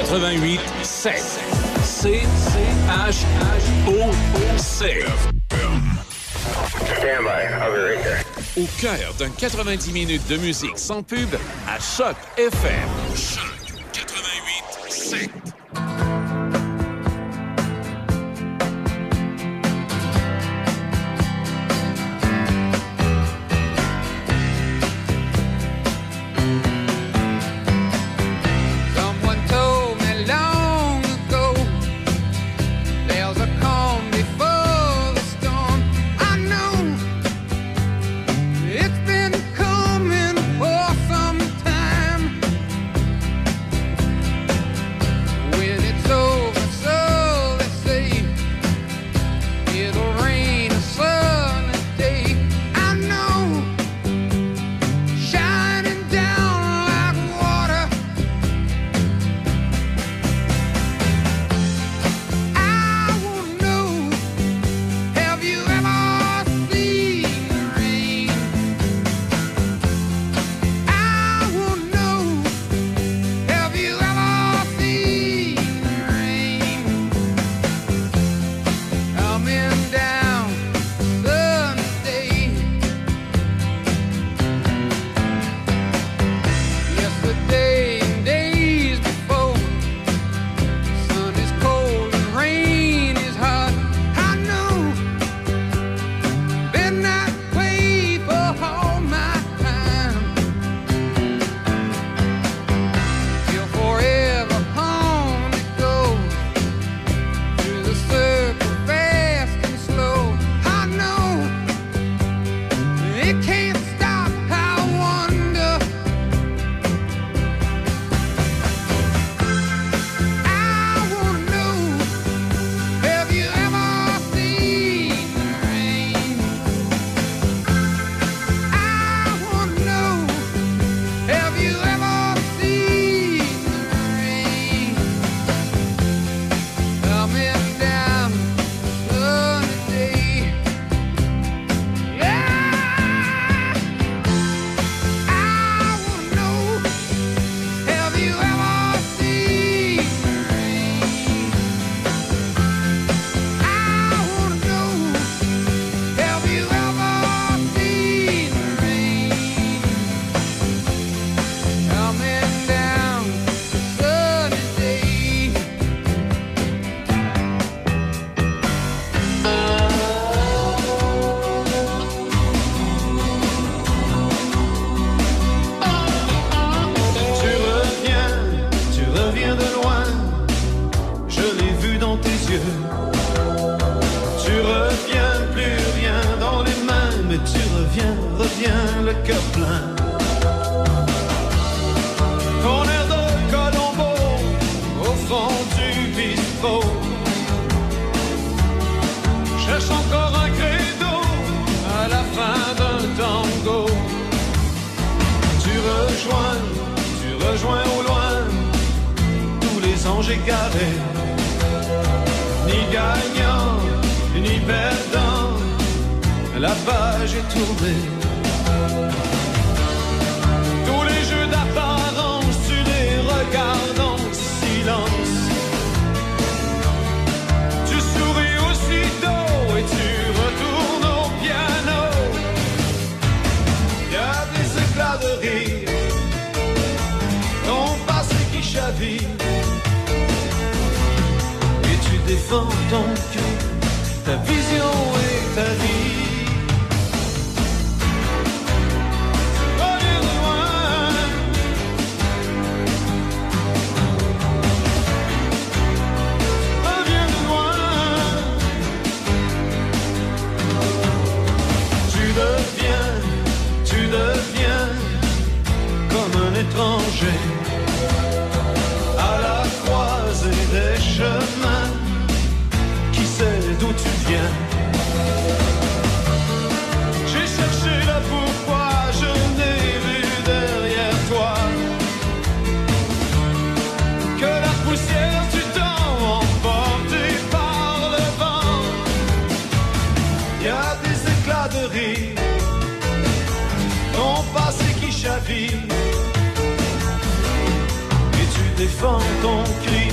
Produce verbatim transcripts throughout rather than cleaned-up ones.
quatre-vingt-huit sept. C H O C. Stand by. I'll be right there. Au cœur d'un quatre-vingt-dix minutes de musique sans pub à Choc F M. Choc quatre-vingt-huit sept. Et tu défends ton cri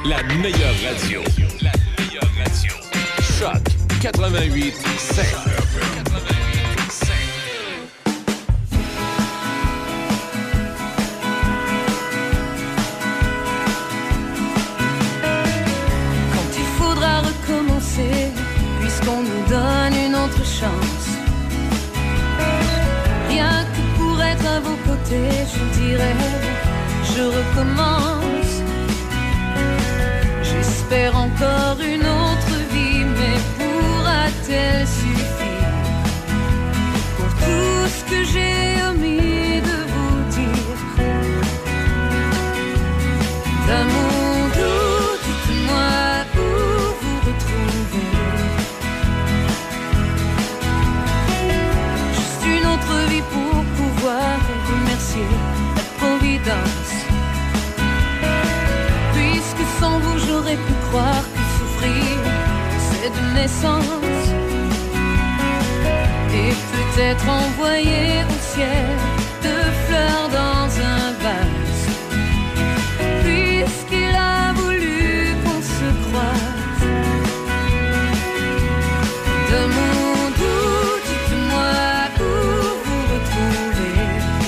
La meilleure radio. La meilleure radio. Choc quatre-vingt-huit sept. Quand il faudra recommencer, puisqu'on nous donne une autre chance, rien que pour être à vos côtés, je dirais, je recommence. J'espère encore une autre vie, mais pourra-t-elle suffire pour tout ce que j'ai omis de vous dire? D'amour doux, dites-moi où vous retrouvez. Juste une autre vie pour pouvoir remercier la Providence. Puisque sans vous j'aurais pu croire que souffrir c'est de naissance, et peut-être envoyer au ciel deux fleurs dans un vase, puisqu'il a voulu qu'on se croise. De mon doux, dites-moi où vous retrouvez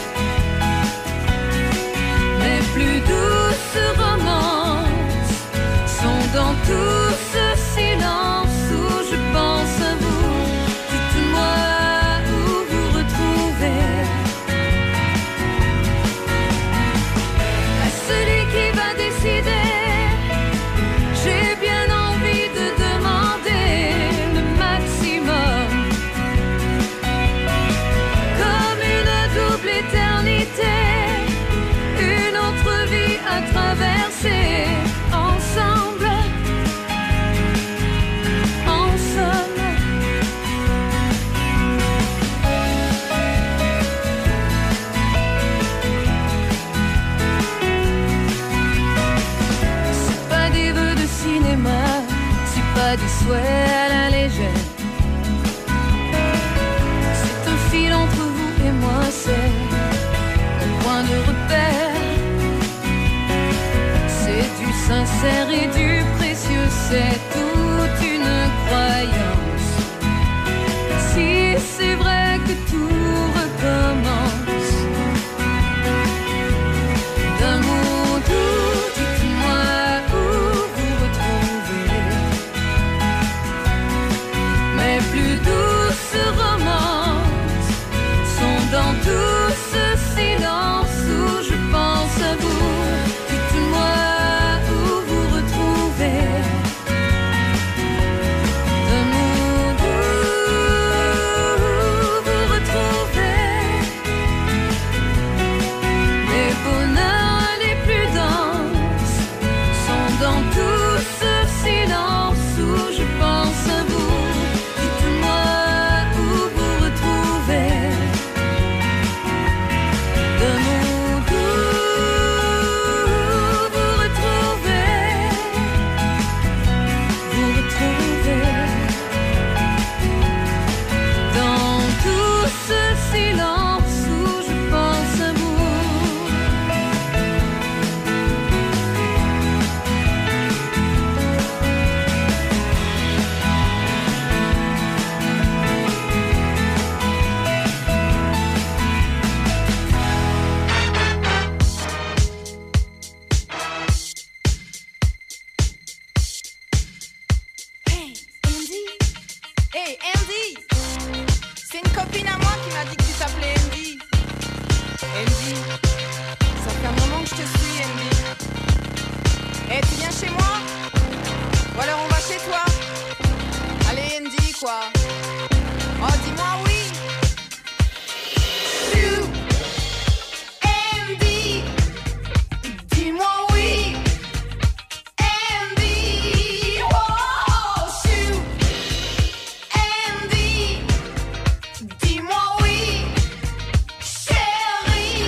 mes plus douces romances sont dans tout ce silence où je pense à vous. Dites-moi où vous retrouvez. À celui qui va décider, j'ai bien envie de demander le maximum, comme une double éternité, une autre vie à traverser ensemble, en somme. C'est pas des vœux de cinéma, c'est pas des souhaits à la légère. C'est un fil entre vous et moi, c'est un point de repère. C'est du sincère et du précieux, c'est toute une croyance. Si c'est vrai que tout recommence, d'amour doux, dites-moi où vous retrouvez mes plus douces romances sont dans tout ce silence où je pense à vous. Dites-moi où vous retrouvez d'amour doux, vous retrouvez les bonheurs les plus denses sont dans tout ce silence où je pense à vous. Dites-moi où vous retrouvez d'amour doux, vous retrouvez, vous retrouvez dans tout ce silence où je pense à vous. Hey, Andy! Hey, Andy! C'est une copine à moi qui m'a dit que tu t'appelais Andy. Andy, ça fait un moment que je te suis, Andy. Hey, tu viens chez moi? Ou alors on va chez toi? Allez, Andy, quoi. Oh, dis-moi oui! You, Andy, dis-moi oui! Andy, oh, shoot, Andy, dis-moi oui, chérie.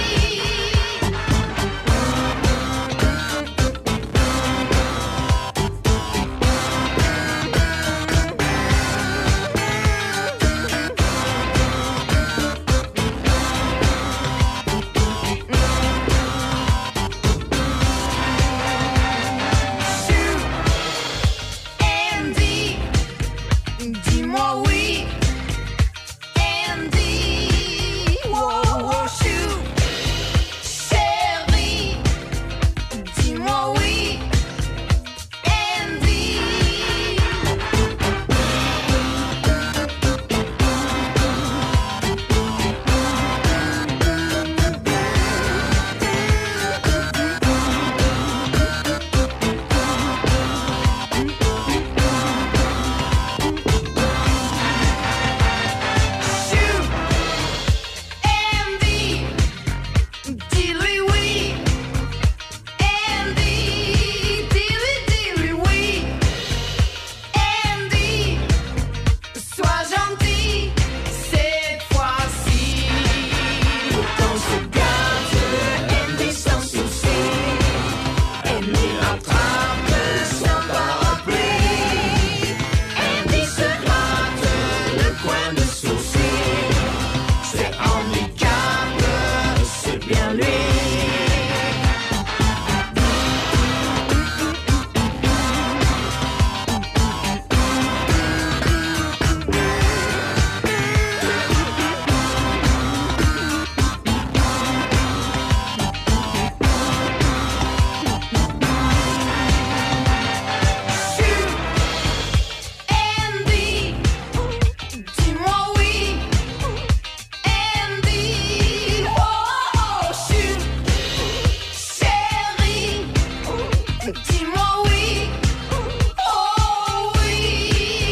Dis-moi oui, oh oui.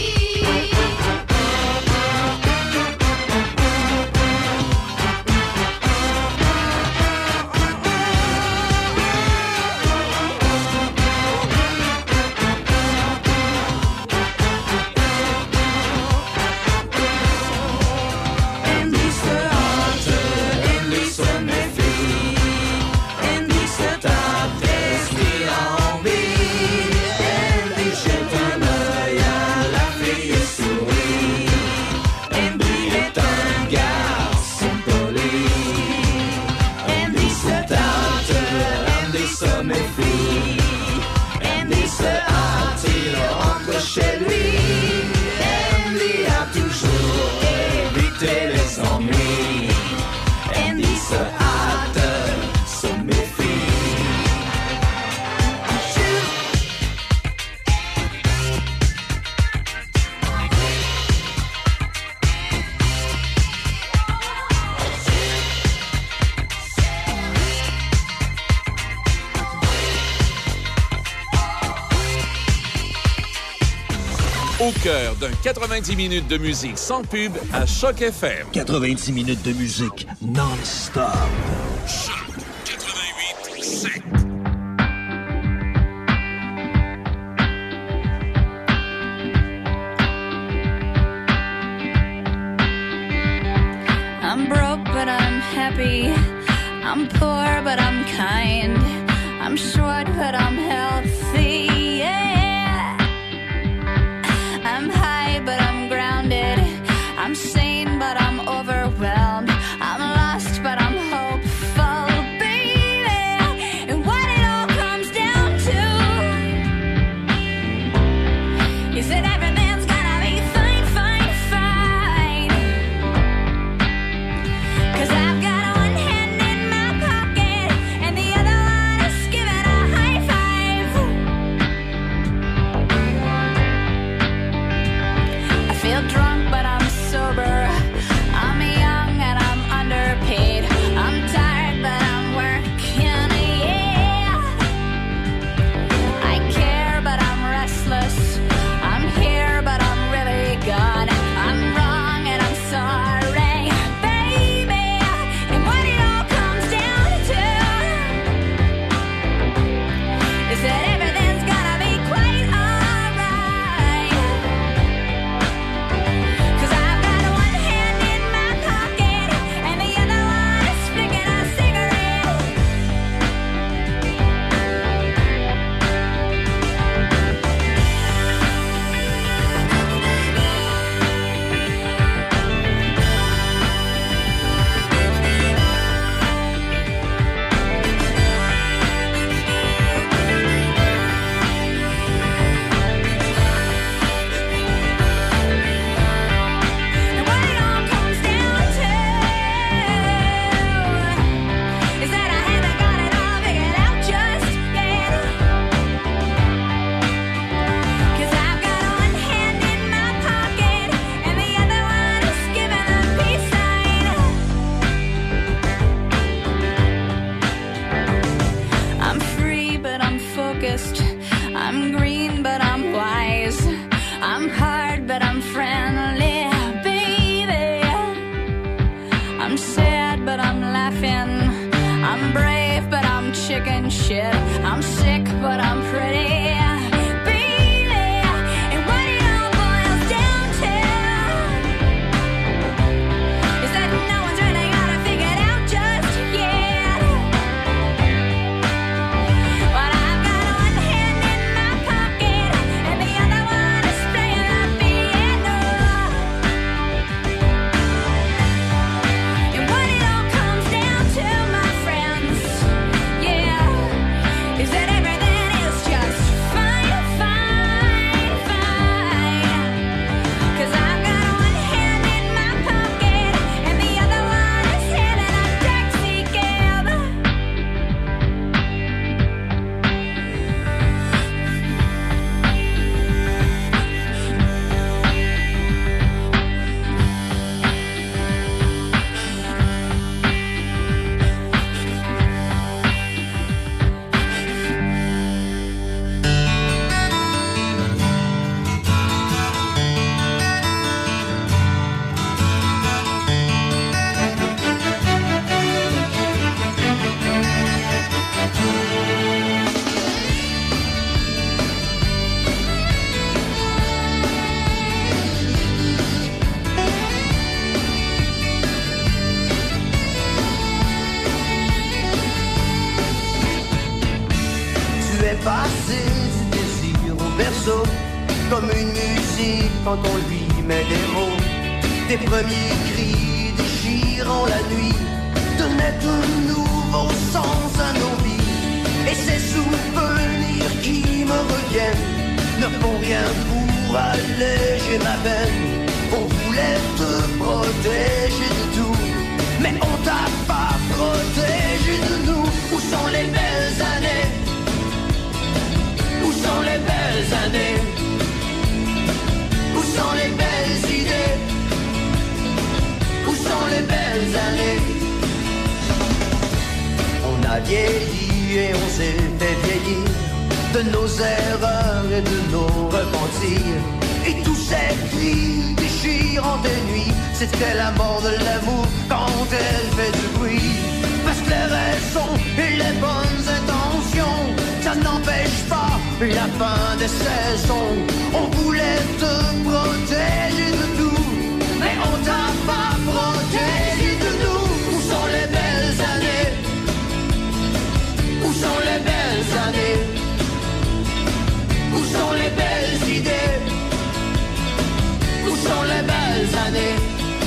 Chez lui, Andy a toujours évité les ennuis. Andy se hâte, se méfie. Au cœur d'un quatre-vingt-dix minutes de musique sans pub à Choc F M. quatre-vingt-dix minutes de musique non-stop. Choc quatre-vingt-huit sept. I'm broke but I'm happy. I'm poor but I'm kind. I'm short but I'm healthy. Yeah. I'm high but I'm grounded. I'm sane but I'm overwhelmed. I'm lost but I'm hopeful, baby. And what it all comes down to is that everything's gonna be fine, fine, fine. 'Cause I've got one hand in my pocket and the other one is giving a high five. I feel drunk but I'm sober. I'm young and I'm underpaid. I'm tired but I'm working, yeah. I care but I'm restless. I'm here but I'm really gone. I'm wrong and I'm sorry, baby. And what it all comes down to is that everything's gonna be quite alright. 'Cause I've got one hand in my pocket and the other one is flicking a cigarette. And what it all comes down to is that I haven't got it all figured out just yet. 'Cause I've got one hand in my pocket and the other one is giving a peace sign. I'm free but I'm focused. I'm green but I'm wise. I'm hard but I'm friendly, baby. I'm sad but I'm laughing. I'm brave but I'm chicken shit. I'm sick but I'm pretty, baby. And what it all boils down to is that no one's really got it figured out just yet. But I've got one hand in my pocket berceau, comme une musique quand on lui met des mots. Des premiers cris déchirant la nuit donnaient un nouveau sens à nos vies. Et ces souvenirs qui me reviennent ne font rien pour alléger ma peine. On voulait te protéger de tout, mais on t'a pas protégé de nous. Où sont les belles années? Où sont les belles années? Où sont les belles idées? Où sont les belles années? On a vieilli et on s'est fait vieillir de nos erreurs et de nos repentirs. Et tous ces cris déchirant des nuits, c'était la mort de l'amour quand elle fait du bruit. Parce que les raisons et les bonnes intentions, ça n'empêche pas la fin des saisons. On voulait te protéger de tout, mais on t'a pas protégé de nous. Où sont les belles années? Où sont les belles années? Où sont les belles idées? Où sont les belles années?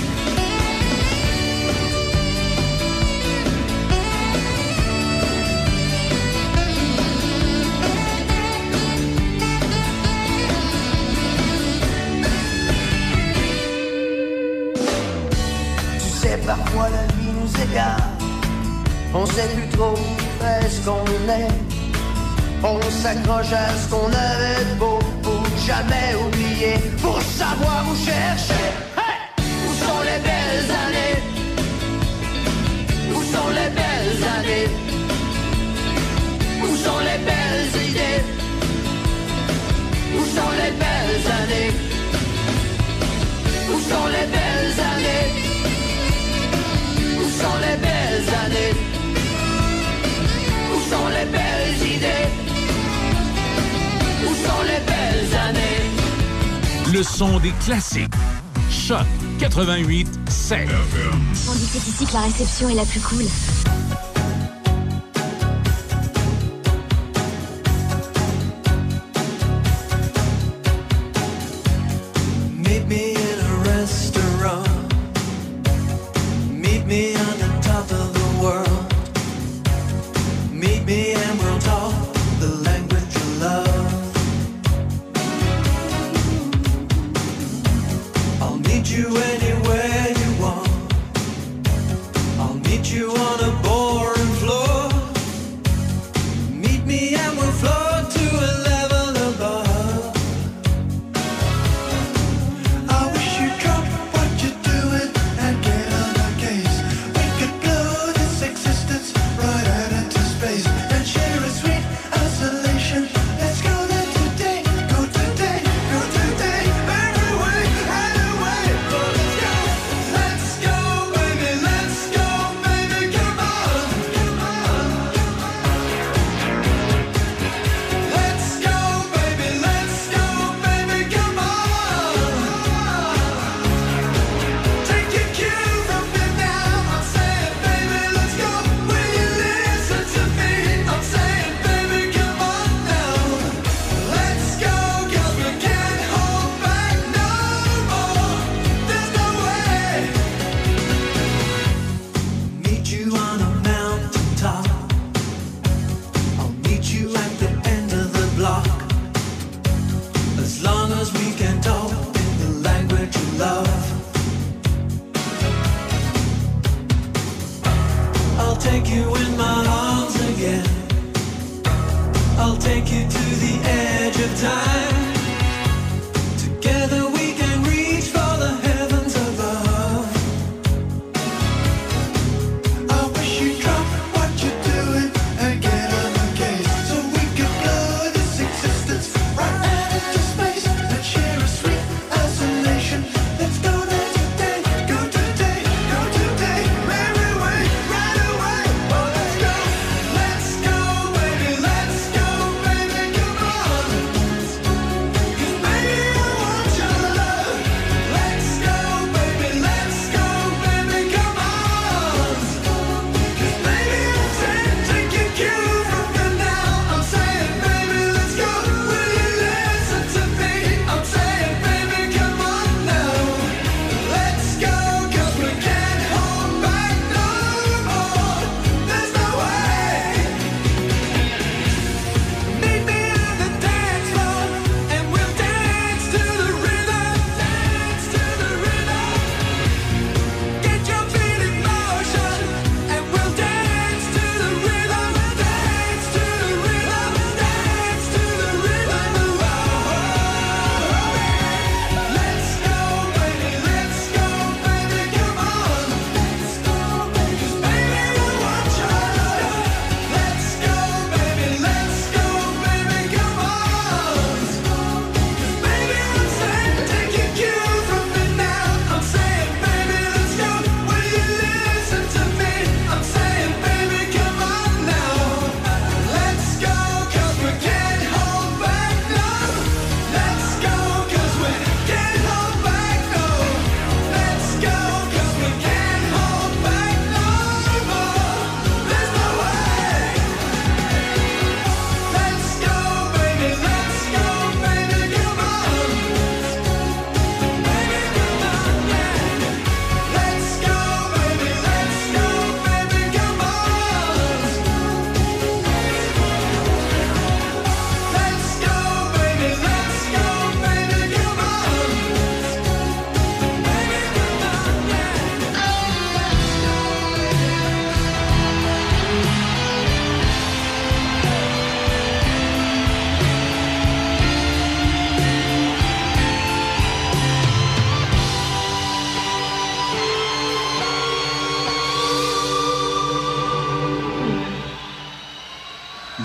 Tu sais, parfois la vie nous égare. On sait plus trop est-ce qu'on est. On s'accroche à ce qu'on avait de beau pour jamais oublier, pour savoir où chercher. Hey! Où sont les belles années? Où sont les belles années? Où sont les belles idées? Où sont les belles années? Où sont les belles années? Où sont les belles années? Où sont les belles idées? Où sont les belles années? Le son des classiques. Choc quatre-vingt-huit sept. On dit c'est ici que la réception est la plus cool. Meet me in a restaurant. Meet me on the top of the world. Meet me and we'll talk the language you love. I'll meet you anywhere you want. I'll meet you on a boring floor. Meet me and we'll float to a level above. I wish you'd drop what you're doing and get on my case. We could blow this existence right out into space and share a sweet isolation. Let's go there today, go today, go today, right away, right away. Oh, let's go, let's go, baby, let's go, baby, come on, come on. Let's go, baby, let's go, baby, come on. Take your cue from me now. I'm saying, baby, let's go. Will you listen to me? I'm saying, baby, come on now. Let's go, 'cause we can't hold back no more. There's no way. Meet you on a mountain top. I'll meet you at the end of the block. As long as we can talk in the language you love. I'll take you in my arms again. I'll take you to the edge of time. Together we can reach for the heavens above. I wish you'd drop what you're doing and get on the case, so we could blow this existence right out into space and share a sweet isolation. Let's go there today, go today, go today, right away, right away. Oh, let's go, let's go, baby, let's go, baby, come on.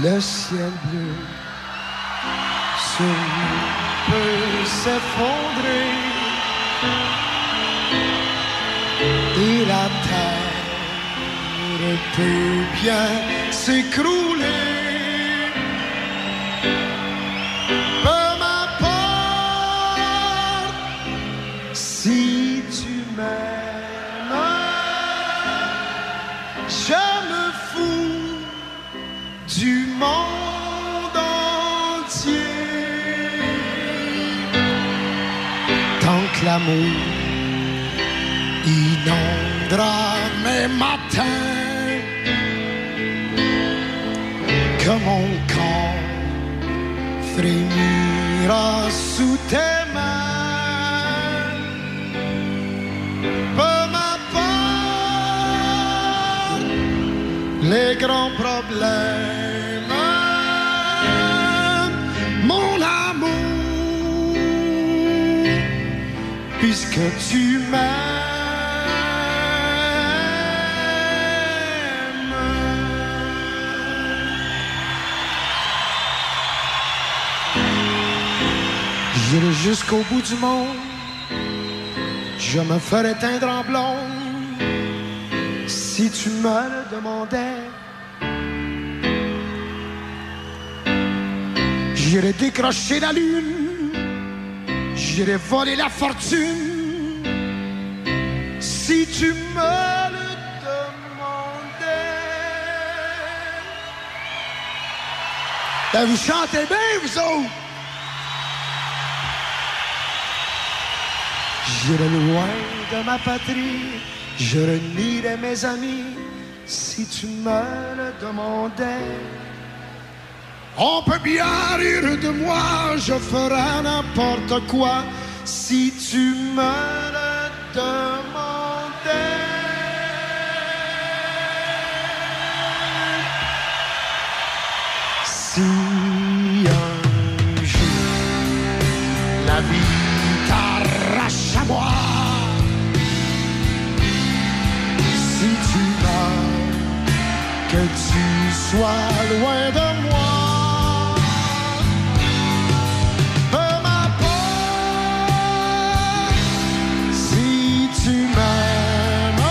Le ciel bleu sur nous peut s'effondrer et la terre peut bien s'écrouler. Peu m'importe si tu m'aimes, je me fous du monde entier. Tant que l'amour inondera mes matins, que mon corps frémira sous tes mains. Peu m'importe les grands problèmes, mon amour, puisque tu m'aimes. J'irai jusqu'au bout du monde, je me ferai teindre en blonde si tu me le demandais. J'irai décrocher la lune, j'irai voler la fortune si tu me le demandais. Ben vous chantez bien, vous autres! J'irai loin de ma patrie, je renierai mes amis si tu me le demandais. On peut bien rire de moi, je ferai n'importe quoi si tu me le demandais. Si un jour la vie t'arrache à moi, si tu veux que tu sois loin de moi, peu m'importe si tu m'aimes,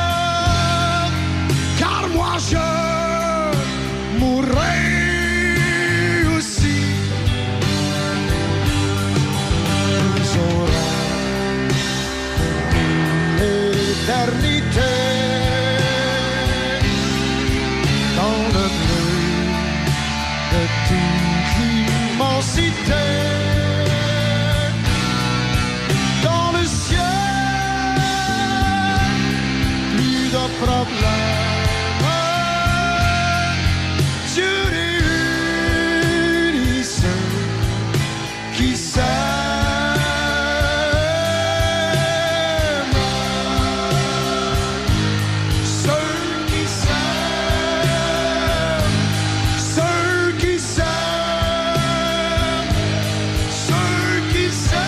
car moi je mourrai aussi. Nous aurons l'éternité dans le bleu de toute l'immensité, dans le ciel, plus de problèmes. Dieu réunit ceux qui s'aiment, ceux qui s'aiment, ceux qui s'aiment, ceux qui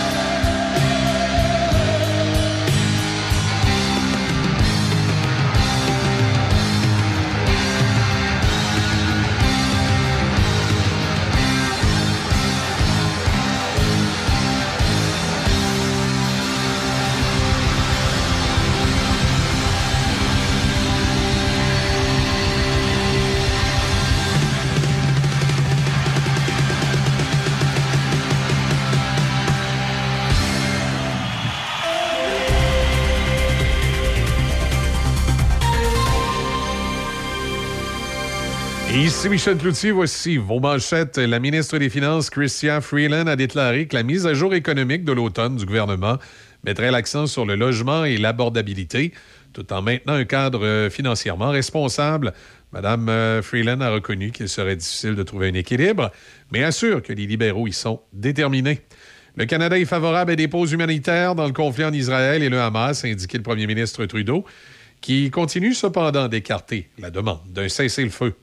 Ici Michel Cloutier, voici vos manchettes. La ministre des Finances, Chrystia Freeland, a déclaré que la mise à jour économique de l'automne du gouvernement mettrait l'accent sur le logement et l'abordabilité, tout en maintenant un cadre financièrement responsable. Madame Freeland a reconnu qu'il serait difficile de trouver un équilibre, mais assure que les libéraux y sont déterminés. Le Canada est favorable à des pauses humanitaires dans le conflit en Israël et le Hamas, a indiqué le premier ministre Trudeau, qui continue cependant d'écarter la demande d'un cessez-le-feu.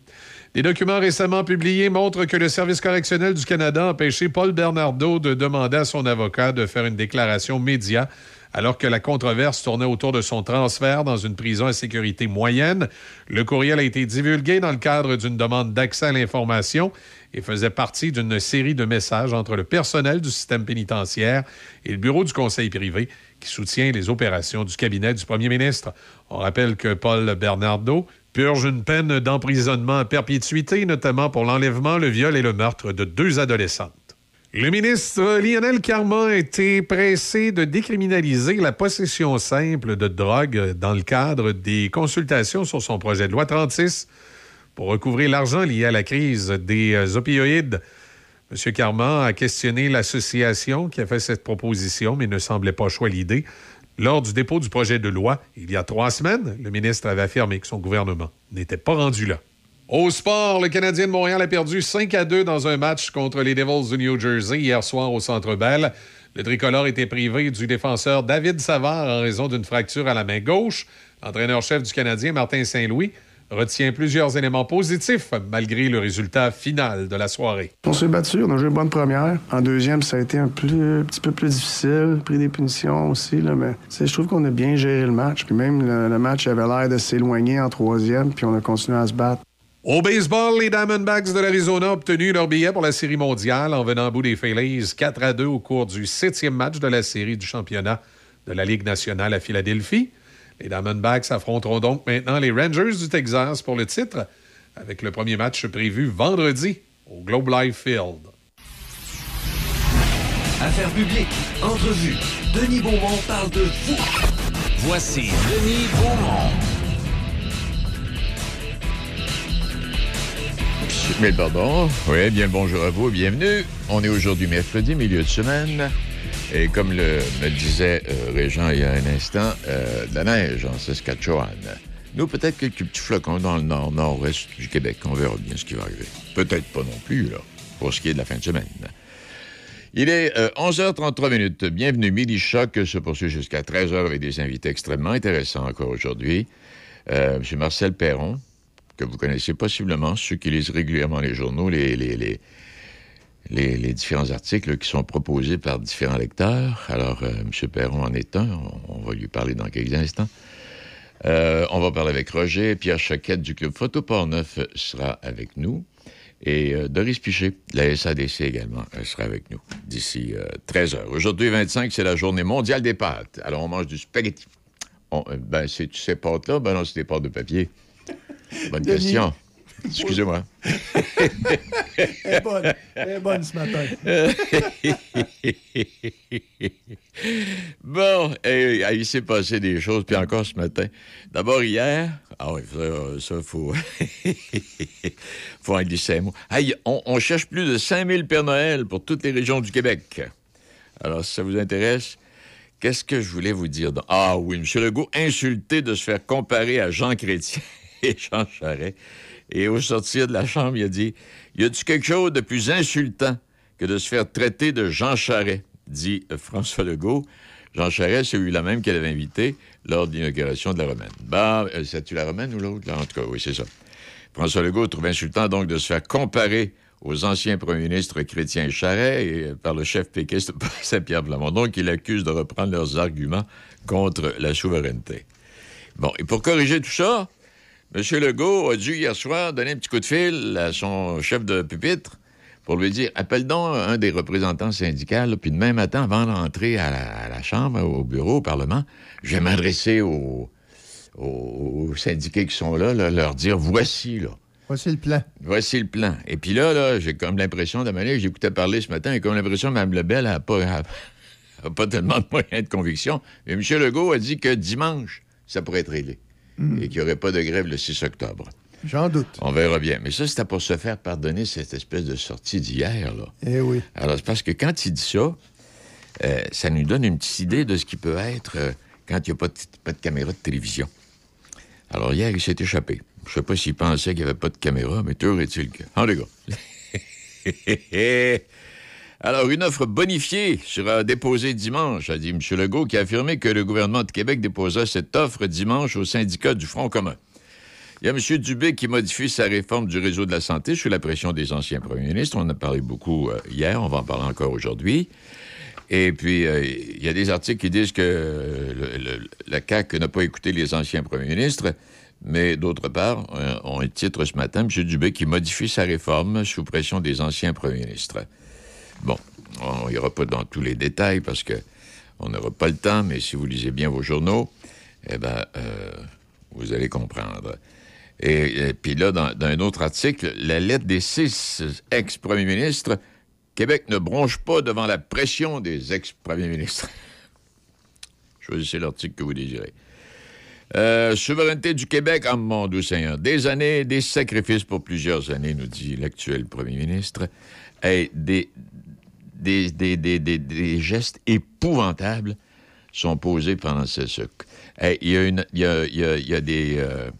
Des documents récemment publiés montrent que le Service correctionnel du Canada a empêché Paul Bernardo de demander à son avocat de faire une déclaration média alors que la controverse tournait autour de son transfert dans une prison à sécurité moyenne. Le courriel a été divulgué dans le cadre d'une demande d'accès à l'information et faisait partie d'une série de messages entre le personnel du système pénitentiaire et le bureau du conseil privé qui soutient les opérations du cabinet du premier ministre. On rappelle que Paul Bernardo purge une peine d'emprisonnement à perpétuité, notamment pour l'enlèvement, le viol et le meurtre de deux adolescentes. Le ministre Lionel Carman a été pressé de décriminaliser la possession simple de drogue dans le cadre des consultations sur son projet de loi trente-six pour recouvrir l'argent lié à la crise des opioïdes. M. Carman a questionné l'association qui a fait cette proposition, mais ne semblait pas choisir l'idée. Lors du dépôt du projet de loi, il y a trois semaines, le ministre avait affirmé que son gouvernement n'était pas rendu là. Au sport, le Canadien de Montréal a perdu cinq à deux dans un match contre les Devils du New Jersey hier soir au Centre Bell. Le tricolore était privé du défenseur David Savard en raison d'une fracture à la main gauche. L'entraîneur-chef du Canadien, Martin Saint-Louis, retient plusieurs éléments positifs malgré le résultat final de la soirée. On s'est battu, on a joué une bonne première. En deuxième, ça a été un, plus, un petit peu plus difficile, pris des punitions aussi, là, mais je trouve qu'on a bien géré le match. Puis même le, le match avait l'air de s'éloigner en troisième, puis on a continué à se battre. Au baseball, les Diamondbacks de l'Arizona ont obtenu leur billet pour la Série mondiale en venant à bout des Phillies quatre à deux au cours du septième match de la série du championnat de la Ligue nationale à Philadelphie. Les Diamondbacks affronteront donc maintenant les Rangers du Texas pour le titre, avec le premier match prévu vendredi au Globe Life Field. Affaires publiques, entrevue. Denis Beaumont parle de vous. Voici Denis Beaumont. Mais pardon. Oui, bien bonjour à vous, bienvenue. On est aujourd'hui mercredi, milieu de semaine. Et comme le, me disait euh, Régent il y a un instant, euh, de la neige en Saskatchewan. Nous, peut-être quelques petits flocons dans le nord, nord-ouest du Québec. On verra bien ce qui va arriver. Peut-être pas non plus, là, pour ce qui est de la fin de semaine. Il est euh, onze heures trente-trois minutes. Bienvenue. Midi Choc se poursuit jusqu'à treize heures avec des invités extrêmement intéressants encore aujourd'hui. Euh, M. Marcel Perron, que vous connaissez possiblement, ceux qui lisent régulièrement les journaux, les, les, les, les, les différents articles qui sont proposés par différents lecteurs. Alors, euh, M. Perron en est un. On, on va lui parler dans quelques instants. Euh, on va parler avec Roger. Pierre Choquette du Club Photo Port-Neuf sera avec nous. Et euh, Doris Piché, de la S A D C également, elle sera avec nous d'ici euh, treize heures. Aujourd'hui, vingt-cinq, c'est la journée mondiale des pâtes. Alors, on mange du spaghetti. On, euh, ben, c'est ces pâtes-là? Ben non, c'est des pâtes de papier. Bonne Denis. Question. Excusez-moi. Elle est bonne. Elle est bonne ce matin. Bon, hey, il s'est passé des choses, puis encore ce matin. D'abord, hier... Ah oui, ça, ça faut... faut en glisser un mot. Hey, on, on cherche plus de cinq mille Pères Noël pour toutes les régions du Québec. Alors, si ça vous intéresse... Qu'est-ce que je voulais vous dire? Donc? Ah oui, M. Legault, insulté de se faire comparer à Jean Chrétien et Jean Charest. Et au sortir de la Chambre, il a dit « Y a-t-il quelque chose de plus insultant que de se faire traiter de Jean Charest? » dit François Legault. Jean Charest, c'est lui la même qu'elle avait invité lors de l'inauguration de la Romaine. Ben, c'est-tu la Romaine ou l'autre? Là, en tout cas, oui, c'est ça. François Legault trouve insultant donc de se faire comparer aux anciens premiers ministres Chrétien et Charest et par le chef péquiste Saint-Pierre Plamondon qui l'accuse de reprendre leurs arguments contre la souveraineté. Bon, et pour corriger tout ça, M. Legault a dû hier soir donner un petit coup de fil à son chef de pupitre pour lui dire « Appelle donc un des représentants syndicaux, puis demain matin, avant d'entrer à la, à la Chambre, au bureau, au Parlement, je vais m'adresser aux, aux, aux syndiqués qui sont là, là, leur dire « Voici, là. » Voici le plan. Voici le plan. Et puis là, là, j'ai comme l'impression, de manière, j'écoutais parler ce matin, j'ai comme l'impression que Mme Lebel n'a pas, a, a pas tellement de moyens de conviction. Mais M. Legault a dit que dimanche, ça pourrait être réglé. Mmh. Et qu'il n'y aurait pas de grève le six octobre. J'en doute. On verra bien. Mais ça, c'était pour se faire pardonner cette espèce de sortie d'hier, là. Eh oui. Alors, c'est parce que quand il dit ça, euh, ça nous donne une petite idée de ce qui peut être euh, quand il n'y a pas de, pas de caméra de télévision. Alors, hier, il s'est échappé. Je ne sais pas s'il pensait qu'il n'y avait pas de caméra, mais toujours est-il que... Ah, les gars. Alors, une offre bonifiée sera déposée dimanche, a dit M. Legault, qui a affirmé que le gouvernement de Québec déposera cette offre dimanche au syndicat du Front commun. Il y a M. Dubé qui modifie sa réforme du réseau de la santé sous la pression des anciens premiers ministres. On en a parlé beaucoup euh, hier, on va en parler encore aujourd'hui. Et puis, euh, il y a des articles qui disent que euh, le, le, la C A Q n'a pas écouté les anciens premiers ministres, mais d'autre part, euh, on a un titre ce matin, M. Dubé qui modifie sa réforme sous pression des anciens premiers ministres. Bon, on n'ira pas dans tous les détails parce que on n'aura pas le temps, mais si vous lisez bien vos journaux, eh bien, euh, vous allez comprendre. Et, et puis là, dans, dans un autre article, la lettre des six ex-premiers ministres, Québec ne bronche pas devant la pression des ex-premiers ministres. Choisissez l'article que vous désirez. Euh, souveraineté du Québec, ah mon doux Seigneur. Des années, des sacrifices pour plusieurs années, nous dit l'actuel premier ministre. Et des... Des, des, des, des, des gestes épouvantables sont posés pendant ce... ce... Hey, il y a, une, il y a, il y a, il y a des, euh,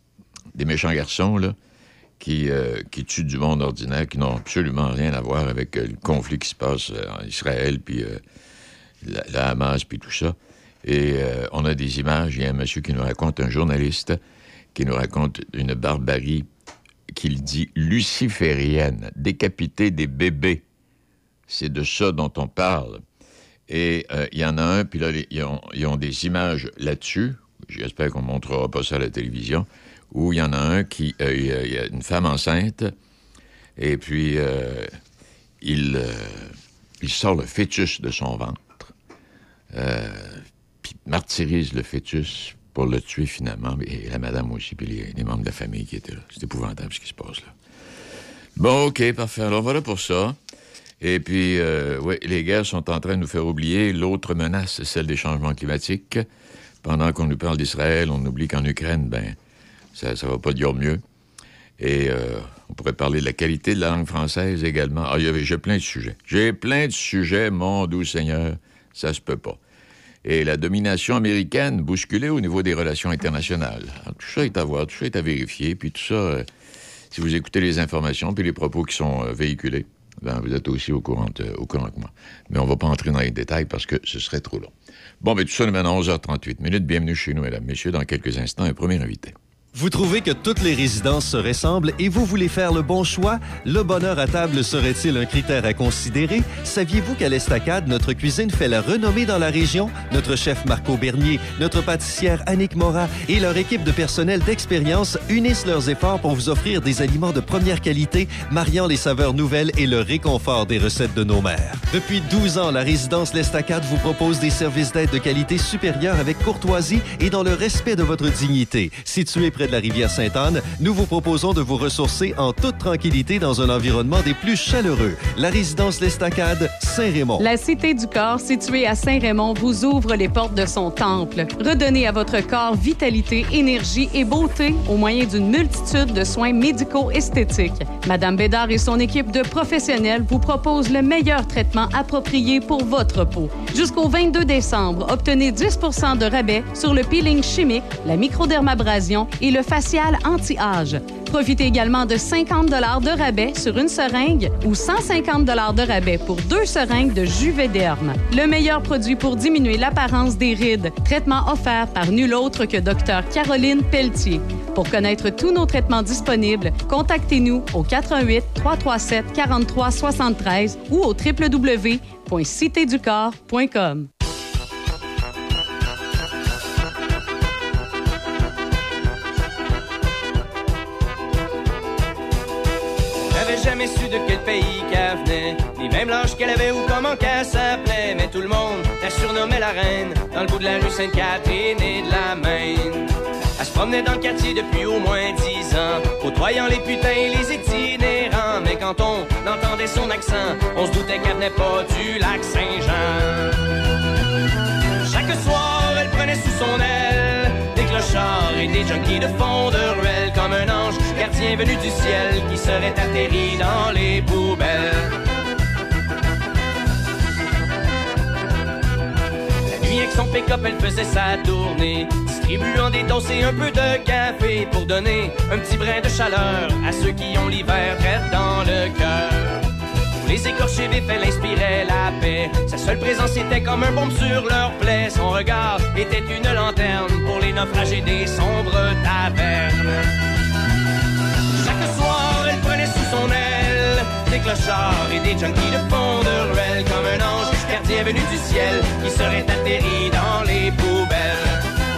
des méchants garçons là, qui, euh, qui tuent du monde ordinaire, qui n'ont absolument rien à voir avec euh, le conflit qui se passe euh, en Israël, puis euh, la, la Hamas, puis tout ça. Et euh, on a des images. Il y a un monsieur qui nous raconte, un journaliste, qui nous raconte une barbarie qu'il dit luciférienne, décapiter des bébés. C'est de ça dont on parle. Et il euh, y en a un, puis là, ils ont, ils ont des images là-dessus. J'espère qu'on ne montrera pas ça à la télévision. Où il y en a un qui... Il euh, y, y a une femme enceinte, et puis euh, il, euh, il sort le fœtus de son ventre, euh, puis martyrise le fœtus pour le tuer finalement. Et la madame aussi, puis les, les membres de la famille qui étaient là. C'est épouvantable ce qui se passe là. Bon, OK, parfait. Alors voilà pour ça. Et puis, euh, oui, les guerres sont en train de nous faire oublier l'autre menace, celle des changements climatiques. Pendant qu'on nous parle d'Israël, on oublie qu'en Ukraine, ben, ça ne va pas dire mieux. Et euh, on pourrait parler de la qualité de la langue française également. Ah, y avait, j'ai plein de sujets. J'ai plein de sujets, mon doux Seigneur, ça se peut pas. Et la domination américaine bousculée au niveau des relations internationales. Alors, tout ça est à voir, tout ça est à vérifier, puis tout ça, euh, si vous écoutez les informations puis les propos qui sont euh, véhiculés, ben, vous êtes aussi au courant, de, au courant que moi. Mais on ne va pas entrer dans les détails parce que ce serait trop long. Bon, mais tout ça, nous mène à onze heures trente-huit minutes. Bienvenue chez nous, mesdames, messieurs. Dans quelques instants, un premier invité. Vous trouvez que toutes les résidences se ressemblent et vous voulez faire le bon choix? Le bonheur à table serait-il un critère à considérer? Saviez-vous qu'à l'Estacade, notre cuisine fait la renommée dans la région? Notre chef Marco Bernier, notre pâtissière Annick Morat et leur équipe de personnel d'expérience unissent leurs efforts pour vous offrir des aliments de première qualité, mariant les saveurs nouvelles et le réconfort des recettes de nos mères. Depuis douze ans, la résidence l'Estacade vous propose des services d'aide de qualité supérieure avec courtoisie et dans le respect de votre dignité. Situé près de la rivière Sainte-Anne, nous vous proposons de vous ressourcer en toute tranquillité dans un environnement des plus chaleureux. La résidence l'Estacade, Saint-Raymond. La Cité du Corps, située à Saint-Raymond, vous ouvre les portes de son temple. Redonnez à votre corps vitalité, énergie et beauté au moyen d'une multitude de soins médico-esthétiques. Madame Bédard et son équipe de professionnels vous proposent le meilleur traitement approprié pour votre peau. Jusqu'au vingt-deux décembre, obtenez dix pour cent de rabais sur le peeling chimique, la microdermabrasion et le facial anti-âge. Profitez également de cinquante dollars de rabais sur une seringue ou cent cinquante dollars de rabais pour deux seringues de Juvederm. Le meilleur produit pour diminuer l'apparence des rides. Traitement offert par nul autre que Dr Caroline Pelletier. Pour connaître tous nos traitements disponibles, contactez-nous au quatre un huit, trois trois sept, quatre trois sept trois ou au w w w point cité du corps point com. Jamais su de quel pays qu'elle venait, ni même l'âge qu'elle avait ou comment qu'elle s'appelait. Mais tout le monde la surnommait la reine, dans le bout de la rue Sainte-Catherine et de la Maine. Elle se promenait dans le quartier depuis au moins dix ans, côtoyant les putains et les itinérants. Mais quand on entendait son accent, on se doutait qu'elle venait pas du lac Saint-Jean. Chaque soir, elle prenait sous son aile des clochards et des junkies de fond de ruelle, comme un ange gardien venu du ciel qui serait atterri dans les poubelles. La nuit avec son pick-up, elle faisait sa tournée, distribuant des doses et un peu de café pour donner un petit brin de chaleur à ceux qui ont l'hiver très dans le cœur. Pour les écorchés vifs, elle inspirait la paix. Sa seule présence était comme un baume sur leur plaie. Son regard était une lanterne pour les naufragés des sombres tavernes. Chaque soir, elle prenait sous son aile des clochards et des junkies de fond de ruelle, comme un ange gardien venu du ciel qui serait atterri dans les poubelles.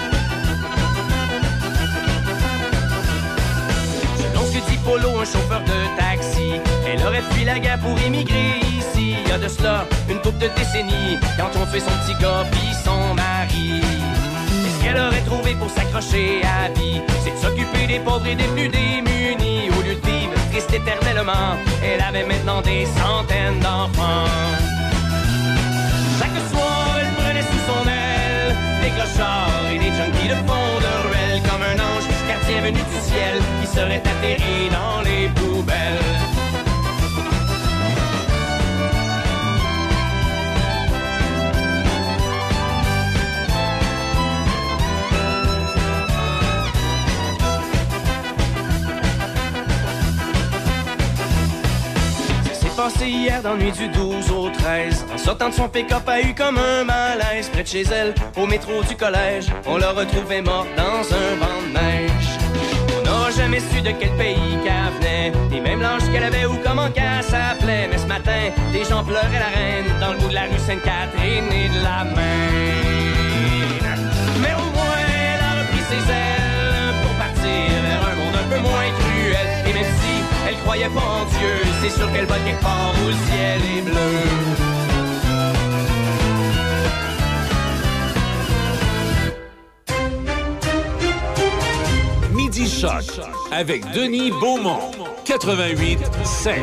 Selon ce que dit Polo, un chauffeur de taxi, elle aurait fui la guerre pour émigrer ici. Il y a de cela une couple de décennies, quand on tuait son petit gars puis son mari. Et ce qu'elle aurait trouvé pour s'accrocher à vie, c'est de s'occuper des pauvres et des plus démunis. Au lieu de vivre triste éternellement, elle avait maintenant des centaines d'enfants. Chaque soir, elle prenait sous son aile des clochards et des junkies de fond de ruelle, comme un ange gardien venu du ciel qui serait atterri dans les poubelles. Passé hier dans la nuit du douze au treize. En sortant de son pick-up, a eu comme un malaise. Près de chez elle, au métro du collège, on l'a retrouvée morte dans un banc de neige. On n'aura jamais su de quel pays qu'elle venait, ni même l'âge qu'elle avait ou comment qu'elle s'appelait. Mais ce matin, des gens pleuraient la reine dans le bout de la rue Sainte-Catherine et de la Maine. Mais au moins, elle a repris ses ailes pour partir vers un monde un peu moins cruel. Et même si elle croyait pas en Dieu, c'est sûr qu'elle va quelque part où le ciel est bleu. Midi Choc avec Denis Beaumont, quatre-vingt-huit cinq.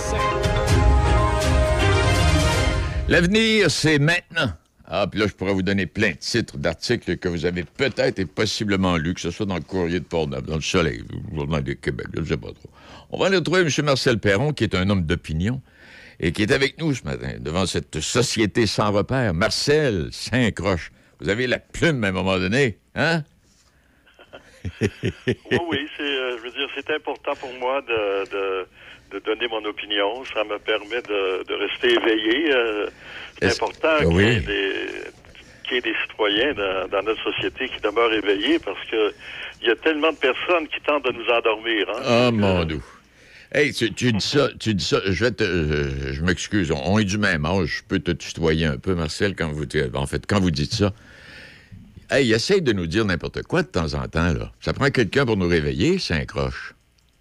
L'avenir, c'est maintenant. Ah, puis là, je pourrais vous donner plein de titres d'articles que vous avez peut-être et possiblement lus, que ce soit dans le Courrier de Portneuf, dans le Soleil, le Journal du Québec, je ne sais pas trop. On va aller retrouver M. Marcel Perron, qui est un homme d'opinion, et qui est avec nous ce matin, devant cette société sans repère. Marcel Saint-Croche, vous avez la plume à un moment donné, hein? oui, oui, c'est, euh, je veux dire, c'est important pour moi de, de, de donner mon opinion. Ça me permet de, de rester éveillé. Euh, c'est Est-ce... important ah, qu'il, oui. y ait des, qu'il y ait des citoyens dans, dans notre société qui demeurent éveillés parce que il y a tellement de personnes qui tentent de nous endormir. Hein, ah, mon euh... doux. Hey, tu, tu dis ça, tu dis ça, je vais te, je, je m'excuse, on, on est du même âge, je peux te tutoyer un peu, Marcel, quand vous, en fait, quand vous dites ça. Hey, essaye de nous dire n'importe quoi de temps en temps, là. Ça prend quelqu'un pour nous réveiller, Saint-Croche.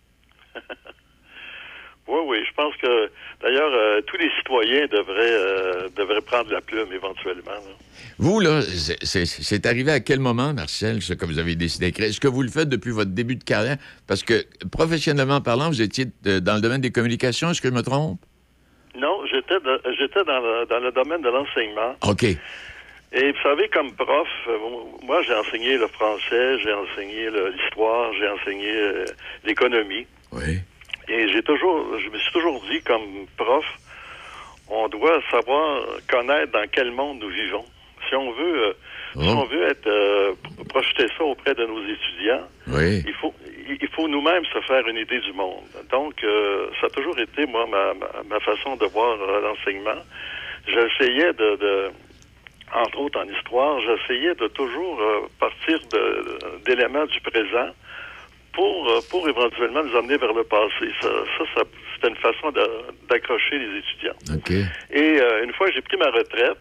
Oui, oui, je pense que, d'ailleurs, euh, tous les citoyens devraient, euh, devraient prendre la plume éventuellement. Là. Vous, là, c'est, c'est, c'est arrivé à quel moment, Marcel, ce que vous avez décidé d'écrire? Est-ce que vous le faites depuis votre début de carrière? Parce que, professionnellement parlant, vous étiez de, dans le domaine des communications, est-ce que je me trompe? Non, j'étais, de, j'étais dans, le, dans le domaine de l'enseignement. OK. Et vous savez, comme prof, euh, moi, j'ai enseigné le français, j'ai enseigné le, l'histoire, j'ai enseigné euh, l'économie. Oui. Et j'ai toujours, je me suis toujours dit, comme prof, on doit savoir connaître dans quel monde nous vivons. Si on veut, euh, oh. si on veut être euh, projeter ça auprès de nos étudiants, oui. il faut, il faut nous-mêmes se faire une idée du monde. Donc, euh, ça a toujours été moi ma, ma, ma façon de voir euh, l'enseignement. J'essayais de, de, entre autres en histoire, j'essayais de toujours euh, partir de, d'éléments du présent. Pour, pour éventuellement nous emmener vers le passé. Ça, ça, ça c'était une façon de, d'accrocher les étudiants. Okay. Et euh, une fois que j'ai pris ma retraite,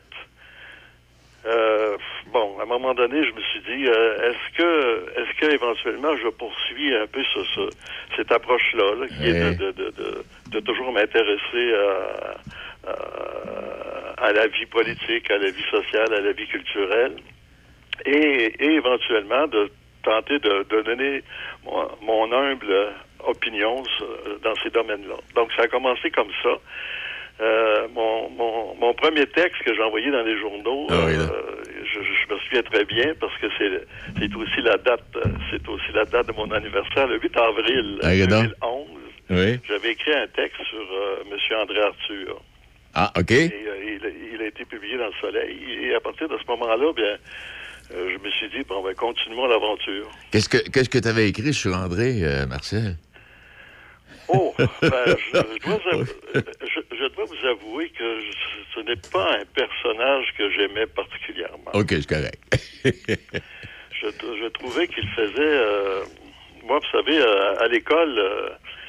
euh, bon, à un moment donné, je me suis dit, euh, est-ce que, est-ce que éventuellement je poursuis un peu ce, ce, cette approche-là, là, qui ouais. est de, de, de, de, de toujours m'intéresser à, à, à la vie politique, à la vie sociale, à la vie culturelle, et, et éventuellement de tenter de, de donner mon, mon humble opinion dans ces domaines-là. Donc, ça a commencé comme ça. Euh, mon, mon, mon premier texte que j'ai envoyé dans les journaux, ah oui, euh, je, je me souviens très bien parce que c'est, c'est aussi la date, c'est aussi la date de mon anniversaire, le huit avril ah, deux mille onze. Oui. J'avais écrit un texte sur euh, M. André Arthur. Ah, OK. Et euh, il, il a été publié dans le Soleil. Et à partir de ce moment-là, bien, Euh, je me suis dit, bon, ben, continuons l'aventure. Qu'est-ce que qu'est-ce que tu avais écrit sur André, euh, Marcel? Oh, ben, je, je, dois avou- je, je dois vous avouer que je, ce n'est pas un personnage que j'aimais particulièrement. OK, c'est correct. je, je trouvais qu'il faisait... Euh, moi, vous savez, euh, à l'école, euh,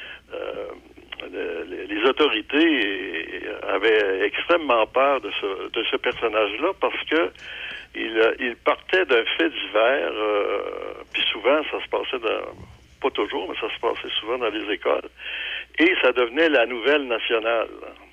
euh, les, les autorités avaient extrêmement peur de ce, de ce personnage-là parce que il, il partait d'un fait divers, euh, puis souvent, ça se passait dans... Pas toujours, mais ça se passait souvent dans les écoles. Et ça devenait la nouvelle nationale.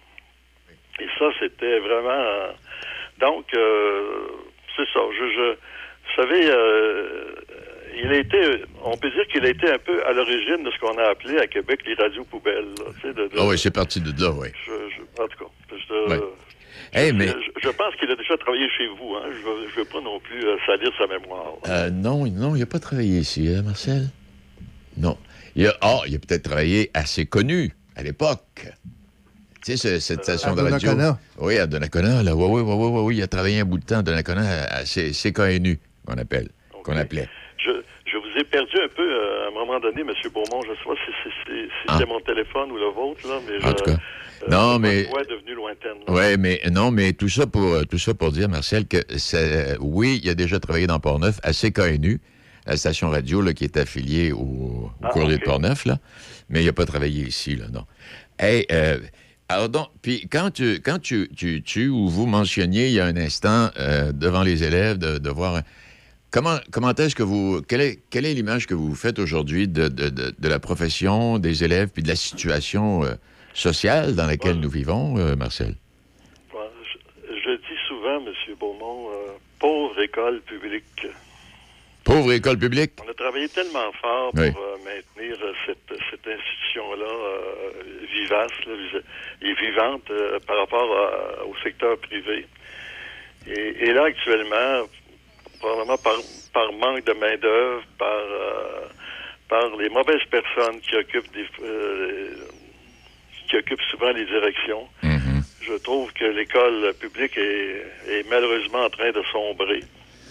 Et ça, c'était vraiment... Euh, donc, euh, c'est ça. Je, je, vous savez, euh, il a été... On peut dire qu'il a été un peu à l'origine de ce qu'on a appelé à Québec les radios poubelles. Tu sais, de, de, ah oui, c'est parti de là, oui. Je, je, en tout cas, je, ouais. Hey, mais... je, je pense qu'il a déjà travaillé chez vous. Hein. Je ne veux pas non plus euh, salir sa mémoire. Euh, non, non, il n'a pas travaillé ici, hein, Marcel? Non. Il a, oh, il a peut-être travaillé assez connu à l'époque. Tu sais, cette station euh, de radio. Donnacona. Oui, à Donnacona, là. Oui, oui, oui, oui, oui. Il a travaillé un bout de temps à Donnacona, à C K N U, qu'on appelle, okay. qu'on appelait. Je, je vous ai perdu un peu euh, à un moment donné, M. Beaumont. Je ne sais pas si, si, si, si ah. c'est mon téléphone ou le vôtre, là, mais en je, tout cas. Euh, non, mais. Ma voix est devenue lointaine. Oui, mais non, mais tout ça pour tout ça pour dire, Marcel, que c'est, oui, il a déjà travaillé dans Portneuf, à C K N U, la station radio là, qui est affiliée au, au ah, Courrier okay. de Portneuf, là, mais il n'a pas travaillé ici, là, non. Hey, euh, alors donc, puis quand tu quand tu, tu, tu ou vous mentionniez il y a un instant euh, devant les élèves de, de voir comment comment est-ce que vous quelle est quelle est l'image que vous faites aujourd'hui de, de, de, de la profession, des élèves, puis de la situation euh, sociale dans laquelle ouais. nous vivons, euh, Marcel? Ouais, je, je dis souvent, M. Beaumont, euh, pauvre école publique. Pauvre école publique. On a travaillé tellement fort oui. pour euh, maintenir euh, cette, cette institution-là euh, vivace là, et vivante euh, par rapport à, au secteur privé. Et, et là, actuellement, probablement par, par manque de main-d'œuvre, par, euh, par les mauvaises personnes qui occupent des, euh, qui occupent souvent les directions, mm-hmm. je trouve que l'école publique est, est malheureusement en train de sombrer.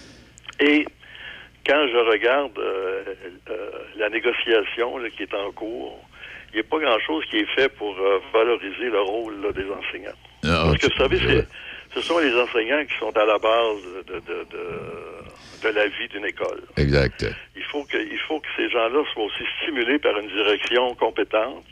Et quand je regarde euh, euh, la négociation là, qui est en cours, il n'y a pas grand-chose qui est fait pour euh, valoriser le rôle là, des enseignants. Ah, Parce que vous savez, c'est, ce sont les enseignants qui sont à la base de, de, de, de la vie d'une école. Exact. Il faut que, il faut que ces gens-là soient aussi stimulés par une direction compétente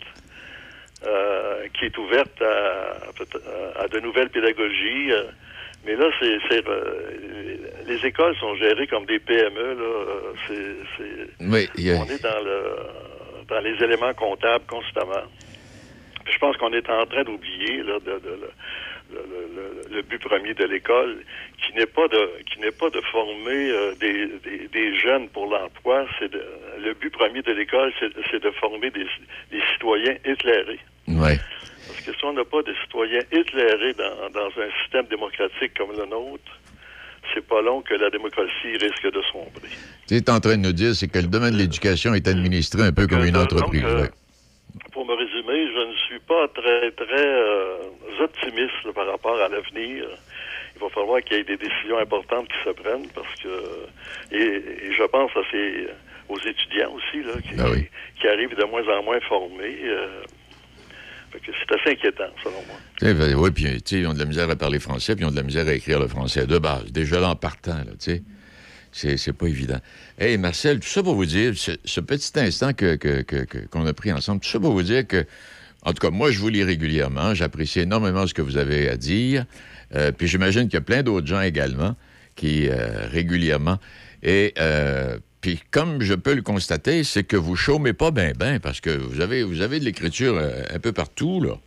euh, qui est ouverte à, à de nouvelles pédagogies. Euh, Mais là, c'est, c'est euh, les écoles sont gérées comme des P M E. Là, c'est, c'est, oui, yeah. On est dans le dans les éléments comptables constamment. Puis je pense qu'on est en train d'oublier là, de, de, de, le, le, le but premier de l'école, qui n'est pas de qui n'est pas de former euh, des, des, des jeunes pour l'emploi. C'est de, le but premier de l'école, c'est, c'est de former des, des citoyens éclairés. Oui. Parce que si on n'a pas de citoyens éclairés dans, dans un système démocratique comme le nôtre, c'est pas long que la démocratie risque de sombrer. Tu es en train de nous dire, c'est que le domaine de l'éducation est administré un peu comme une entreprise. Donc, euh, pour me résumer, je ne suis pas très, très euh, optimiste là, par rapport à l'avenir. Il va falloir qu'il y ait des décisions importantes qui se prennent parce que... Et, et je pense à ces, aux étudiants aussi, là, qui, ah oui. qui arrivent de moins en moins formés. Euh, c'est assez inquiétant, selon moi. Ben, oui, puis ils ont de la misère à parler français, puis ils ont de la misère à écrire le français de base. Déjà là, en partant, là, tu sais, c'est, c'est pas évident. Hey, Marcel, tout ça pour vous dire, ce, ce petit instant que, que, que, que, qu'on a pris ensemble, tout ça pour vous dire que, en tout cas, moi, je vous lis régulièrement. J'apprécie énormément ce que vous avez à dire. Euh, puis j'imagine qu'il y a plein d'autres gens également qui, euh, régulièrement, et... Euh, Puis, comme je peux le constater, c'est que vous chômez pas bien, bien, parce que vous avez, vous avez de l'écriture euh, un peu partout, là.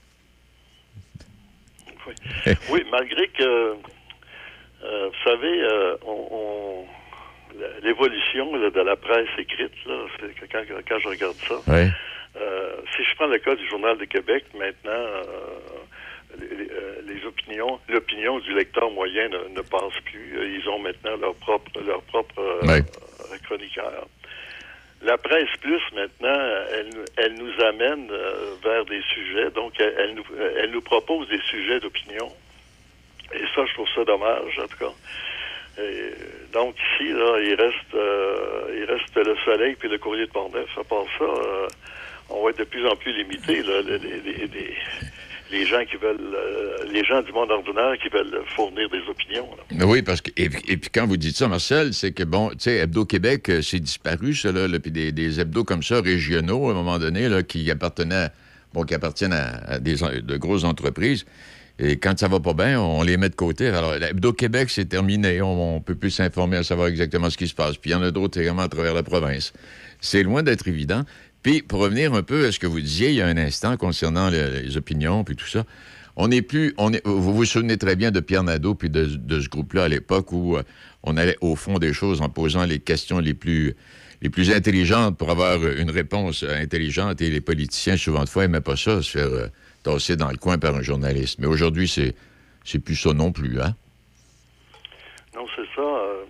Oui, oui malgré que, euh, vous savez, euh, on, on, l'évolution là, de la presse écrite, là, c'est que quand, quand je regarde ça, oui. euh, si je prends le cas du Journal de Québec, maintenant, euh, les, les opinions, l'opinion du lecteur moyen ne, ne passe plus. Ils ont maintenant leur propre, leur propre euh, oui. chroniqueur. La presse plus, maintenant, elle, elle nous amène euh, vers des sujets, donc elle, elle, nous, elle nous propose des sujets d'opinion. Et ça, je trouve ça dommage, en tout cas. Et donc ici, là, il reste, euh, il reste le Soleil puis le Courrier de Portneuf. À part ça, euh, on va être de plus en plus limité. Là, les, les, les, les gens qui veulent, euh, les gens du monde ordinaire qui veulent fournir des opinions. Là. Oui, parce que, et, et puis quand vous dites ça, Marcel, c'est que, bon, tu sais, Hebdo-Québec, euh, c'est disparu, ça, là, là puis des, des hebdos comme ça, régionaux, à un moment donné, là, qui appartenaient, bon, qui appartiennent à, à des, de grosses entreprises. Et quand ça va pas bien, on les met de côté. Alors, Hebdo-Québec, c'est terminé. On, on peut plus s'informer à savoir exactement ce qui se passe. Puis il y en a d'autres également à travers la province. C'est loin d'être évident. Puis, pour revenir un peu à ce que vous disiez il y a un instant concernant le, les opinions puis tout ça, on n'est plus... On est, vous vous souvenez très bien de Pierre Nadeau puis de, de ce groupe-là à l'époque où euh, on allait au fond des choses en posant les questions les plus, les plus intelligentes pour avoir une réponse intelligente. Et les politiciens, souvent de fois, n'aimaient pas ça, se faire euh, tasser dans le coin par un journaliste. Mais aujourd'hui, c'est, c'est plus ça non plus, hein? Non, c'est ça. Euh,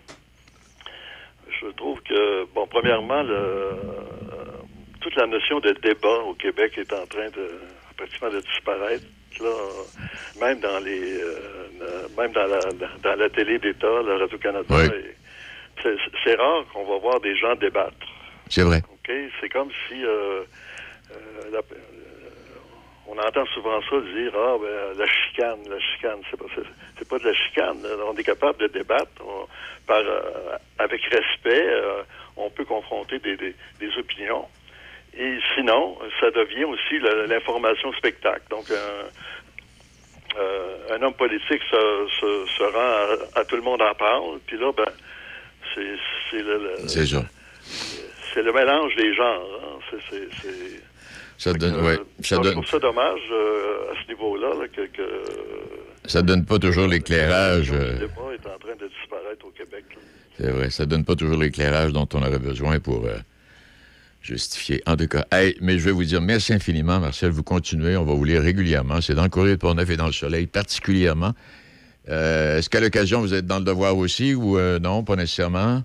je trouve que, bon, premièrement, le... toute la notion de débat au Québec est en train de pratiquement de disparaître. Là, même dans les, euh, même dans la, dans la télé d'État, la Radio-Canada, oui. c'est, c'est rare qu'on va voir des gens débattre. C'est vrai. Okay? C'est comme si euh, euh, la, euh, on entend souvent ça dire ah ben la chicane, la chicane, c'est pas c'est, c'est pas de la chicane. On est capable de débattre on, par euh, avec respect. Euh, on peut confronter des, des, des opinions. Et sinon, ça devient aussi le, l'information spectacle. Donc, un, euh, un homme politique se, se, se rend à, à tout le monde en parle. Puis là, ben, c'est, c'est le, le c'est ça. C'est le mélange des genres. Hein. C'est, c'est, c'est... Ça donne, que, ouais, ça donc, donne... Je trouve ça dommage euh, à ce niveau-là là, que, que ça donne pas toujours l'éclairage. Le débat est en train de disparaître au Québec. Là. C'est vrai, ça donne pas toujours l'éclairage dont on aurait besoin pour euh, justifier. En tout cas, hey, mais je vais vous dire merci infiniment, Marcel. Vous continuez, on va vous lire régulièrement. C'est dans le Courrier de Portneuf et dans le Soleil, particulièrement. Euh, est-ce qu'à l'occasion, vous êtes dans le Devoir aussi ou euh, non, pas nécessairement?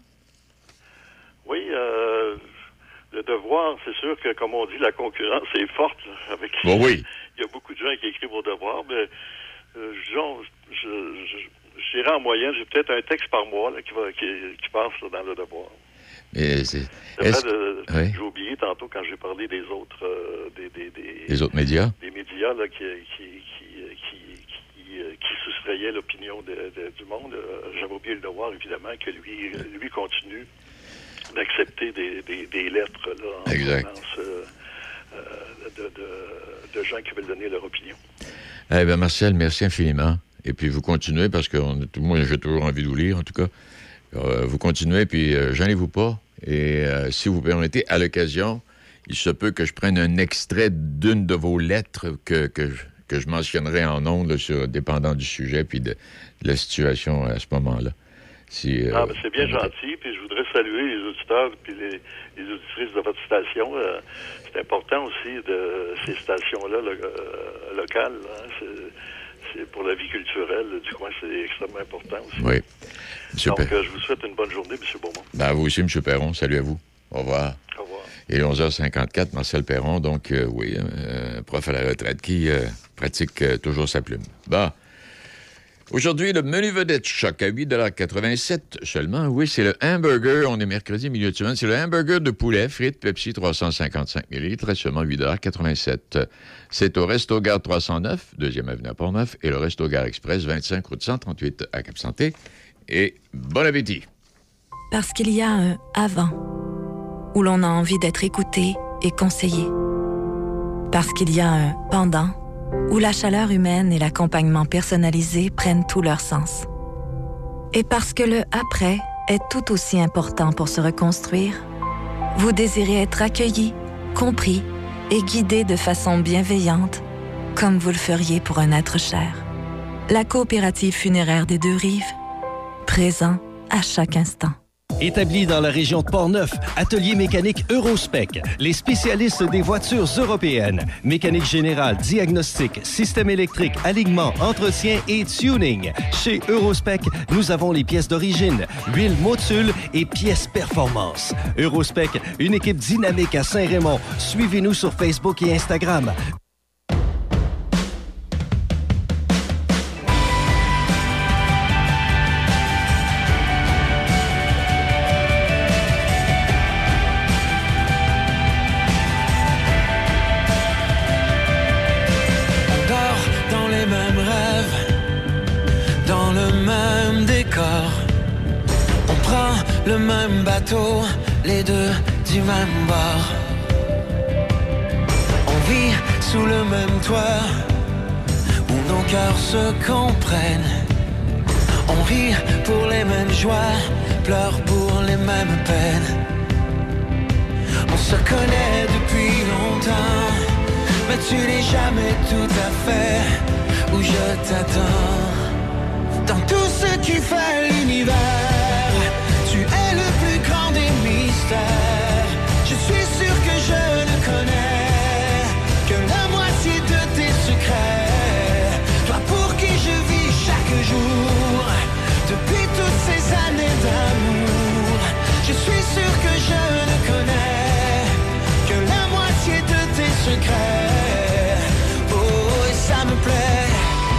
Oui, euh, le Devoir, c'est sûr que, comme on dit, la concurrence est forte. Là, avec bon, oui. Il y a beaucoup de gens qui écrivent au Devoir, mais euh, disons, je, je, je dirais en moyenne, j'ai peut-être un texte par mois là, qui, va, qui, qui passe là, dans le Devoir. Mais c'est... c'est est-ce... vrai de, oui. J'ai oublié tantôt quand j'ai parlé des autres... Euh, des, des, des, Les autres médias? Des médias là, qui, qui, qui, qui, qui, euh, qui soustraillaient l'opinion de, de, du monde. Euh, j'avais oublié le Devoir, évidemment, que lui, lui continue d'accepter des, des, des lettres là, en provenance euh, euh, de, de, de gens qui veulent donner leur opinion. Eh bien, Marcel, merci infiniment. Et puis, vous continuez, parce que on, moi, j'ai toujours envie de vous lire, en tout cas. Euh, vous continuez, puis euh, gênez-vous pas. Et euh, si vous permettez, à l'occasion, il se peut que je prenne un extrait d'une de vos lettres que, que, je, que je mentionnerai en ondes, là, sur, dépendant du sujet puis de, de la situation à ce moment-là. Si, euh, ah, ben c'est bien gentil, puis je voudrais saluer les auditeurs puis les, les auditrices de votre station. Euh, c'est important aussi de ces stations-là lo, euh, locales. Hein, c'est, c'est pour la vie culturelle du coin, c'est extrêmement important aussi. Oui. Super. Donc, euh, je vous souhaite une bonne journée, M. Beaumont. Ben, vous aussi, M. Perron. Salut à vous. Au revoir. Au revoir. Et onze heures cinquante-quatre, Marcel Perron, donc, euh, oui, euh, prof à la retraite, qui euh, pratique euh, toujours sa plume. Bon. Aujourd'hui, le menu vedette choc à huit dollars quatre-vingt-sept seulement. Oui, c'est le hamburger. On est mercredi, milieu de semaine. C'est le hamburger de poulet, frites, Pepsi, trois cent cinquante-cinq millilitres, seulement huit dollars quatre-vingt-sept. C'est au Resto Gare trois cent neuf, deuxième avenue à Portneuf, et le Resto Gare Express, vingt-cinq route cent trente-huit à Cap-Santé. Et bon appétit! Parce qu'il y a un avant, où l'on a envie d'être écouté et conseillé. Parce qu'il y a un pendant, où la chaleur humaine et l'accompagnement personnalisé prennent tout leur sens. Et parce que le après est tout aussi important pour se reconstruire, vous désirez être accueilli, compris et guidé de façon bienveillante, comme vous le feriez pour un être cher. La coopérative funéraire des Deux-Rives, présent à chaque instant. Établi dans la région de Portneuf, Atelier mécanique Eurospec, les spécialistes des voitures européennes. Mécanique générale, diagnostic, système électrique, alignement, entretien et tuning. Chez Eurospec, nous avons les pièces d'origine, huile Motul et pièces performance. Eurospec, une équipe dynamique à Saint-Raymond. Suivez-nous sur Facebook et Instagram. dans le même décor. On prend le même bateau, les deux du même bord. On vit sous le même toit, où nos cœurs se comprennent. On rit pour les mêmes joies, pleure pour les mêmes peines. On se connaît depuis longtemps, mais tu n'es jamais tout à fait où je t'attends. Dans tout ce qui fait l'univers, tu es le plus grand des mystères. Je suis sûr que je ne connais que la moitié de tes secrets. Toi pour qui je vis chaque jour, depuis toutes ces années d'amour. Je suis sûr que je ne connais que la moitié de tes secrets. Oh, et ça me plaît.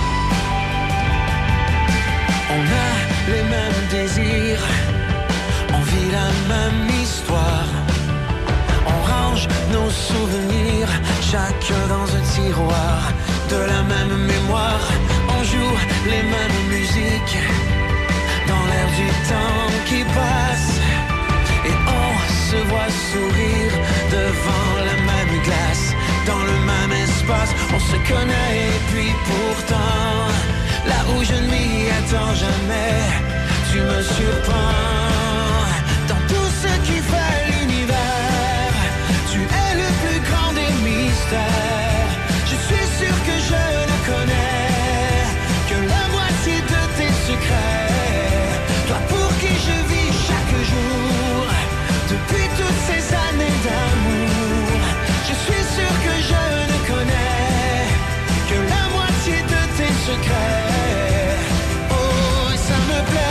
On a les mêmes désirs, on vit la même histoire. On range nos souvenirs, chacun dans un tiroir. De la même mémoire, on joue les mêmes musiques dans l'air du temps qui passe. Et on se voit sourire devant la même glace, dans le même espace. On se connaît et puis pourtant, là où je ne m'y attends jamais, tu me surprends. Dans tout ce qui fait l'univers, tu es le plus grand des mystères. Je suis sûr que je ne connais que la moitié de tes secrets. Toi pour qui je vis chaque jour, depuis toutes ces années d'amour. Je suis sûr que je ne connais que la moitié de tes secrets. Oh, et ça me plaît.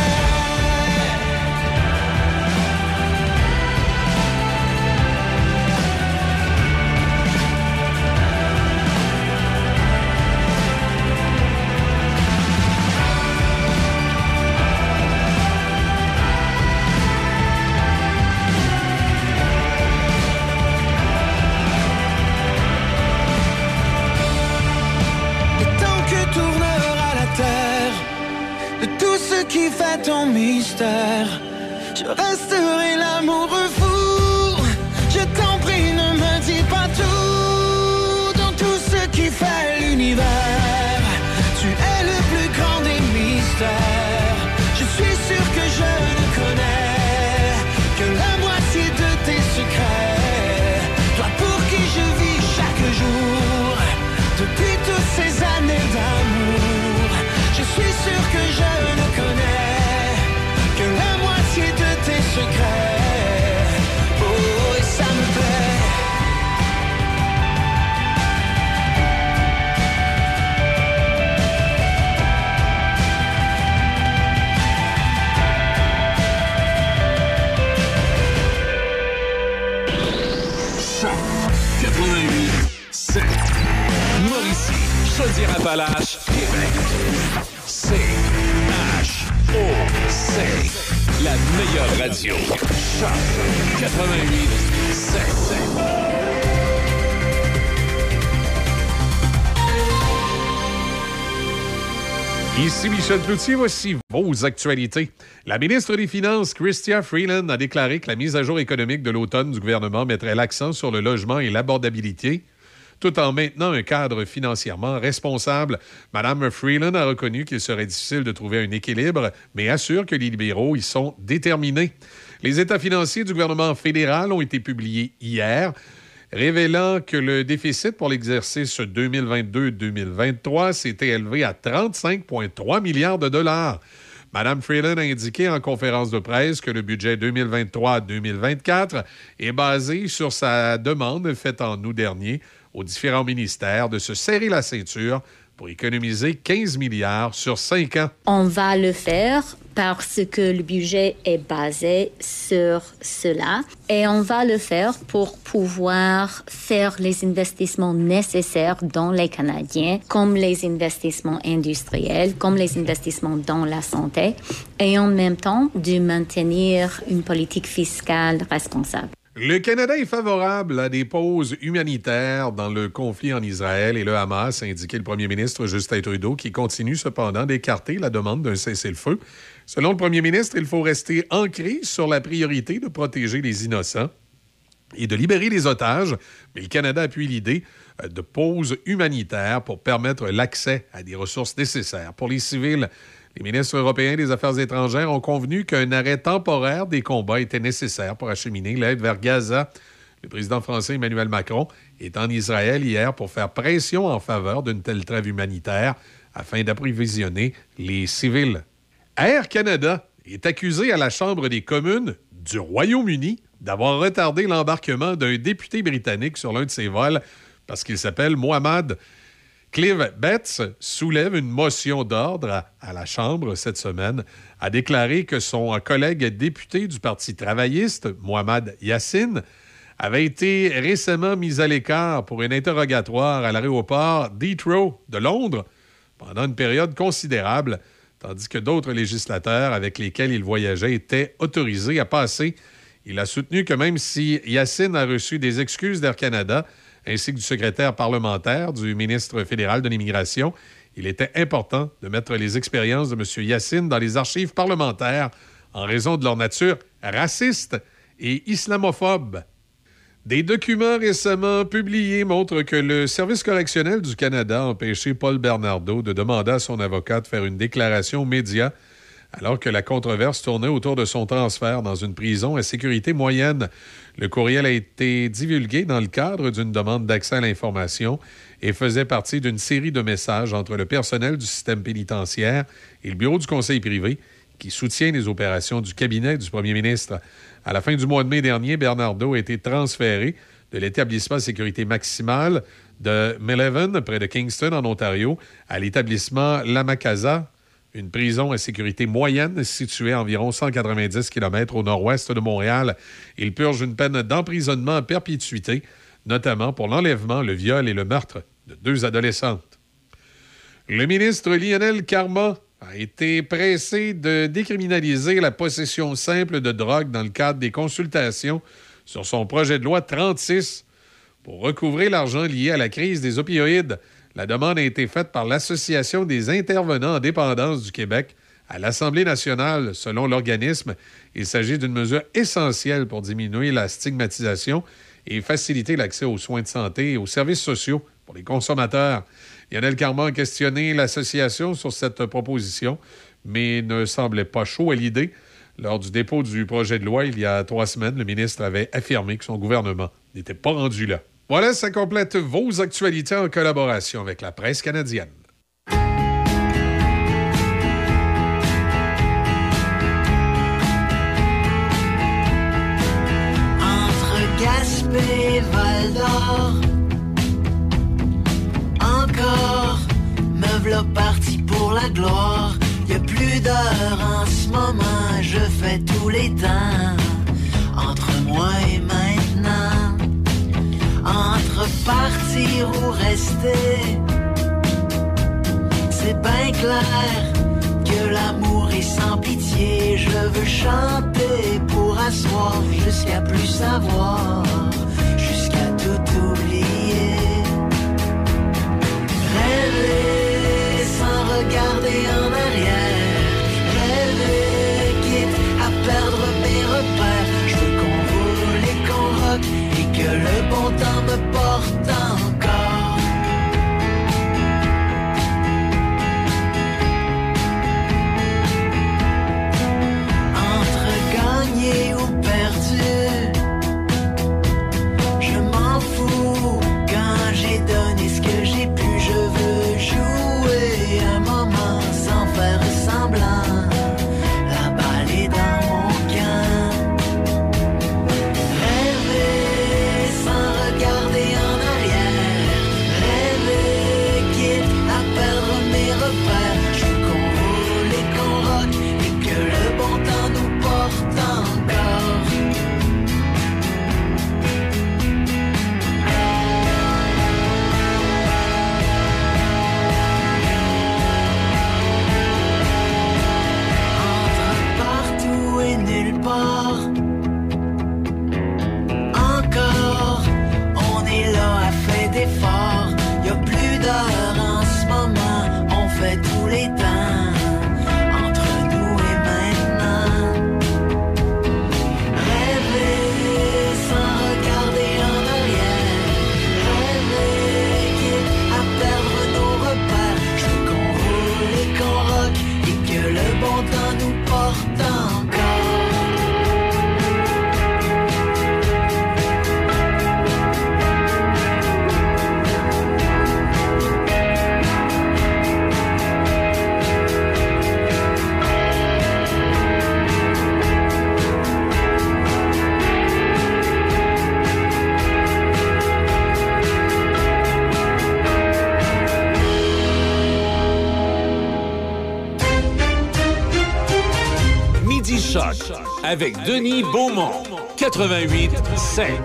Qui fait ton mystère, je resterai l'amoureux fou. Je t'en prie, ne me dis pas tout. Dans tout ce qui fait l'univers, tu es le plus grand des mystères. Je suis sûr que je ne connais que la moitié de tes secrets. Toi pour qui je vis chaque jour, depuis toutes ces années d'amour. Je suis sûr que je ne connais que la moitié de tes secrets. Oh, et ça me plaît. quatre-vingt-huit sept Mauricie, Chaudière-Appalaches, Québec. C H O C, la meilleure radio. Choc quatre-vingt-huit sept. Ici Michel Cloutier, voici vos actualités. La ministre des Finances, Chrystia Freeland, a déclaré que la mise à jour économique de l'automne du gouvernement mettrait l'accent sur le logement et l'abordabilité, tout en maintenant un cadre financièrement responsable. Mme Freeland a reconnu qu'il serait difficile de trouver un équilibre, mais assure que les libéraux y sont déterminés. Les états financiers du gouvernement fédéral ont été publiés hier, révélant que le déficit pour l'exercice deux mille vingt-deux deux mille vingt-trois s'était élevé à trente-cinq virgule trois milliards de dollars. Mme Freeland a indiqué en conférence de presse que le budget deux mille vingt-trois deux mille vingt-quatre est basé sur sa demande faite en août dernier aux différents ministères de se serrer la ceinture pour économiser quinze milliards sur cinq ans. On va le faire parce que le budget est basé sur cela et on va le faire pour pouvoir faire les investissements nécessaires dans les Canadiens, comme les investissements industriels, comme les investissements dans la santé et en même temps de maintenir une politique fiscale responsable. Le Canada est favorable à des pauses humanitaires dans le conflit en Israël et le Hamas, a indiqué le premier ministre Justin Trudeau, qui continue cependant d'écarter la demande d'un cessez-le-feu. Selon le premier ministre, il faut rester ancré sur la priorité de protéger les innocents et de libérer les otages, mais le Canada appuie l'idée de pauses humanitaires pour permettre l'accès à des ressources nécessaires pour les civils. Les ministres européens des Affaires étrangères ont convenu qu'un arrêt temporaire des combats était nécessaire pour acheminer l'aide vers Gaza. Le président français Emmanuel Macron est en Israël hier pour faire pression en faveur d'une telle trêve humanitaire afin d'approvisionner les civils. Air Canada est accusé à la Chambre des communes du Royaume-Uni d'avoir retardé l'embarquement d'un député britannique sur l'un de ses vols parce qu'il s'appelle Mohamed Clive Betts soulève une motion d'ordre à, à la Chambre cette semaine, a déclaré que son collègue député du Parti travailliste, Mohamed Yassine, avait été récemment mis à l'écart pour un interrogatoire à l'aéroport d'Heathrow de Londres pendant une période considérable, tandis que d'autres législateurs avec lesquels il voyageait étaient autorisés à passer. Il a soutenu que même si Yassine a reçu des excuses d'Air Canada, ainsi que du secrétaire parlementaire du ministre fédéral de l'Immigration, il était important de mettre les expériences de M. Yassine dans les archives parlementaires en raison de leur nature raciste et islamophobe. Des documents récemment publiés montrent que le Service correctionnel du Canada a empêché Paul Bernardo de demander à son avocat de faire une déclaration aux médias alors que la controverse tournait autour de son transfert dans une prison à sécurité moyenne. Le courriel a été divulgué dans le cadre d'une demande d'accès à l'information et faisait partie d'une série de messages entre le personnel du système pénitentiaire et le bureau du conseil privé qui soutient les opérations du cabinet du premier ministre. À la fin du mois de mai dernier, Bernardo a été transféré de l'établissement à sécurité maximale de Milleven, près de Kingston, en Ontario, à l'établissement Lamakasa, une prison à sécurité moyenne située à environ cent quatre-vingt-dix kilomètres au nord-ouest de Montréal. Il purge une peine d'emprisonnement à perpétuité, notamment pour l'enlèvement, le viol et le meurtre de deux adolescentes. Le ministre Lionel Carman a été pressé de décriminaliser la possession simple de drogue dans le cadre des consultations sur son projet de loi trente-six pour recouvrer l'argent lié à la crise des opioïdes. La demande a été faite par l'Association des intervenants en dépendance du Québec à l'Assemblée nationale. Selon l'organisme, il s'agit d'une mesure essentielle pour diminuer la stigmatisation et faciliter l'accès aux soins de santé et aux services sociaux pour les consommateurs. Lionel Carman a questionné l'association sur cette proposition, mais ne semblait pas chaud à l'idée. Lors du dépôt du projet de loi, il y a trois semaines, le ministre avait affirmé que son gouvernement n'était pas rendu là. Voilà, ça complète vos actualités en collaboration avec la presse canadienne. Entre Gaspé et Val-d'Or, encore, me v'là parti pour la gloire. Y'a plus d'heures en ce moment, je fais tous les temps. Entre moi et maintenant, entre partir ou rester, c'est bien clair que l'amour est sans pitié. Je veux chanter pour asseoir jusqu'à plus savoir, jusqu'à tout oublier. Rêver sans regarder en arrière, rêver quitte à perdre mes repères. Je veux qu'on roule et qu'on rock et que le bon temps me porte encore. Entre gagné ou perdu, porte encore. Choc avec Denis Beaumont, quatre-vingt-huit cinq.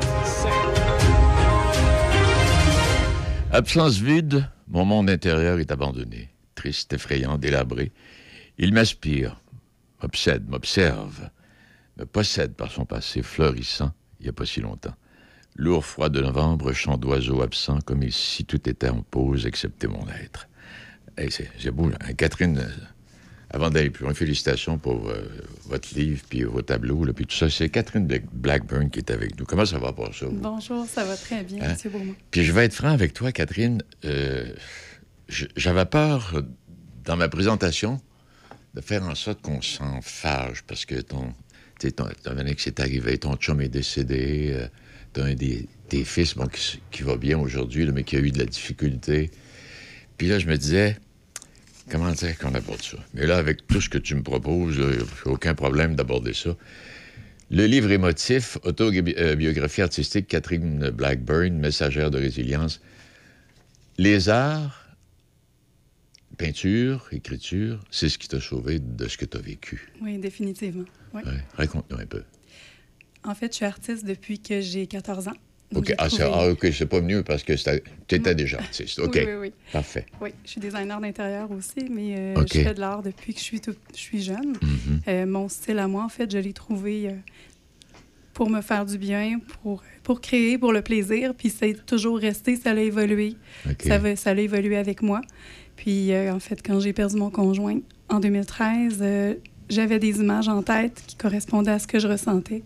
Absence vide, mon monde intérieur est abandonné, triste, effrayant, délabré. Il m'aspire, m'obsède, m'observe, me possède par son passé florissant, il n'y a pas si longtemps. Lourd froid de novembre, chant d'oiseaux absent, comme si tout était en pause, excepté mon être. Hey, c'est, c'est beau, hein? Catherine... Euh, Avant d'aller plus loin, félicitations pour euh, votre livre puis vos tableaux, là, puis tout ça. C'est Catherine Blackburn qui est avec nous. Comment ça va pour ça? Vous? Bonjour, ça va très bien, hein? M. Beaumont. Puis je vais être franc avec toi, Catherine. Euh, j'avais peur, dans ma présentation, de faire en sorte qu'on s'en fâche, parce que ton... Tu sais, ton, ton que c'est arrivé, ton chum est décédé, euh, t'as un des tes fils, bon, qui, qui va bien aujourd'hui, là, mais qui a eu de la difficulté. Puis là, je me disais... Comment dire qu'on aborde ça? Mais là, avec tout ce que tu me proposes, il n'y a aucun problème d'aborder ça. Le livre émotif, autobiographie artistique, Catherine Blackburn, messagère de résilience. Les arts, peinture, écriture, c'est ce qui t'a sauvé de ce que tu as vécu. Oui, définitivement. Oui. Ouais. Raconte-nous un peu. En fait, je suis artiste depuis que j'ai quatorze ans. OK, ah, trouvé... ah, OK, c'est pas mieux parce que tu étais déjà artiste. OK, oui, oui, oui. Parfait. Oui, je suis designer d'intérieur aussi, mais euh, okay. je fais de l'art depuis que je suis, tout... je suis jeune. Mm-hmm. Euh, mon style à moi, en fait, je l'ai trouvé euh, pour me faire du bien, pour, pour créer, pour le plaisir, puis c'est toujours resté, ça l'a évolué. Okay. Ça, va, ça l'a évolué avec moi. Puis, euh, en fait, quand j'ai perdu mon conjoint en deux mille treize, euh, j'avais des images en tête qui correspondaient à ce que je ressentais.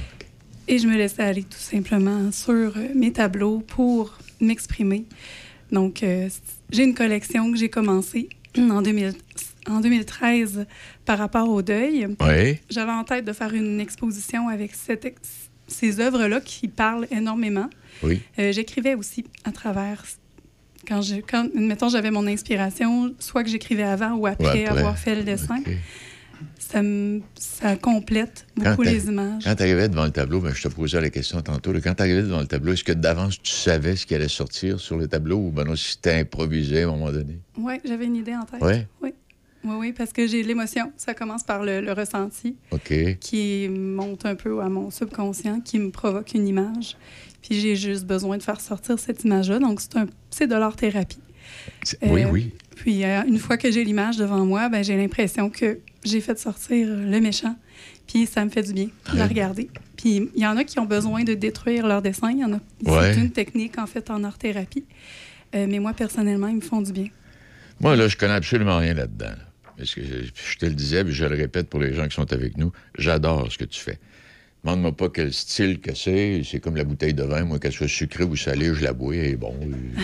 Et je me laissais aller tout simplement sur euh, mes tableaux pour m'exprimer. Donc, euh, j'ai une collection que j'ai commencée en, deux mille, en deux mille treize par rapport au deuil. Oui. J'avais en tête de faire une exposition avec cette ex- ces œuvres-là qui parlent énormément. Oui. Euh, j'écrivais aussi à travers... Quand, je, quand, mettons, j'avais mon inspiration, soit que j'écrivais avant ou après, ouais, après. avoir fait le dessin. Okay. Ça, me, ça complète beaucoup les images. Quand tu arrivais devant le tableau, ben, je te posais la question tantôt, là, quand tu arrivais devant le tableau, est-ce que d'avance tu savais ce qui allait sortir sur le tableau ou ben non, si c'était improvisé à un moment donné? Oui, j'avais une idée en tête. Ouais? Oui, oui, oui, parce que j'ai l'émotion. Ça commence par le, le ressenti OK. qui monte un peu à mon subconscient, qui me provoque une image. Puis j'ai juste besoin de faire sortir cette image-là. Donc, c'est, un, c'est de l'art-thérapie. Euh, oui, oui. Puis, euh, une fois que j'ai l'image devant moi, ben, j'ai l'impression que j'ai fait sortir le méchant. Puis, ça me fait du bien de la regarder. Puis, il y en a qui ont besoin de détruire leur dessin. Il y en a. Ouais. C'est une technique, en fait, en art-thérapie. Euh, mais moi, personnellement, ils me font du bien. Moi, là, je connais absolument rien là-dedans. Là. Parce que je, je te le disais, puis je le répète pour les gens qui sont avec nous, j'adore ce que tu fais. Demande-moi pas quel style que c'est. C'est comme la bouteille de vin. Moi, qu'elle soit sucrée ou salée, je la bois et bon.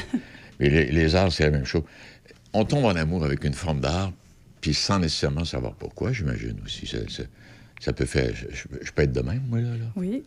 Mais les, les arts, c'est la même chose. On tombe en amour avec une forme d'art, puis sans nécessairement savoir pourquoi, j'imagine aussi. Ça, ça, ça peut faire... Je, je peux être de même, moi, là? là. Oui.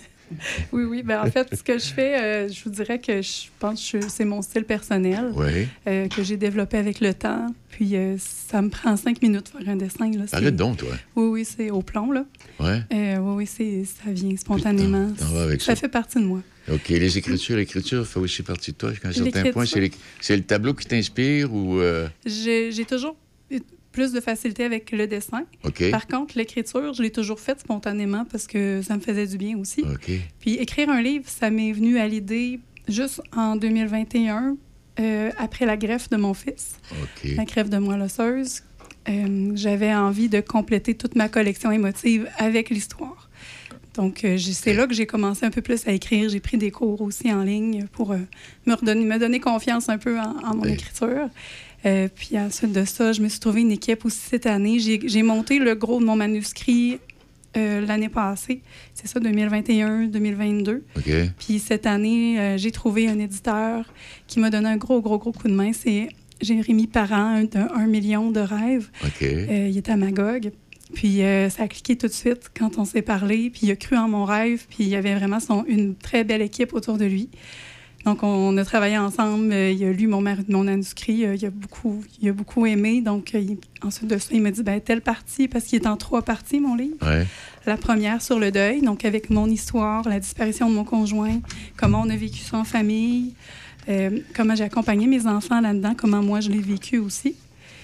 oui, oui. Ben, en fait, ce que je fais, euh, je vous dirais que je pense que c'est mon style personnel oui. euh, que j'ai développé avec le temps. Puis, euh, ça me prend cinq minutes de faire un dessin. Là, Arrête donc, toi. Oui, oui, c'est au plomb, là. Ouais. Euh, oui, oui, c'est, ça vient spontanément. T'en, t'en vas avec ça, ça fait partie de moi. OK. Les écritures, l'écriture fait aussi partie de toi jusqu'à un certain point. C'est, les, c'est le tableau qui t'inspire ou... Euh... J'ai, j'ai toujours plus de facilité avec le dessin. Okay. Par contre, l'écriture, je l'ai toujours faite spontanément parce que ça me faisait du bien aussi. Okay. Puis écrire un livre, ça m'est venu à l'idée juste en deux mille vingt et un, euh, après la greffe de mon fils. Okay. La greffe de moelle osseuse. Euh, j'avais envie de compléter toute ma collection émotive avec l'histoire. Donc, euh, c'est là que j'ai commencé un peu plus à écrire. J'ai pris des cours aussi en ligne pour euh, me, redonner, me donner confiance un peu en, en mon oui. écriture. Euh, puis ensuite de ça, je me suis trouvé une équipe aussi cette année. J'ai, j'ai monté le gros de mon manuscrit euh, l'année passée. C'est ça, deux mille vingt et un deux mille vingt-deux. Okay. Puis cette année, euh, j'ai trouvé un éditeur qui m'a donné un gros, gros, gros coup de main. C'est Jérémy Parent, un, un million de rêves. Okay. Euh, il est à Magog. Puis euh, ça a cliqué tout de suite quand on s'est parlé. Puis il a cru en mon rêve. Puis il y avait vraiment son, une très belle équipe autour de lui. Donc, on a travaillé ensemble. Euh, il a lu mon, mon manuscrit. Euh, il, a beaucoup, il a beaucoup aimé. Donc, euh, il, ensuite de ça, il m'a dit, ben telle partie, parce qu'il est en trois parties, mon livre. Ouais. La première sur le deuil, donc avec mon histoire, la disparition de mon conjoint, comment on a vécu ça en famille, euh, comment j'ai accompagné mes enfants là-dedans, comment moi je l'ai vécu aussi.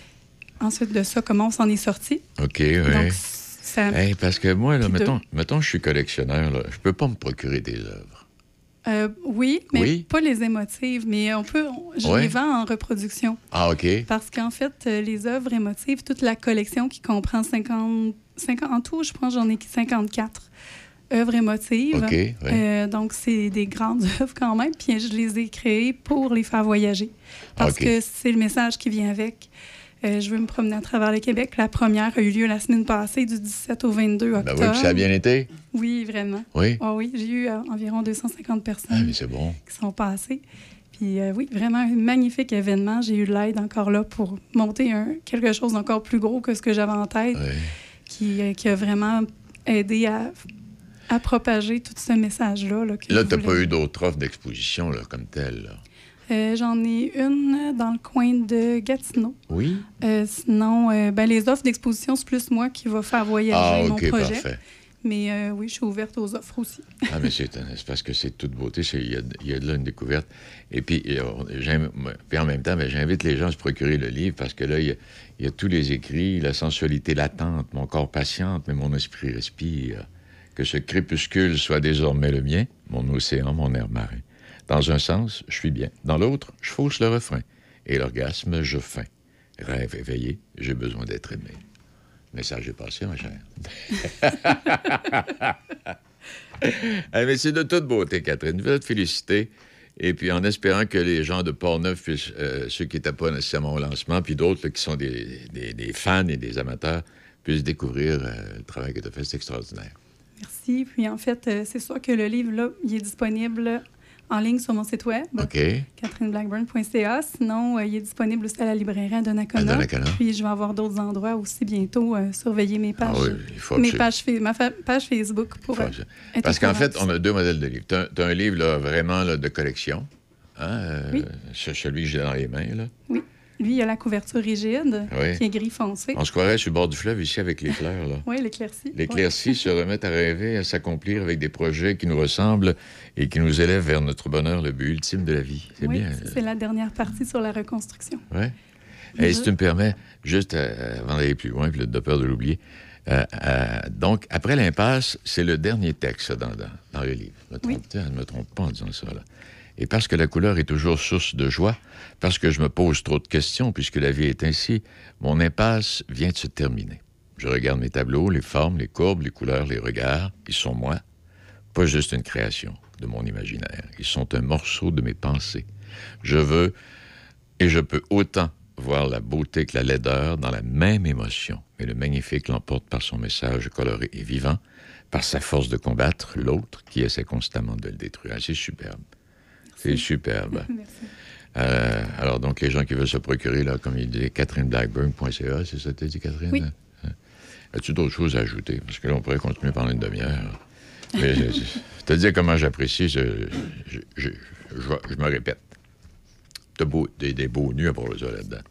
Ensuite de ça, comment on s'en est sorti. OK, oui. Donc, ça... hey, parce que moi, là, Puis mettons, de... mettons, je suis collectionneur, là, je peux pas me procurer des œuvres. Euh, oui, mais oui? pas les émotives, mais on peut, on, je ouais. les vends en reproduction. Ah, OK. Parce qu'en fait, euh, les œuvres émotives, toute la collection qui comprend cinquante, cinquante en tout, je pense j'en ai cinquante-quatre œuvres émotives. OK, ouais. euh, donc, c'est des grandes œuvres quand même, puis je les ai créées pour les faire voyager. Parce okay. que c'est le message qui vient avec. Euh, je veux me promener à travers le Québec. La première a eu lieu la semaine passée, du dix-sept au vingt-deux octobre. Ben oui, puis ça a bien été? Oui, vraiment. Oui? Oh, oui, j'ai eu euh, environ deux cent cinquante personnes ah, mais c'est bon. qui sont passées. Puis euh, oui, vraiment un magnifique événement. J'ai eu de l'aide encore là pour monter un, quelque chose d'encore plus gros que ce que j'avais en tête, oui. qui, euh, qui a vraiment aidé à, à propager tout ce message-là. Là, là tu n'as pas eu d'autres offres d'exposition là, comme telle, là? Euh, j'en ai une dans le coin de Gatineau. Oui. Euh, sinon, euh, ben, les offres d'exposition, c'est plus moi qui va faire voyager ah, mon okay, projet. Parfait. Mais euh, oui, je suis ouverte aux offres aussi. ah, mais c'est, c'est parce que c'est toute beauté. Il y a, y a de là une découverte. Et puis, puis en même temps, ben, j'invite les gens à se procurer le livre parce que là, il y, y a tous les écrits, la sensualité latente, mon corps patiente, mais mon esprit respire. Que ce crépuscule soit désormais le mien, mon océan, mon air marin. Dans un sens, je suis bien. Dans l'autre, je fausse le refrain. Et l'orgasme, je feins. Rêve éveillé, j'ai besoin d'être aimé. Le message est passé, ma chère. hey, mais c'est de toute beauté, Catherine. Je veux te féliciter. Et puis en espérant que les gens de Portneuf, puissent, euh, ceux qui n'étaient pas nécessairement au lancement, puis d'autres là, qui sont des, des, des fans et des amateurs, puissent découvrir euh, le travail que tu as fait. C'est extraordinaire. Merci. Puis en fait, euh, c'est sûr que le livre, là, il est disponible en ligne sur mon site web, OK. catherine blackburn point c a. Sinon, euh, il est disponible aussi à la librairie à Donnacona. À Donnacona. Puis je vais avoir d'autres endroits aussi bientôt. Euh, surveiller mes pages, ah oui, il faut mes pages ma fa- page Facebook pour euh, être Parce qu'en fait, on a deux modèles de livres. Tu as un livre là, vraiment là, de collection, hein, euh, oui. celui que j'ai dans les mains. Là. Oui. Lui, il a la couverture rigide, oui. qui est gris foncé. On se croirait sur le bord du fleuve, ici, avec les fleurs. Là. Oui, l'éclaircie. L'éclaircie oui. se remettent à rêver, à s'accomplir avec des projets qui nous ressemblent et qui nous élèvent vers notre bonheur, le but ultime de la vie. C'est oui, bien. C'est la dernière partie sur la reconstruction. Oui. Et si tu me permets, juste euh, avant d'aller plus loin, puis de peur de l'oublier, euh, euh, donc, après l'impasse, c'est le dernier texte dans, dans, dans le livre. Je me trompe, oui. ne me trompe pas en disant ça, là. Et parce que la couleur est toujours source de joie, parce que je me pose trop de questions, puisque la vie est ainsi, mon impasse vient de se terminer. Je regarde mes tableaux, les formes, les courbes, les couleurs, les regards. Ils sont moi, pas juste une création de mon imaginaire. Ils sont un morceau de mes pensées. Je veux, et je peux autant voir la beauté que la laideur dans la même émotion. Mais le magnifique l'emporte par son message coloré et vivant, par sa force de combattre l'autre qui essaie constamment de le détruire. C'est superbe. C'est superbe. Merci. Euh, alors, donc, les gens qui veulent se procurer, là, comme il dit, catherine blackburn point c a, c'est ça que tu as dit, Catherine? Oui. As-tu d'autres choses à ajouter? Parce que là, on pourrait continuer pendant une demi-heure. Mais je, je, je te dis comment j'apprécie, je, je, je, je, je me répète. Tu as beau, des, des beaux nus à part ça là-dedans.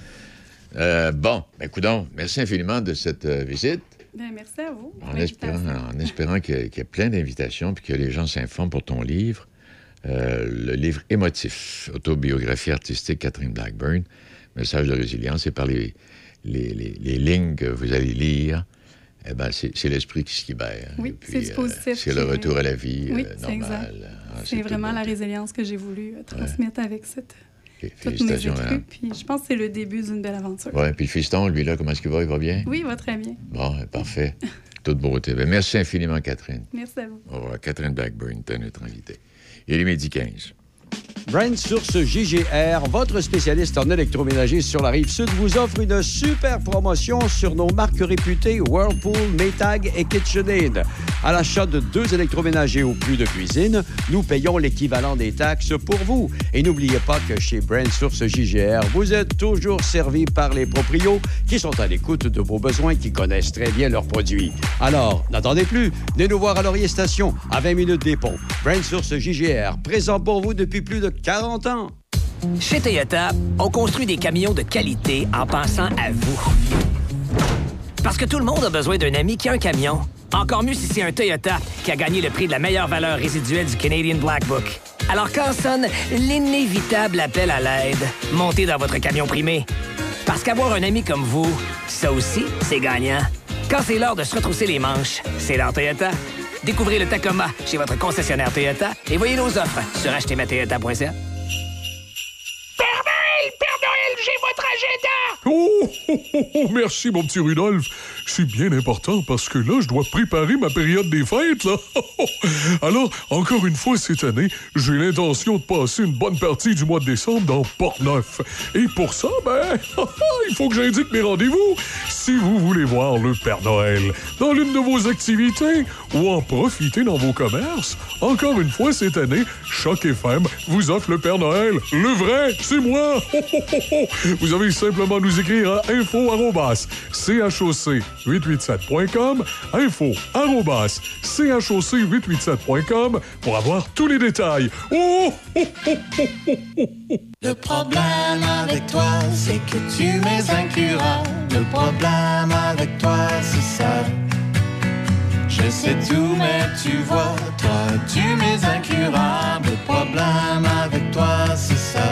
Euh, bon, ben, coudonc, merci infiniment de cette euh, visite. Bien, merci à vous. En espérant, en espérant qu'il y, a, qu'il y a plein d'invitations puis que les gens s'informent pour ton livre. Euh, le livre émotif, autobiographie artistique Catherine Blackburn, message de résilience, et par les, les, les, les lignes que vous allez lire, eh ben, c'est, c'est l'esprit qui se libère. Oui, puis, c'est du positif. Euh, c'est le retour à la vie oui, euh, c'est normale. Exact. Ah, c'est, c'est vraiment la résilience que j'ai voulu euh, transmettre ouais. avec cette... Okay, toutes mes écrits, puis je pense que c'est le début d'une belle aventure. Oui, puis le fiston, lui, là, comment est-ce qu'il va? Il va bien? Oui, il va très bien. Bon, parfait. Toute beauté. Ben, merci infiniment, Catherine. Merci à vous. Au revoir. Catherine Blackburn était notre invitée. Il est midi quinze. Brand Source J G R, votre spécialiste en électroménager sur la Rive-Sud, vous offre une super promotion sur nos marques réputées Whirlpool, Maytag et KitchenAid. À l'achat de deux électroménagers ou plus de cuisine, nous payons l'équivalent des taxes pour vous. Et n'oubliez pas que chez Brand Source J G R, vous êtes toujours servi par les proprios qui sont à l'écoute de vos besoins, qui connaissent très bien leurs produits. Alors, n'attendez plus. Venez nous voir à Laurier Station, à vingt minutes des ponts. Brand Source J G R, présent pour vous depuis plus de quarante ans. Chez Toyota, on construit des camions de qualité en pensant à vous. Parce que tout le monde a besoin d'un ami qui a un camion. Encore mieux si c'est un Toyota qui a gagné le prix de la meilleure valeur résiduelle du Canadian Black Book. Alors quand sonne l'inévitable appel à l'aide, montez dans votre camion primé. Parce qu'avoir un ami comme vous, ça aussi, c'est gagnant. Quand c'est l'heure de se retrousser les manches, c'est l'heure Toyota. Découvrez le Tacoma chez votre concessionnaire Toyota et voyez nos offres sur acheter ma toyota point c a. Père Noël! Père Noël, j'ai votre agenda! Oh, oh, oh, oh, merci, mon petit Rudolph. C'est bien important parce que là, je dois préparer ma période des fêtes, là. Alors, encore une fois, cette année, j'ai l'intention de passer une bonne partie du mois de décembre dans Port-Neuf. Et pour ça, ben, il faut que j'indique mes rendez-vous. Si vous voulez voir le Père Noël dans l'une de vos activités ou en profiter dans vos commerces, encore une fois, cette année, Choc F M vous offre le Père Noël. Le vrai, c'est moi. Vous avez simplement à nous écrire à info arobase c h o c huit huit sept point com, info arobase c h o c huit huit sept point com pour avoir tous les détails. Oh, oh, oh, oh, oh, oh. Le problème avec toi, c'est que tu m'es incurable. Le problème avec toi, c'est ça. Je sais tout, mais tu vois, toi, tu m'es incurable. Le problème avec toi, c'est ça.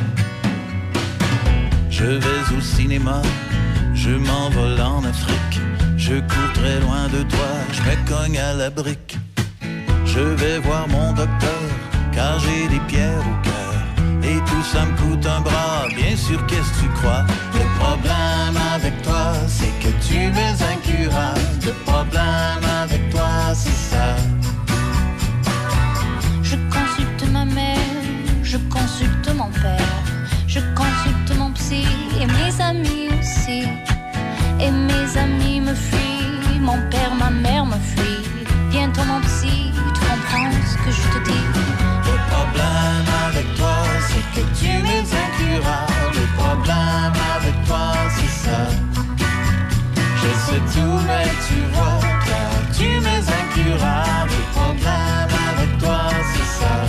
Je vais au cinéma, je m'envole en Afrique. Je cours très loin de toi, je me cogne à la brique. Je vais voir mon docteur, car j'ai des pierres au cœur. Et tout ça me coûte un bras, bien sûr, qu'est-ce que tu crois? Le problème avec toi, c'est que tu m'es incurable. Le problème avec toi, c'est ça. Je consulte ma mère, je consulte mon père, je consulte mon psy et mes amis aussi. Et mes amis me fuient, mon père, ma mère me fuient. Bientôt mon psy, tu comprends ce que je te dis? Le problème avec toi, c'est que tu m'es incurable. Le problème avec toi, c'est ça. Je sais tout, mais tu vois, toi, tu m'es incurable. Le problème avec toi, c'est ça.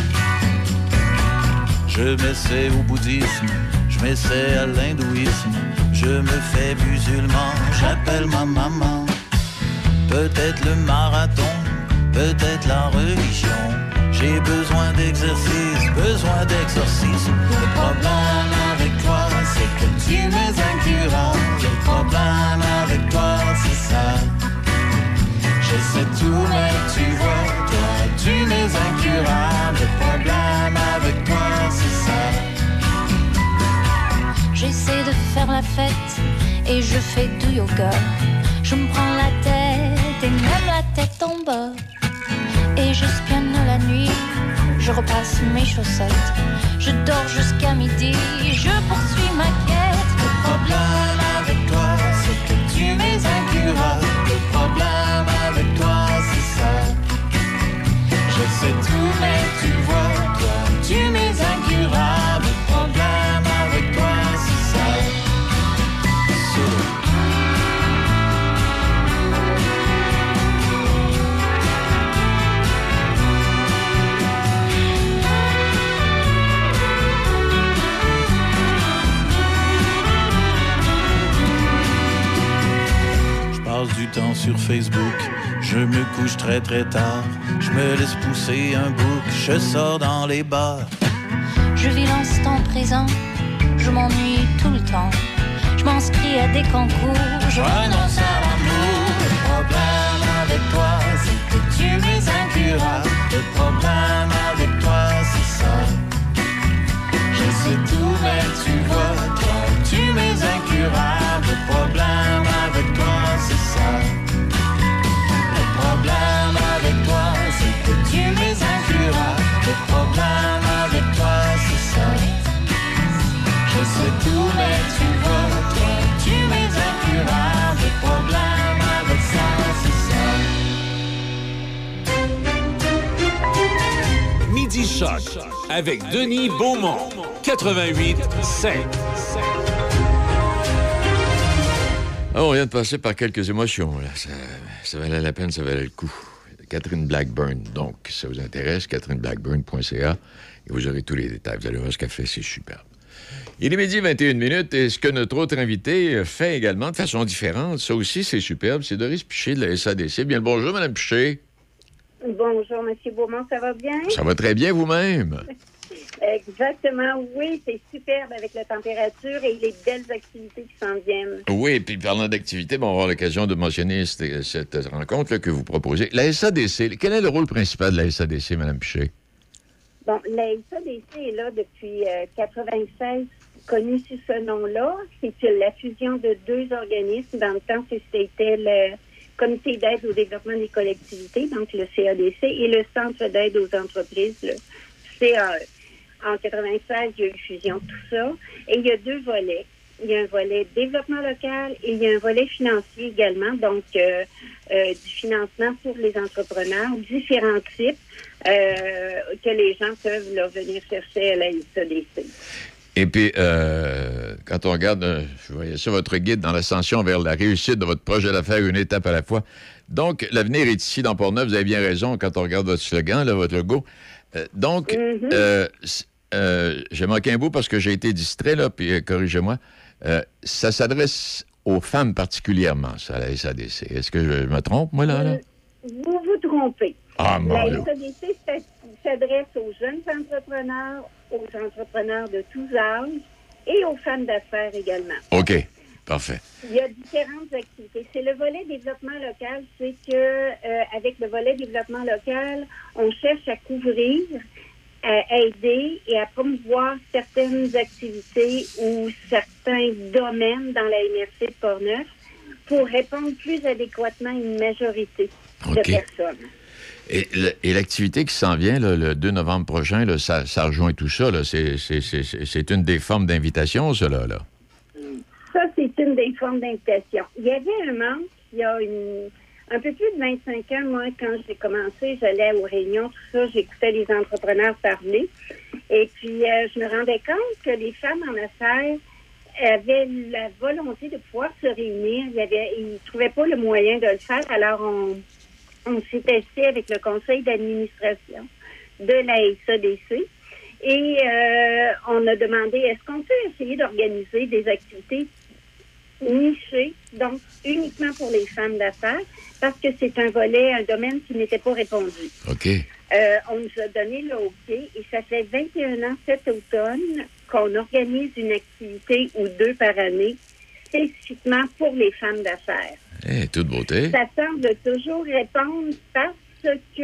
Je m'essaie au bouddhisme, je m'essaie à l'hindouisme. Je me fais musulman, j'appelle ma maman. Peut-être le marathon, peut-être la religion. J'ai besoin d'exercice, besoin d'exorcisme. Le problème avec toi, c'est que tu m'es incurable. Le problème avec toi, c'est ça. Je sais tout, mais tu vois, toi, tu m'es incurable. Le problème avec toi, c'est ça. J'essaie de faire la fête et je fais du yoga. Je me prends la tête et même la tête en bas. Et j'espionne la nuit, je repasse mes chaussettes. Je dors jusqu'à midi, je poursuis ma quête. Le problème avec toi, c'est que tu m'es incurable. Le problème avec toi, c'est ça. Je sais tout, mais tu vois, toi, tu m'es incurable. Le problème avec toi, c'est ça. C'est... du temps sur Facebook, je me couche très très tard, je me laisse pousser un bouc, je sors dans les bars. Je vis l'instant présent, je m'ennuie tout le temps. Je m'inscris à des concours, je renonce à l'amour. Le problème avec toi, c'est que tu m'es incurable. Le problème avec toi, c'est ça. Je sais tout, mais tu vois, toi, tu m'es incurable. Le problème avec toi, c'est ça. Le problème avec toi, c'est que tu m'es incurable. Le problème avec toi, c'est ça. Je sais tout, mais tu vois, toi, tu m'es incurable. Le problème Choc avec Denis Beaumont, quatre-vingt-huit sept. Ah, on vient de passer par quelques émotions. Là. Ça, ça valait la peine, ça valait le coup. Catherine Blackburn, donc, si ça vous intéresse, catherine blackburn point c a et vous aurez tous les détails. Vous allez voir ce qu'elle fait, c'est superbe. Il est midi vingt et une minutes et ce que notre autre invité fait également de façon différente, ça aussi, c'est superbe, c'est Doris Piché de la S A D C. Bien le bonjour, Mme Piché. Bonjour, M. Beaumont, ça va bien? Ça va très bien vous-même. Exactement, oui, c'est superbe avec la température et les belles activités qui s'en viennent. Oui, puis parlant d'activités, bon, on va avoir l'occasion de mentionner cette, cette rencontre là, que vous proposez. La S A D C, quel est le rôle principal de la S A D C, Mme Piché? Bon, la S A D C est là depuis euh, quatre-vingt-seize, connue sous ce nom-là. C'est la fusion de deux organismes. Dans le temps, c'était le Comité d'aide au développement des collectivités, donc le C A D C, et le Centre d'aide aux entreprises, le C A E. En quatre-vingt-seize, il y a eu fusion de tout ça. Et il y a deux volets. Il y a un volet développement local et il y a un volet financier également, donc euh, euh, du financement pour les entrepreneurs, différents types euh, que les gens peuvent là, venir chercher à la S A D C. Et puis, euh, quand on regarde, euh, je voyais ça, votre guide dans l'ascension vers la réussite de votre projet d'affaires, une étape à la fois. Donc, l'avenir est ici dans Portneuf. Vous avez bien raison quand on regarde votre slogan, là, votre logo. Euh, donc, mm-hmm. euh, euh, j'ai manqué un bout parce que j'ai été distrait, là, puis euh, corrigez-moi. Euh, ça s'adresse aux femmes particulièrement, ça, la S A D C. Est-ce que je me trompe, moi, là? là? Vous vous trompez. Ah, mon la Dieu. S A D C s'adresse aux jeunes entrepreneurs, aux entrepreneurs de tous âges et aux femmes d'affaires également. OK, parfait. Il y a différentes activités. C'est le volet développement local, c'est que euh, avec le volet développement local, on cherche à couvrir, à aider et à promouvoir certaines activités ou certains domaines dans la M R C de Portneuf pour répondre plus adéquatement à une majorité OK. de personnes. Et, et l'activité qui s'en vient là, le deux novembre prochain, là, ça, ça rejoint tout ça. Là. C'est, c'est, c'est, c'est une des formes d'invitation, cela. Là. Ça, c'est une des formes d'invitation. Il y avait un manque, il y a une, un peu plus de vingt-cinq ans, moi, quand j'ai commencé, j'allais aux réunions, tout ça, j'écoutais les entrepreneurs parler. Et puis, euh, je me rendais compte que les femmes en affaires avaient la volonté de pouvoir se réunir. Il y avait, ils ne trouvaient pas le moyen de le faire, alors on... On s'est assis avec le conseil d'administration de la S A D C et euh, on a demandé est-ce qu'on peut essayer d'organiser des activités nichées, donc uniquement pour les femmes d'affaires, parce que c'est un volet, un domaine qui n'était pas répondu. OK. Euh, on nous a donné le OK et ça fait vingt et un ans cet automne qu'on organise une activité ou deux par année spécifiquement pour les femmes d'affaires. Eh, toute beauté. Ça semble toujours répondre parce que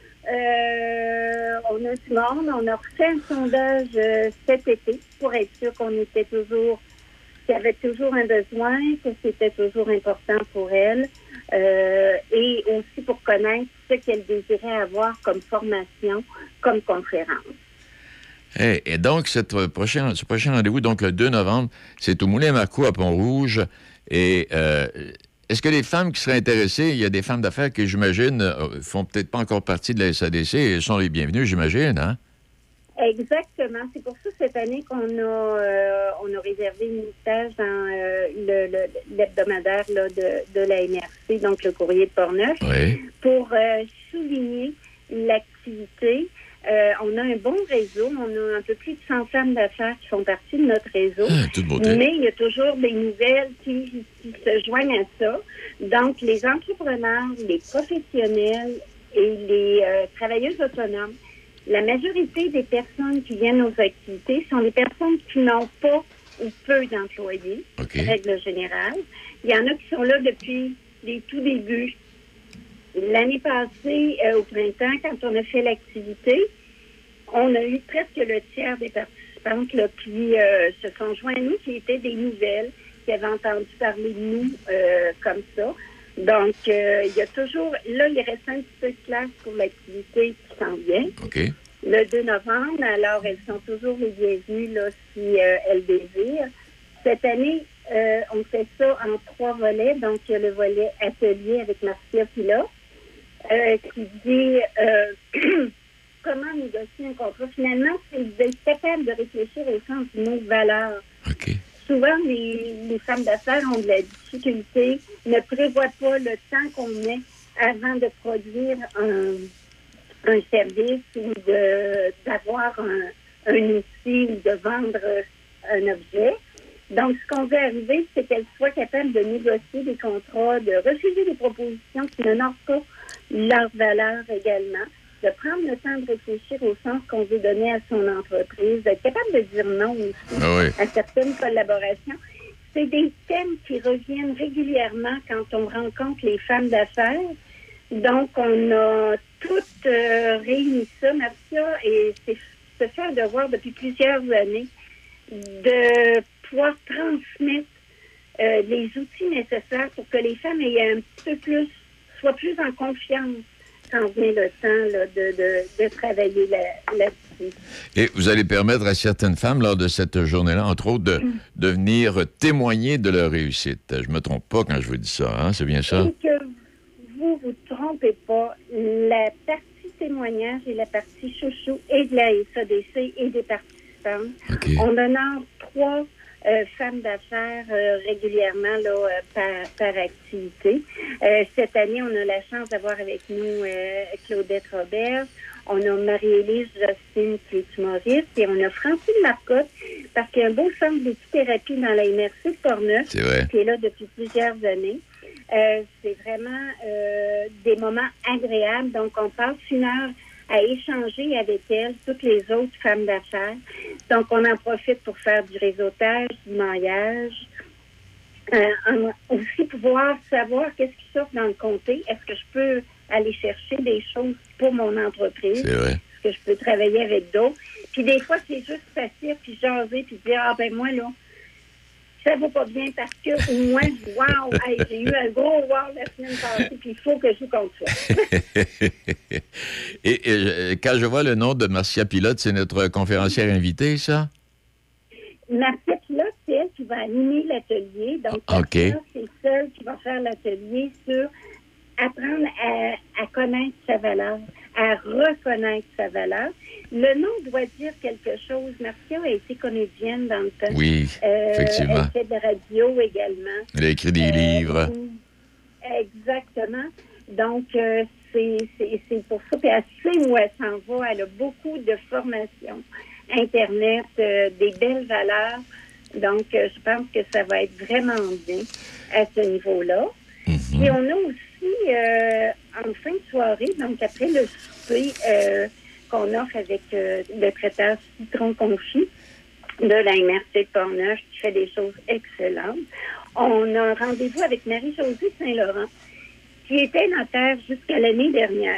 euh, on a du monde, on a refait un sondage euh, cet été pour être sûr qu'on était toujours, qu'il y avait toujours un besoin, que c'était toujours important pour elle, euh, et aussi pour connaître ce qu'elle désirait avoir comme formation, comme conférence. Hey, et donc, cette prochaine, ce prochain rendez-vous, donc le deux novembre, c'est au Moulin-Marcoux à Pont-Rouge. Et euh, est-ce que les femmes qui seraient intéressées, il y a des femmes d'affaires qui, j'imagine, euh, font peut-être pas encore partie de la S A D C et sont les bienvenues, j'imagine, hein? Exactement. C'est pour ça cette année qu'on a euh, on a réservé une stage dans euh, le, le, l'hebdomadaire là, de, de la M R C, donc le courrier de Portneuf, oui. pour euh, souligner l'activité. Euh, on a un bon réseau. On a un peu plus de cent femmes d'affaires qui font partie de notre réseau. Ah, toute beauté. Mais il y a toujours des nouvelles qui, qui se joignent à ça. Donc, les entrepreneurs, les professionnels et les euh, travailleuses autonomes, la majorité des personnes qui viennent aux activités sont des personnes qui n'ont pas ou peu d'employés, okay. règle générale. Il y en a qui sont là depuis les tout débuts. L'année passée, euh, au printemps, quand on a fait l'activité, on a eu presque le tiers des participantes là, qui euh, se sont joints à nous, qui étaient des nouvelles, qui avaient entendu parler de nous euh, comme ça. Donc, euh, il y a toujours... Là, il reste un petit peu de place pour l'activité qui s'en vient. Okay. Le deux novembre, alors elles sont toujours les bienvenues là, si euh, elles désirent. Cette année, euh, on fait ça en trois volets. Donc, il y a le volet atelier avec Marcia Pila, euh, qui dit euh, comment négocier un contrat. Finalement, c'est d'être capable de réfléchir au sens du mot valeur. OK. Souvent, les, les femmes d'affaires ont de la difficulté, ne prévoient pas le temps qu'on met avant de produire un, un service ou de, d'avoir un, un outil ou de vendre un objet. Donc, ce qu'on veut arriver, c'est qu'elles soient capables de négocier des contrats, de refuser des propositions qui n'honorent pas leur valeur également, de prendre le temps de réfléchir au sens qu'on veut donner à son entreprise, d'être capable de dire non aussi ah oui. à certaines collaborations. C'est des thèmes qui reviennent régulièrement quand on rencontre les femmes d'affaires. Donc, on a toutes euh, réuni ça, Marcia, et c'est se fait un devoir depuis plusieurs années de pouvoir transmettre euh, les outils nécessaires pour que les femmes aient un petit peu plus, soient plus en confiance quand vient le temps là, de, de, de travailler là, là-dessus. Et vous allez permettre à certaines femmes, lors de cette journée-là, entre autres, de, mm. de venir témoigner de leur réussite. Je me trompe pas quand je vous dis ça, hein? C'est bien ça? Et que vous vous trompez pas, la partie témoignage et la partie chouchou et de la S A D C et des participants. Okay. On honore trois euh, femmes d'affaires euh, régulièrement là, euh, par, par activité. Euh, cette année, on a la chance d'avoir avec nous euh, Claudette Robert, on a Marie-Élise Justine qui est humoriste et on a Francine Marcotte parce qu'il y a un beau centre d'équithérapie dans la M R C de Portneuf qui est là depuis plusieurs années. Euh, c'est vraiment euh, des moments agréables. Donc, on passe une heure à échanger avec elles, toutes les autres femmes d'affaires. Donc, on en profite pour faire du réseautage, du maillage. Euh, aussi pouvoir savoir qu'est-ce qui sort dans le comté. Est-ce que je peux aller chercher des choses pour mon entreprise? C'est vrai. Est-ce que je peux travailler avec d'autres? Puis des fois, c'est juste s'asseoir, puis jaser, puis dire, ah ben moi, là, ça va pas bien parce que moi, wow, hey, j'ai eu un gros wow la semaine passée, puis il faut que je joue contre ça. et, et quand je vois le nom de Marcia Pilote, c'est notre conférencière invitée, ça? Marcia Pilote, c'est elle qui va animer l'atelier. Donc, okay. Marcia, c'est celle qui va faire l'atelier sur apprendre à, à connaître sa valeur, à reconnaître sa valeur. Le nom doit dire quelque chose. Marcia a été comédienne dans le temps. Oui, euh, effectivement. Elle fait de la radio également. Elle a écrit des euh, livres. Exactement. Donc, euh, c'est, c'est, c'est pour ça. Puis elle sait où elle s'en va. Elle a beaucoup de formations, Internet, euh, des belles valeurs. Donc, euh, je pense que ça va être vraiment bien à ce niveau-là. Mm-hmm. Et on a aussi, euh, en fin de soirée, donc après le souper, euh, qu'on offre avec euh, le traiteur Citron Confit de la M R C de Portneuf qui fait des choses excellentes. On a un rendez-vous avec Marie-Josée Saint-Laurent qui était notaire jusqu'à l'année dernière.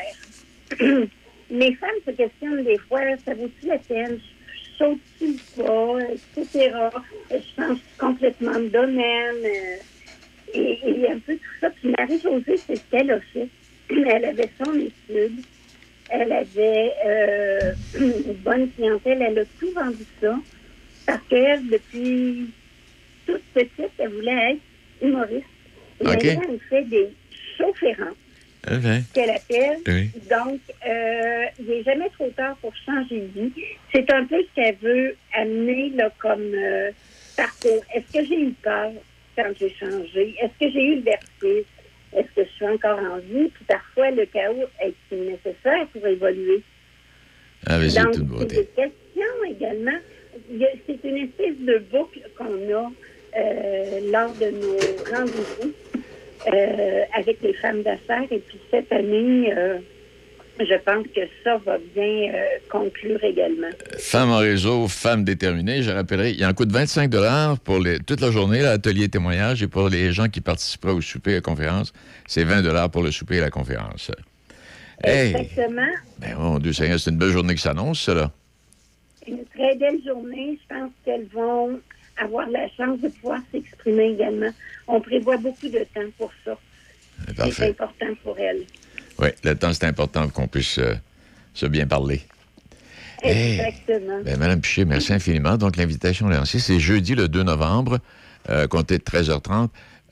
Les femmes se questionnent des fois, ça vaut-tu la peine? Je saute-tu pas? et cetera. Je change complètement de domaine. Et, et un peu tout ça. Puis Marie-Josée, c'est ce qu'elle a fait. Elle avait son étude. Elle avait euh, une bonne clientèle. Elle a tout vendu ça parce qu'elle, depuis toute petite, elle voulait être humoriste. Et okay. maintenant, elle fait des chaufférants, okay. qu'elle appelle. Oui. Donc, euh, il n'est jamais trop tard pour changer de vie. C'est un peu ce qu'elle veut amener là, comme euh, parcours. Est-ce que j'ai eu peur quand j'ai changé? Est-ce que j'ai eu le vertige? Est-ce que je suis encore en vie? Puis parfois, le chaos est nécessaire pour évoluer. Ah, mais c'est Donc, toute beauté. c'est des questions également. Il y a, c'est une espèce de boucle qu'on a euh, lors de nos rendez-vous euh, avec les femmes d'affaires. Et puis cette année, euh, je pense que ça va bien euh, conclure également. Femmes en réseau, femmes déterminées, je rappellerai, il y a un coût de vingt-cinq dollars pour les, toute la journée, l'atelier témoignage, et pour les gens qui participeraient au souper et à la conférence, c'est vingt dollars pour le souper et la conférence. Hey! Exactement. Ben, mon Dieu Seigneur, c'est une belle journée qui s'annonce, ça, là. Une très belle journée. Je pense qu'elles vont avoir la chance de pouvoir s'exprimer également. On prévoit beaucoup de temps pour ça. Parfait. C'est important pour elles. Oui, le temps, c'est important pour qu'on puisse euh, se bien parler. Exactement. Hey, ben, Mme Piché, merci infiniment. Donc, l'invitation est lancée. C'est jeudi, le deux novembre, euh, compté de treize heures trente.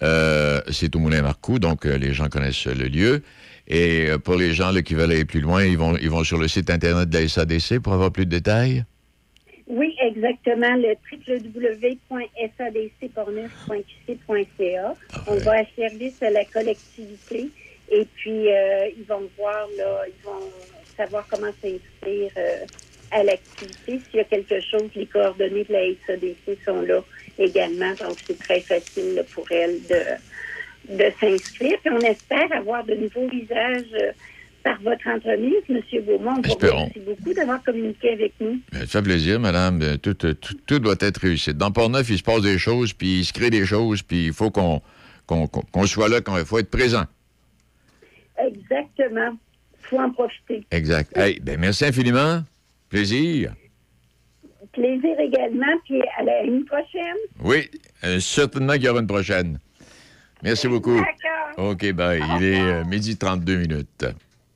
Euh, c'est au Moulin Marcoux, donc euh, les gens connaissent le lieu. Et euh, pour les gens là, qui veulent aller plus loin, ils vont, ils vont sur le site Internet de la S A D C pour avoir plus de détails? Oui, exactement, le w w w point s a d c portneuf point q c point c a. On va à service à la collectivité et puis euh, ils vont voir, là, ils vont savoir comment s'inscrire euh, à l'activité. S'il y a quelque chose, les coordonnées de la S A D C sont là également, donc c'est très facile là, pour elles de, de s'inscrire. Puis on espère avoir de nouveaux visages euh, par votre entremise, M. Beaumont. Espérons. Merci beaucoup d'avoir communiqué avec nous. Ça fait plaisir, madame. Tout, tout, tout doit être réussi. Dans Portneuf, il se passe des choses, puis il se crée des choses, puis il faut qu'on qu'on, qu'on soit là, il faut être présent. Exactement. Il faut en profiter. Exact. Hey, ben merci infiniment. Plaisir. Plaisir également, puis à la une prochaine. Oui, euh, certainement qu'il y aura une prochaine. Merci beaucoup. D'accord. OK, bye. Il est euh, midi trente-deux minutes.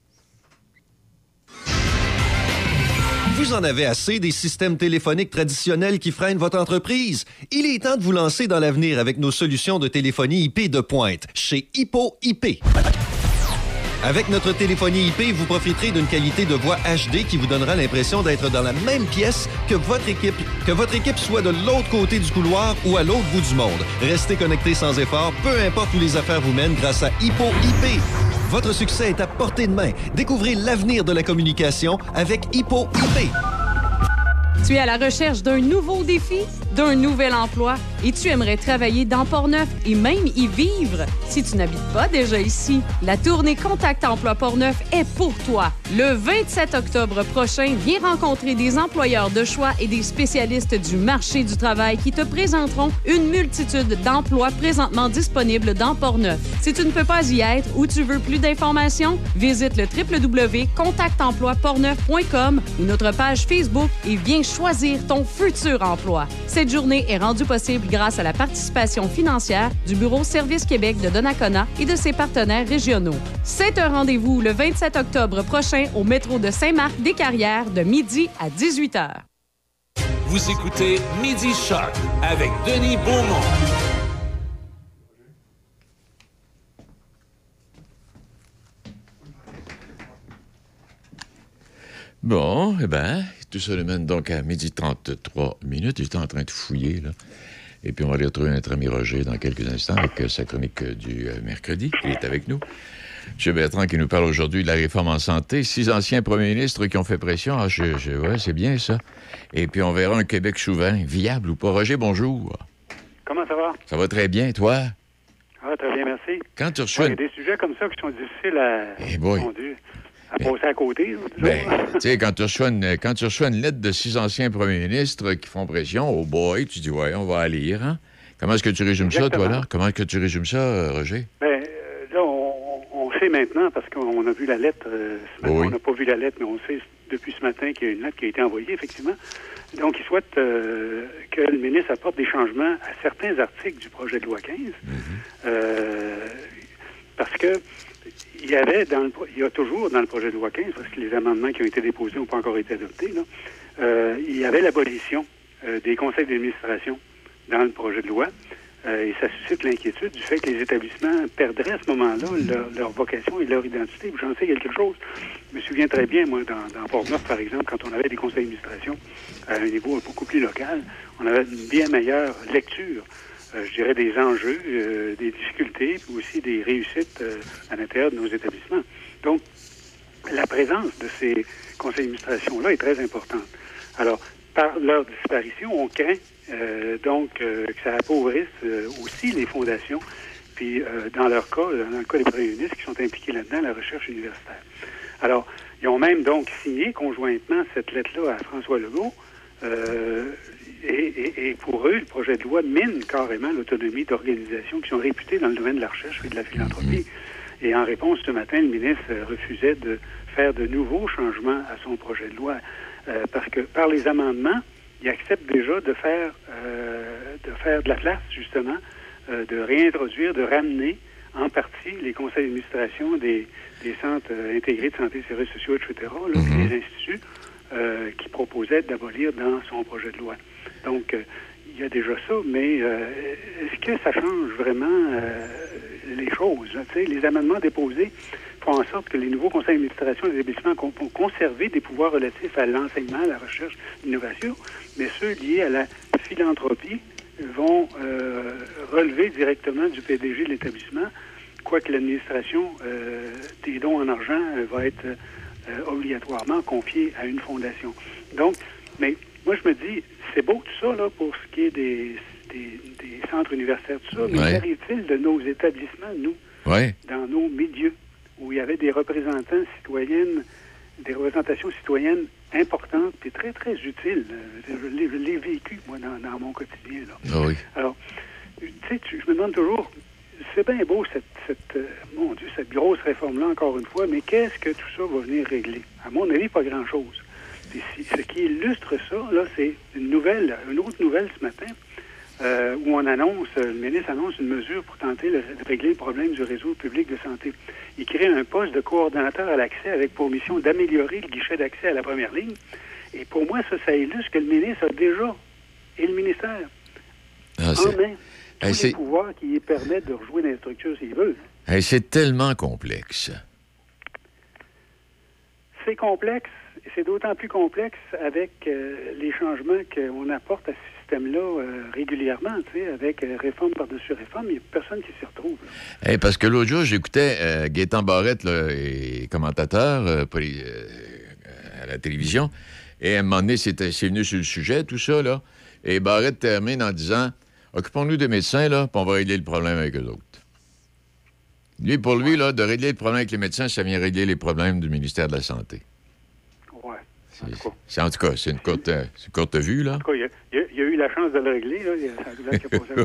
Vous en avez assez des systèmes téléphoniques traditionnels qui freinent votre entreprise? Il est temps de vous lancer dans l'avenir avec nos solutions de téléphonie I P de pointe chez Hippo I P. Avec notre téléphonie I P, vous profiterez d'une qualité de voix H D qui vous donnera l'impression d'être dans la même pièce que votre équipe, que votre équipe soit de l'autre côté du couloir ou à l'autre bout du monde. Restez connecté sans effort, peu importe où les affaires vous mènent grâce à Hippo I P. Votre succès est à portée de main. Découvrez l'avenir de la communication avec Hippo I P. Tu es à la recherche d'un nouveau défi, d'un nouvel emploi et tu aimerais travailler dans Portneuf et même y vivre? Si tu n'habites pas déjà ici, la tournée Contact Emploi Portneuf est pour toi. Le vingt-sept octobre prochain, viens rencontrer des employeurs de choix et des spécialistes du marché du travail qui te présenteront une multitude d'emplois présentement disponibles dans Portneuf. Si tu ne peux pas y être ou tu veux plus d'informations, visite le w w w point contact emploi portneuf point com ou notre page Facebook et viens choisir ton futur emploi. Cette journée est rendue possible grâce à la participation financière du Bureau Service Québec de Donnacona et de ses partenaires régionaux. C'est un rendez-vous le vingt-sept octobre prochain au métro de Saint-Marc-des-Carrières de midi à dix-huit heures. Vous écoutez Midi Choc avec Denis Beaumont. Bon, eh bien, tout ça le mène donc à midi trente-trois minutes. J'étais en train de fouiller, là. Et puis, on va aller retrouver notre ami Roger dans quelques instants avec euh, sa chronique euh, du euh, mercredi. Il est avec nous. M. Bertrand qui nous parle aujourd'hui de la réforme en santé. Six anciens premiers ministres qui ont fait pression. Ah, je, je, ouais, c'est bien, ça. Et puis, on verra un Québec souverain, viable ou pas. Roger, bonjour. Comment ça va? Ça va très bien, toi? Ah, très bien, merci. Quand tu reçois... Ouais, il y a des sujets comme ça qui sont difficiles à... Eh boy. Mon Dieu. À passer à côté. Ben, tu sais, quand tu reçois une, quand tu reçois une lettre de six anciens premiers ministres qui font pression, oh boy, tu dis, ouais, on va aller lire, hein? Comment est-ce que tu résumes Exactement. ça, toi, là? Comment est-ce que tu résumes ça, Roger? Ben, euh, là, on, on sait maintenant, parce qu'on a vu la lettre, euh, ce matin, oui. on n'a pas vu la lettre, mais on sait depuis ce matin qu'il y a une lettre qui a été envoyée, effectivement. Donc, il souhaite euh, que le ministre apporte des changements à certains articles du projet de loi quinze, mm-hmm. euh, parce que il y avait dans le, il y a toujours dans le projet de loi quinze, parce que les amendements qui ont été déposés n'ont pas encore été adoptés, là, euh, il y avait l'abolition euh, des conseils d'administration dans le projet de loi. Euh, et ça suscite l'inquiétude du fait que les établissements perdraient à ce moment-là leur, leur vocation et leur identité. J'en sais quelque chose. Je me souviens très bien, moi, dans, dans Portneuf, par exemple, quand on avait des conseils d'administration à un niveau beaucoup plus local, on avait une bien meilleure lecture, euh, je dirais, des enjeux, euh, des difficultés, puis aussi des réussites euh, à l'intérieur de nos établissements. Donc, la présence de ces conseils d'administration-là est très importante. Alors, par leur disparition, on craint euh, donc euh, que ça appauvrisse euh, aussi les fondations, puis euh, dans leur cas, dans le cas des premiers ministres qui sont impliqués là-dedans, la recherche universitaire. Alors, ils ont même donc signé conjointement cette lettre-là à François Legault, euh, et, et, et pour eux, le projet de loi mine carrément l'autonomie d'organisations qui sont réputées dans le domaine de la recherche et de la philanthropie. Et en réponse, ce matin, le ministre euh, refusait de faire de nouveaux changements à son projet de loi. Euh, parce que par les amendements, il accepte déjà de faire euh, de faire de la place, justement, euh, de réintroduire, de ramener en partie les conseils d'administration des, des centres euh, intégrés de santé, services sociaux, et cetera, là, mm-hmm. les instituts euh, qui proposaient d'abolir dans son projet de loi. Donc, euh, il y a déjà ça, mais euh, est-ce que ça change vraiment euh, les choses? Là, les amendements déposés font en sorte que les nouveaux conseils d'administration des établissements vont conserver des pouvoirs relatifs à l'enseignement, à la recherche, l'innovation, mais ceux liés à la philanthropie vont euh, relever directement du P D G de l'établissement, quoique l'administration euh, des dons en argent euh, va être euh, obligatoirement confiée à une fondation. Donc, mais moi je me dis, c'est beau tout ça là pour ce qui est des, des, des centres universitaires, tout ça, mais ouais. qu'arrive-t-il de nos établissements, nous, ouais. dans nos milieux, où il y avait des représentants citoyennes, des représentations citoyennes importantes et très, très utiles. Je l'ai, je l'ai vécu, moi, dans, dans mon quotidien. Là. Oh oui. Alors, tu sais, tu, je me demande toujours, c'est bien beau, cette, cette euh, mon Dieu, cette grosse réforme-là, encore une fois, mais qu'est-ce que tout ça va venir régler? À mon avis, pas grand-chose. Et si, ce qui illustre ça, là, c'est une nouvelle, une autre nouvelle ce matin, euh, où on annonce, le ministre annonce une mesure pour tenter de régler le problème du réseau public de santé. Il crée un poste de coordonnateur à l'accès avec pour mission d'améliorer le guichet d'accès à la première ligne. Et pour moi, ça, ça illustre que le ministre a déjà, et le ministère, ah, en main, tous hey, les pouvoirs qui lui permettent de rejouer dans les structures s'il veut. Hey, c'est tellement complexe. C'est complexe, et c'est d'autant plus complexe avec euh, les changements qu'on apporte à ce système-là euh, régulièrement, tu sais, avec euh, réforme par-dessus réforme, il n'y a personne qui s'y retrouve. Hey, parce que l'autre jour, j'écoutais euh, Gaétan Barrette, là, et commentateur euh, pour les, euh, à la télévision, et à un moment donné, c'était, c'est venu sur le sujet, tout ça, là, et Barrette termine en disant « Occupons-nous des médecins, là, puis on va régler le problème avec eux autres. » Lui, pour lui, là, de régler le problème avec les médecins, ça vient régler les problèmes du ministère de la Santé. Ouais. En tout cas, c'est, en tout cas, c'est une courte, euh, c'est une courte vue, là. En tout cas, il y, a, il, y a, il y a eu la chance de le régler, là. Il y a, ça a dû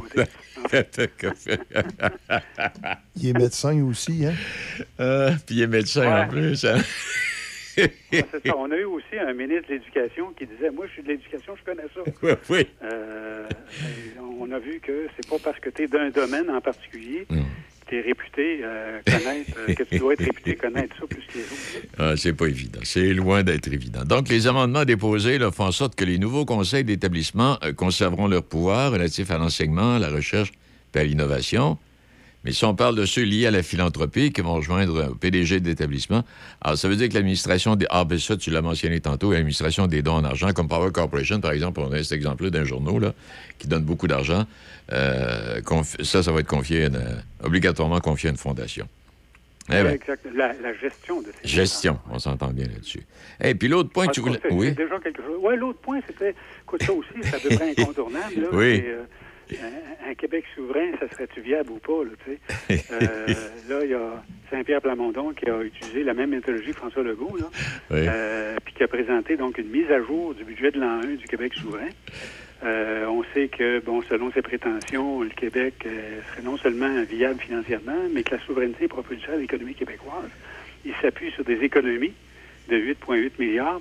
être passé à côté. Il est médecin aussi, hein? Euh, puis il est médecin ouais. en plus, hein? Ouais, c'est ça. On a eu aussi un ministre de l'Éducation qui disait « Moi, je suis de l'Éducation, je connais ça. » Oui, oui. Euh, on a vu que c'est pas parce que tu es d'un domaine en particulier mm. que tu es réputé euh, connaître, euh, que tu dois être réputé connaître ça plus que les autres. Ah, c'est pas évident. C'est loin d'être évident. Donc, les amendements déposés là, font en sorte que les nouveaux conseils d'établissement euh, conserveront leur pouvoir relatif à l'enseignement, à la recherche et à l'innovation. Mais si on parle de ceux liés à la philanthropie qui vont rejoindre au P D G de l'établissement, alors ça veut dire que l'administration des... Ah, ben ça, tu l'as mentionné tantôt, l'administration des dons en argent, comme Power Corporation, par exemple, on a cet exemple-là d'un journal là, qui donne beaucoup d'argent. Euh, conf... Ça, ça va être confié, une... obligatoirement confié à une fondation. Eh ben, exact. La, la gestion de ces gestion, on s'entend bien là-dessus. Et hey, puis l'autre point que tu voulais... C'est, oui. c'est déjà quelque chose. Oui, l'autre point, c'était... Écoute, ça aussi, c'est à peu près incontournable. Là, oui. C'est, euh, Un, un Québec souverain, ça serait-tu viable ou pas, là, tu sais? Euh, là, il y a Saint-Pierre Plamondon qui a utilisé la même méthodologie que François Legault, là, oui. euh, puis qui a présenté donc une mise à jour du budget de l'an un du Québec souverain. Euh, on sait que, bon, selon ses prétentions, le Québec euh, serait non seulement viable financièrement, mais que la souveraineté propulserait l'économie québécoise. Il s'appuie sur des économies de huit virgule huit milliards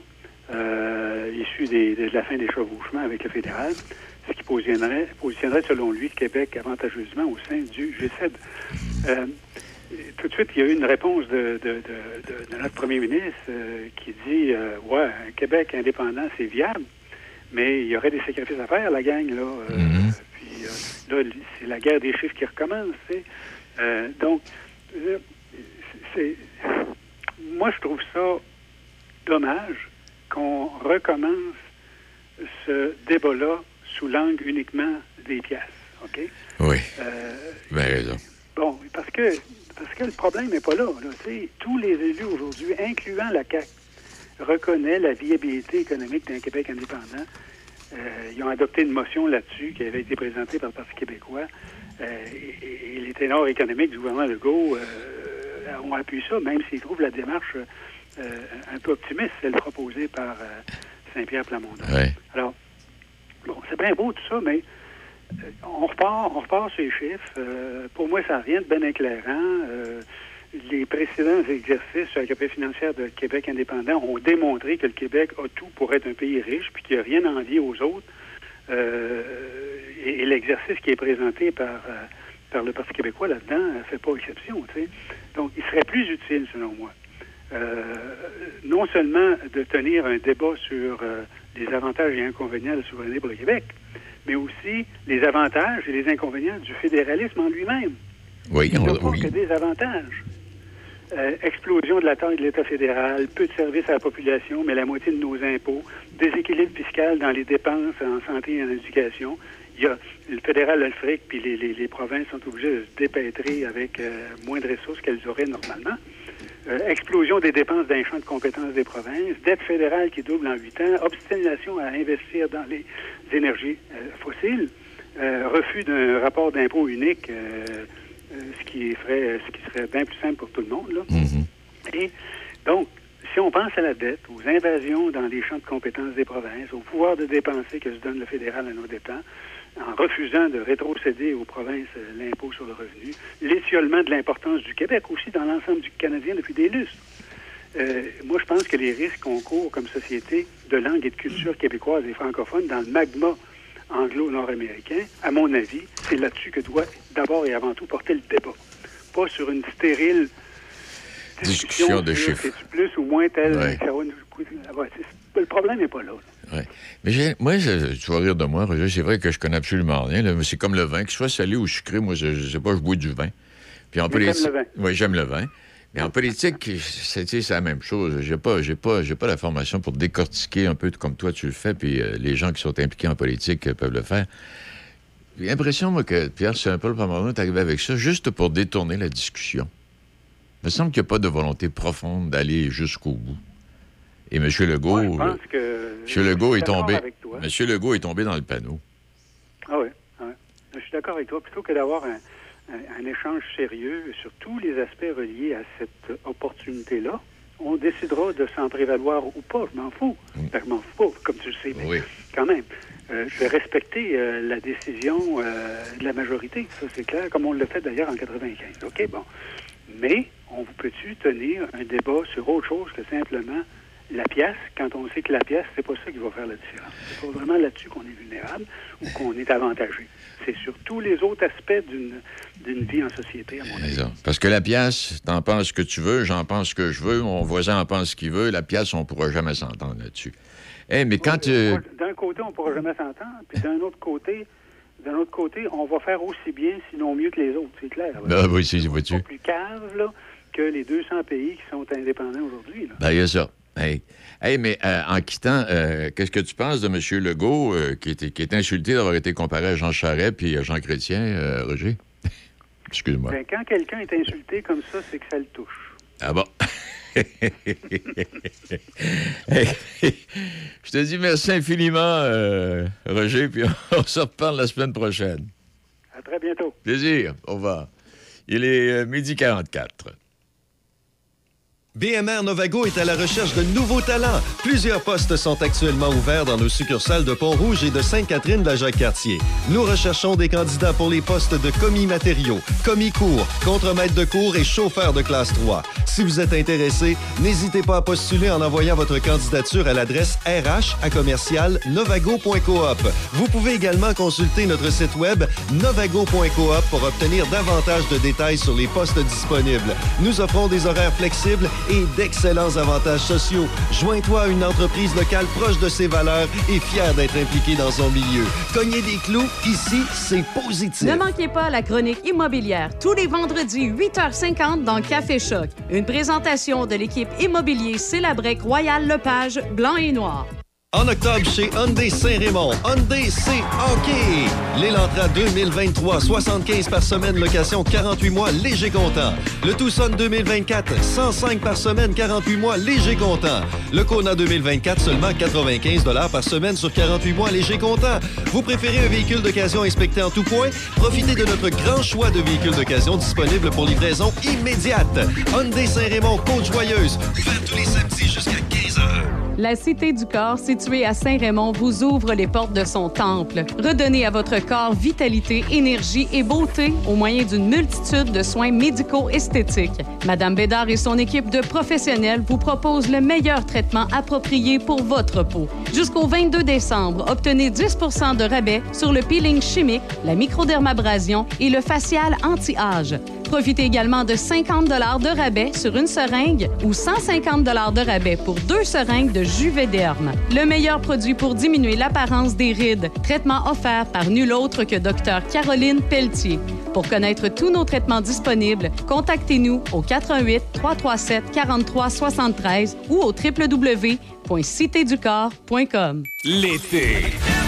euh, issues des, de la fin des chevauchements avec le fédéral, ce qui positionnerait, positionnerait, selon lui, le Québec avantageusement au sein du G sept. Euh, tout de suite, il y a eu une réponse de, de, de, de, de notre premier ministre euh, qui dit euh, « Ouais, un Québec indépendant, c'est viable, mais il y aurait des sacrifices à faire, la gang, là. Euh, mm-hmm. Puis euh, là, c'est la guerre des chiffres qui recommence, tu sais. Euh, donc, euh, c'est... Moi, je trouve ça dommage qu'on recommence ce débat-là sous l'angle uniquement des pièces, OK? Oui, euh, bien raison. Bon, parce que, parce que le problème n'est pas là. là tous les élus aujourd'hui, incluant la C A Q, reconnaissent la viabilité économique d'un Québec indépendant. Euh, ils ont adopté une motion là-dessus qui avait été présentée par le Parti québécois. Euh, et, et les ténors économiques du gouvernement Legault euh, ont appuyé ça, même s'ils trouvent la démarche euh, un peu optimiste, celle proposée par euh, Saint-Pierre Plamondon. Oui. Alors, bon, c'est bien beau tout ça, mais euh, on repart, on repart sur les chiffres. Euh, pour moi, ça n'a rien de bien éclairant. Euh, les précédents exercices sur la capacité financière de Québec indépendant ont démontré que le Québec a tout pour être un pays riche, puis qu'il n'y a rien à envier aux autres. Euh, et, et l'exercice qui est présenté par, euh, par le Parti québécois là-dedans ne fait pas exception, tu sais. Donc, il serait plus utile, selon moi, euh, non seulement de tenir un débat sur euh, les avantages et inconvénients de la souveraineté pour le Québec, mais aussi les avantages et les inconvénients du fédéralisme en lui-même. Oui, Il n'y a on, pas oui. que des avantages. Euh, explosion de la taille de l'État fédéral, peu de services à la population, mais la moitié de nos impôts, déséquilibre fiscal dans les dépenses en santé et en éducation. Il y a le fédéral a le fric, puis les, les, les provinces sont obligées de se dépêtrer avec euh, moins de ressources qu'elles auraient normalement. Euh, explosion des dépenses d'un champ de compétences des provinces, dette fédérale qui double en huit ans, obstination à investir dans les énergies euh, fossiles, euh, refus d'un rapport d'impôt unique, euh, euh, ce qui ferait, ce qui serait bien plus simple pour tout le monde, là. Mm-hmm. Et donc, si on pense à la dette, aux invasions dans les champs de compétences des provinces, au pouvoir de dépenser que se donne le fédéral à nos dépens, en refusant de rétrocéder aux provinces euh, l'impôt sur le revenu, l'étiolement de l'importance du Québec aussi dans l'ensemble du Canadien depuis des lustres. Euh, moi, je pense que les risques qu'on court comme société de langue et de culture québécoise et francophone dans le magma anglo-nord-américain, à mon avis, c'est là-dessus que doit d'abord et avant tout porter le débat. Pas sur une stérile discussion, Discussion de sur chiffres. c'est-tu plus ou moins tel... Ouais. ça va nous coûter- ah ouais, c'est- le problème n'est pas là. là. Ouais. Mais j'ai- moi, je- tu vas rire de moi, Roger, c'est vrai que je connais absolument rien. Là, mais c'est comme le vin, que ce soit salé ou sucré, moi, je, je sais pas, je bois du vin. Puis en Mais politique, t'aimes le vin. oui, j'aime le vin. Mais en politique, c'est, tu sais, c'est la même chose. J'ai pas, j'ai pas, j'ai pas la formation pour décortiquer un peu comme toi tu le fais, puis euh, les gens qui sont impliqués en politique euh, peuvent le faire. J'ai l'impression, moi, que Pierre, c'est un peu le moment est arrivé avec ça, juste pour détourner la discussion. Il me semble qu'il n'y a pas de volonté profonde d'aller jusqu'au bout. Et M. Legault, Moi, je pense que... M. Legault je est suis d'accord tombé. avec toi. M. Legault est tombé dans le panneau. Ah oui, ah ouais. Je suis d'accord avec toi. Plutôt que d'avoir un, un- un échange sérieux sur tous les aspects reliés à cette opportunité-là, on décidera de s'en prévaloir ou pas. Je m'en fous. Ben, je m'en fous pas, comme tu le sais, mais Oui. quand même. Euh, je vais respecter euh, la décision euh, de la majorité. Ça, c'est clair, comme on l'a fait d'ailleurs en quatre-vingt-quinze. OK, bon. Mais on peut-tu tenir un débat sur autre chose que simplement la pièce, quand on sait que la pièce, c'est pas ça qui va faire la différence. C'est pas vraiment là-dessus qu'on est vulnérable ou qu'on est avantagé. C'est sur tous les autres aspects d'une, d'une vie en société, à mon avis. C'est ça. Parce que la pièce, t'en penses ce que tu veux, j'en pense ce que je veux, mon voisin en pense ce qu'il veut, la pièce, on ne pourra jamais s'entendre là-dessus. Eh, mais quand tu... Euh, D'un côté, on ne pourra jamais s'entendre, puis d'un autre côté, d'un autre côté, on va faire aussi bien, sinon mieux que les autres, c'est clair. Ah oui, c'est, vois-tu. Plus cave, là, que les deux cents pays qui sont indépendants aujourd'hui, là. Ben, il y a ça. Hey, hey mais euh, en quittant, euh, qu'est-ce que tu penses de M. Legault, euh, qui, était, qui est insulté d'avoir été comparé à Jean Charest puis à Jean Chrétien, euh, Roger? Excuse-moi. Ben, quand quelqu'un est insulté comme ça, c'est que ça le touche. Ah bon? Hey, je te dis merci infiniment, euh, Roger, puis on se reparle la semaine prochaine. À très bientôt. Plaisir. Au revoir. Il est euh, midi quarante-quatre. B M R Novago est à la recherche de nouveaux talents. Plusieurs postes sont actuellement ouverts dans nos succursales de Pont-Rouge et de Sainte-Catherine de la Jacques-Cartier. Nous recherchons des candidats pour les postes de commis matériaux, commis cours, contremaître de cours et chauffeur de classe trois. Si vous êtes intéressé, n'hésitez pas à postuler en envoyant votre candidature à l'adresse r h à commercial novago point coop. Vous pouvez également consulter notre site web novago point coop pour obtenir davantage de détails sur les postes disponibles. Nous offrons des horaires flexibles et d'excellents avantages sociaux. Joins-toi à une entreprise locale proche de ses valeurs et fière d'être impliquée dans son milieu. Cognez des clous, ici, c'est positif. Ne manquez pas la chronique immobilière tous les vendredis huit heures cinquante dans Café Choc. Une présentation de l'équipe immobilier Célabrec Royal Lepage, blanc et noir. En octobre, chez Hyundai Saint-Raymond, Hyundai c'est hockey! L'Elantra deux mille vingt-trois, soixante-quinze par semaine, location quarante-huit mois, léger comptant. Le Tucson deux mille vingt-quatre, cent cinq par semaine, quarante-huit mois, léger comptant. Le Kona deux mille vingt-quatre, seulement quatre-vingt-quinze dollars par semaine sur quarante-huit mois, léger comptant. Vous préférez un véhicule d'occasion inspecté en tout point? Profitez de notre grand choix de véhicules d'occasion disponibles pour livraison immédiate. Hyundai Saint-Raymond, Côte-Joyeuse, ouvert tous les samedis jusqu'à quinze heures. La Cité du Corps, située à Saint-Raymond, vous ouvre les portes de son temple. Redonnez à votre corps vitalité, énergie et beauté au moyen d'une multitude de soins médico-esthétiques. Madame Bédard et son équipe de professionnels vous proposent le meilleur traitement approprié pour votre peau. Jusqu'au vingt-deux décembre, obtenez dix pour cent de rabais sur le peeling chimique, la microdermabrasion et le facial anti-âge. Profitez également de cinquante dollars de rabais sur une seringue ou cent cinquante dollars de rabais pour deux seringues de Juvederm. Le meilleur produit pour diminuer l'apparence des rides. Traitement offert par nul autre que Dr Caroline Pelletier. Pour connaître tous nos traitements disponibles, contactez-nous au quatre un huit, trois trois sept, quatre trois sept trois ou au w w w point cité du corps point com. L'été.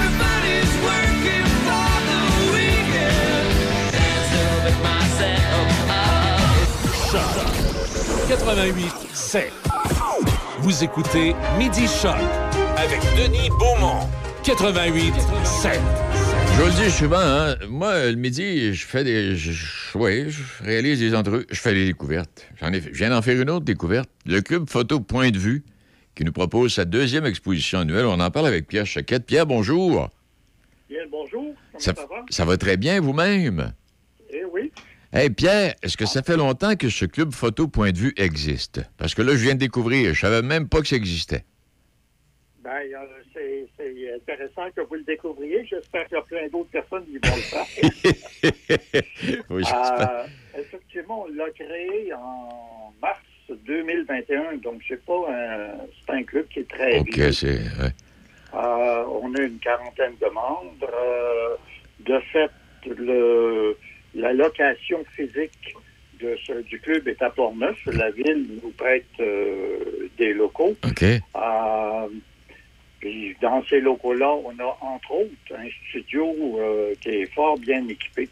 quatre-vingt-huit sept. Vous écoutez Midi Choc avec Denis Beaumont. quatre-vingt-huit sept. Je vous le dis souvent, hein, moi, le midi, je fais des... Oui, je réalise des entrevues, je fais des découvertes. J'en ai fait, je viens d'en faire une autre découverte. Le Club Photo Point de Vue, qui nous propose sa deuxième exposition annuelle. On en parle avec Pierre Choquette. Pierre, bonjour. Bien, bonjour. Comment Ça, ça va? ça va très bien, vous-même? Eh oui. Hey, Pierre, est-ce que ça fait longtemps que ce Club Photo Point de Vue existe? Parce que là, je viens de découvrir, je savais même pas que ça existait. Ben, euh, c'est, c'est intéressant que vous le découvriez. J'espère qu'il y a plein d'autres personnes qui vont le faire. Oui, j'espère. Euh, effectivement, on l'a créé en mars deux mille vingt et un, donc c'est pas un, c'est un club qui est très OK, vieux. c'est... Ouais. Euh, on a une quarantaine de membres. Euh, de fait, le, la location physique de ce, du club est à Port-Neuf. La ville nous prête euh, des locaux. OK. Euh, puis dans ces locaux-là, on a entre autres un studio euh, qui est fort bien équipé.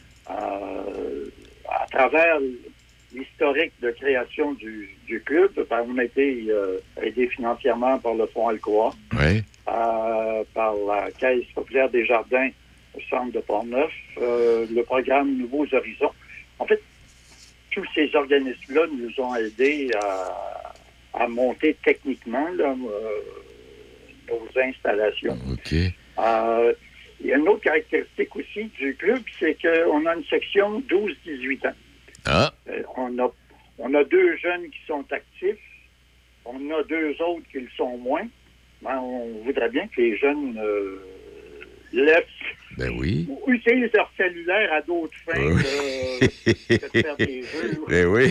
Euh, à travers l'historique de création du, du club, ben, on a été euh, aidé financièrement par le Fonds Alcoa, oui. euh, par la Caisse populaire des Jardins au centre de Port-Neuf, euh, le programme Nouveaux Horizons. En fait, tous ces organismes-là nous ont aidés à, à monter techniquement là, euh, nos installations. OK. Euh, il y a une autre caractéristique aussi du club, c'est qu'on a une section douze à dix-huit ans. Ah. Euh, on, a, on a deux jeunes qui sont actifs, on a deux autres qui le sont moins. Ben, on voudrait bien que les jeunes euh, laissent ben oui. ou utilisent leur cellulaire à d'autres fins oui. que, que de faire des jeux. Ben oui.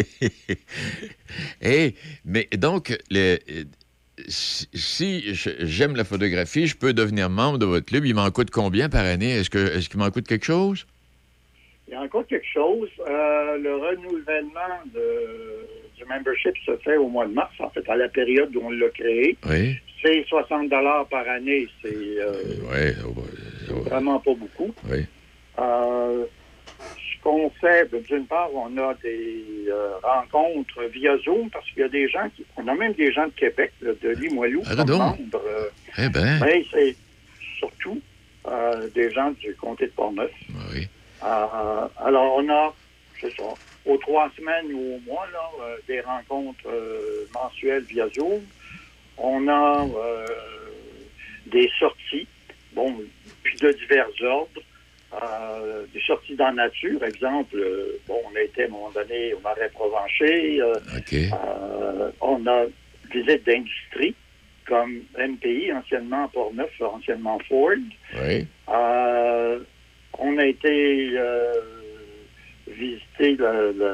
hey, mais donc, le, si, si j'aime la photographie, je peux devenir membre de votre club. Il m'en coûte combien par année? Est-ce, que, est-ce qu'il m'en coûte quelque chose? Il y a encore quelque chose. Euh, le renouvellement de, du membership se fait au mois de mars, en fait, à la période où on l'a créé. Oui. C'est soixante dollars par année. C'est euh, oui. c'est vraiment pas beaucoup. Oui. Euh, ce qu'on fait, d'une part, on a des euh, rencontres via Zoom, parce qu'il y a des gens qui... On a même des gens de Québec, là, de Limoilou, ah, comme donc. membres. Euh, eh bien. Mais c'est surtout euh, des gens du comté de Port-Neuf. Oui. Euh, alors, on a, c'est ça, aux trois semaines ou au mois, là, euh, des rencontres euh, mensuelles via Zoom. On a euh, des sorties, bon, puis de divers ordres. Euh, des sorties dans la nature, exemple, euh, bon, on a été à un moment donné au Marais Provencher. Euh, okay. euh, on a des visites d'industrie, comme M P I, anciennement Port-Neuf, anciennement Ford. Oui. Euh, on a été euh, visiter le, le,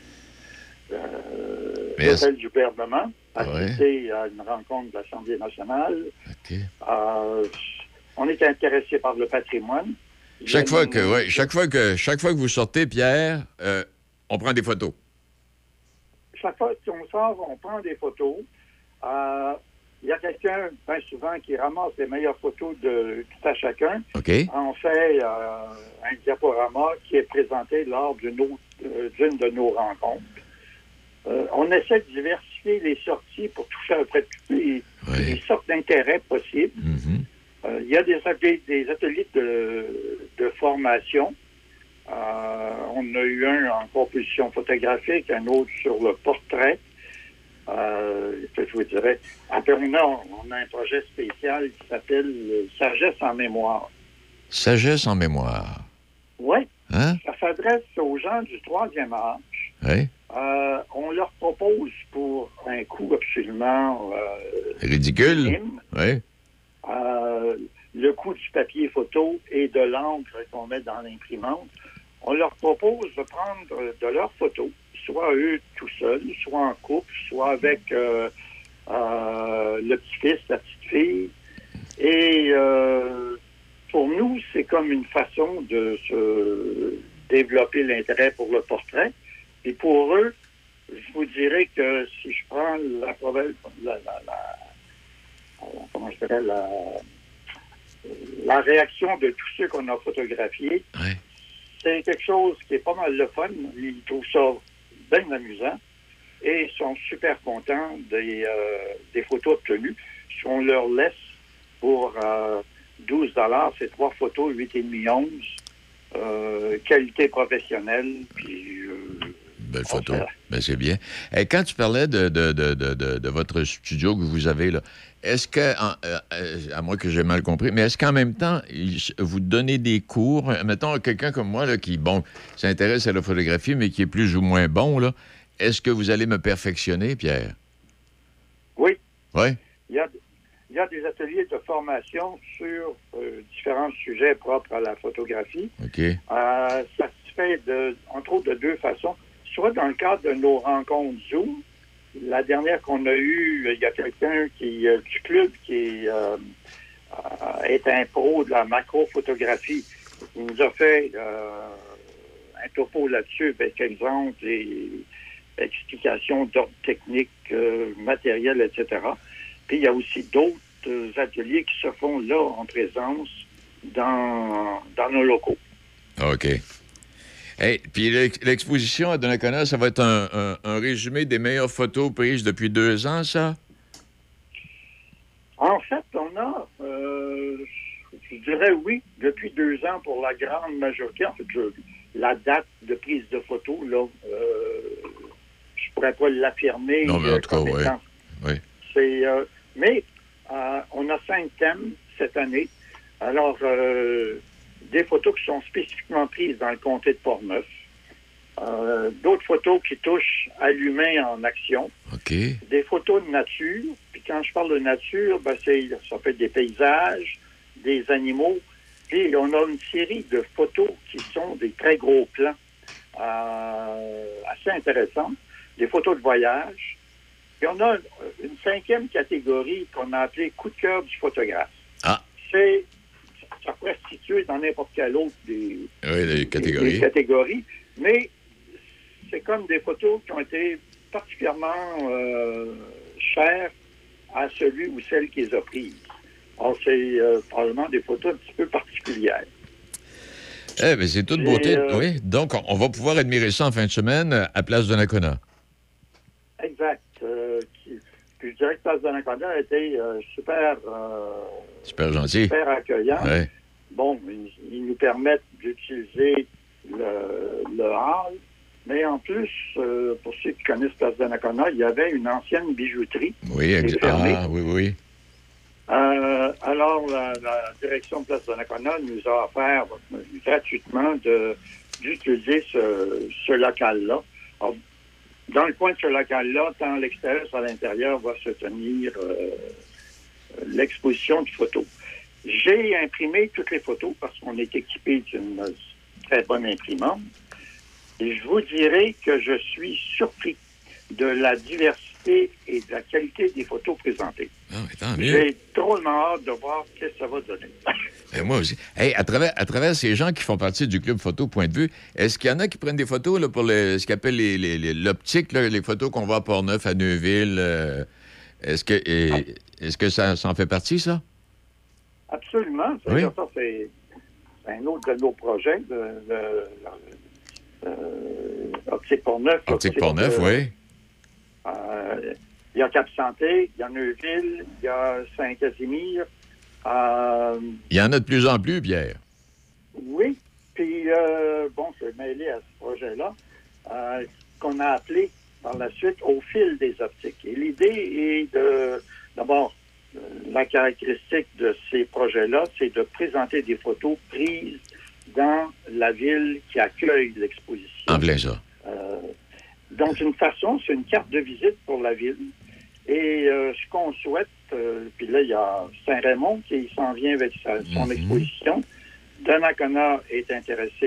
le, l'hôtel du gouvernement, assister ouais. à une rencontre de l'Assemblée nationale. Okay. Euh, on est intéressé par le patrimoine. Chaque fois, que, ouais, chaque, fois que, chaque fois que vous sortez, Pierre, euh, on prend des photos. Chaque fois qu'on sort, on prend des photos. Il euh, y a quelqu'un, bien souvent, qui ramasse les meilleures photos de tout à chacun. Okay. On fait euh, un diaporama qui est présenté lors d'une, autre, euh, d'une de nos rencontres. Euh, on essaie de diversifier les sorties pour toucher à peu près toutes les, ouais. les sortes d'intérêts possibles. Mm-hmm. Euh, il y a des ateliers, des ateliers de, de formation. Euh, on a eu un en composition photographique, un autre sur le portrait. Euh, je vous dirais. Après, on a, on a un projet spécial qui s'appelle Sagesse en mémoire. Sagesse en mémoire. Oui. Hein? Ça s'adresse aux gens du troisième âge. Oui. Euh, on leur propose pour un coût absolument euh, ridicule. Minime, oui. Euh, le coût du papier photo et de l'encre qu'on met dans l'imprimante. on leur propose de prendre de leurs photos, soit eux tout seuls, soit en couple, soit avec euh, euh, le petit-fils, la petite-fille. Et euh, pour nous, c'est comme une façon de se développer l'intérêt pour le portrait. Et pour eux, je vous dirais que si je prends la, la, la, la comment je dirais, la, la réaction de tous ceux qu'on a photographiés, ouais. c'est quelque chose qui est pas mal le fun. Ils trouvent ça bien amusant et sont super contents des, euh, des photos obtenues. Si on leur laisse pour euh, douze dollars, c'est trois photos, huit virgule cinq, onze, euh, qualité professionnelle, puis... Euh, Belle photo. Ben, c'est bien. Et quand tu parlais de, de, de, de, de, de votre studio que vous avez, là, est-ce que, en, euh, à moins que j'ai mal compris, mais est-ce qu'en même temps, vous donnez des cours? Mettons, quelqu'un comme moi, là, qui, bon, s'intéresse à la photographie, mais qui est plus ou moins bon, là, est-ce que vous allez me perfectionner, Pierre? Oui. Oui? Il y a, il y a des ateliers de formation sur euh, différents sujets propres à la photographie. OK. Euh, ça se fait, de, entre autres, de deux façons. Soit dans le cadre de nos rencontres Zoom. La dernière qu'on a eue, il y a quelqu'un qui euh, du club qui est, euh, euh, est un pro de la macrophotographie. Il nous a fait euh, un topo là-dessus avec exemple et explications d'ordre technique, euh, matériel, et cetera. Puis il y a aussi d'autres euh, ateliers qui se font là en présence dans, dans nos locaux. OK. Hey, puis l'exposition à Donnacona, ça va être un, un, un résumé des meilleures photos prises depuis deux ans, ça? En fait, on a, euh, je dirais oui, depuis deux ans pour la grande majorité. En fait, je, la date de prise de photos, là, euh, je pourrais pas l'affirmer. Non, mais en tout cas, oui. oui. C'est, euh, mais euh, on a cinq thèmes cette année. Alors, euh, des photos qui sont spécifiquement prises dans le comté de Portneuf. Euh, d'autres photos qui touchent à l'humain en action. OK. Des photos de nature. Puis quand je parle de nature, ben c'est, ça peut être des paysages, des animaux. Puis on a une série de photos qui sont des très gros plans euh, assez intéressants. Des photos de voyage. Puis on a une cinquième catégorie qu'on a appelée coup de cœur du photographe. Ah. C'est ça pourrait se situer dans n'importe quelle autre des, oui, des catégories. Des, des catégories, mais c'est comme des photos qui ont été particulièrement euh, chères à celui ou celle qui les a prises. Alors, c'est euh, probablement des photos un petit peu particulières. Eh bien, c'est toute Et, beauté. euh, Oui, donc on va pouvoir admirer ça en fin de semaine à Place Donnacona. Exact. Euh, qui, puis je dirais que Place Donnacona a été euh, super... Euh, super gentil. Super accueillant. Ouais. Bon, ils, ils nous permettent d'utiliser le, le hall, mais en plus, euh, pour ceux qui connaissent Place Donnacona, il y avait une ancienne bijouterie. Oui, exactement. Ah, oui, oui. Euh, alors, la, la direction de Place Donnacona nous a offert euh, gratuitement de, d'utiliser ce, ce local-là. Alors, dans le coin de ce local-là, tant à l'extérieur qu'à l'intérieur, va se tenir euh, l'exposition de photos. J'ai imprimé toutes les photos parce qu'on est équipé d'une très bonne imprimante. Et je vous dirais que je suis surpris de la diversité et de la qualité des photos présentées. Ah, mais tant mieux. J'ai drôlement hâte de voir ce que ça va donner. Et moi aussi. Hey, à travers, à travers ces gens qui font partie du Club Photo Point de Vue, est-ce qu'il y en a qui prennent des photos là, pour les, ce qu'ils appellent les, les, les, l'optique, là, les photos qu'on voit à Portneuf, à Neuville? Euh, est-ce que, et, ah. est-ce que ça, ça en fait partie, ça? Absolument. C'est oui. Ça, c'est un autre de nos projets, de, de, de, de Optique Portneuf. Optique Portneuf, oui. Euh, il y a Cap-Santé, il y a Neuville, il y a Saint-Casimir. Euh, il y en a de plus en plus, Pierre. Oui. Puis, euh, bon, je vais mêler à ce projet-là, euh, qu'on a appelé par la suite Au fil des optiques. Et l'idée est de, d'abord, la caractéristique de ces projets-là, c'est de présenter des photos prises dans la ville qui accueille l'exposition. En plein ça. Euh, donc, une façon, c'est une carte de visite pour la ville. Et euh, ce qu'on souhaite, euh, puis là, il y a Saint-Raymond qui s'en vient avec sa, son mm-hmm. exposition. Donnacona est intéressé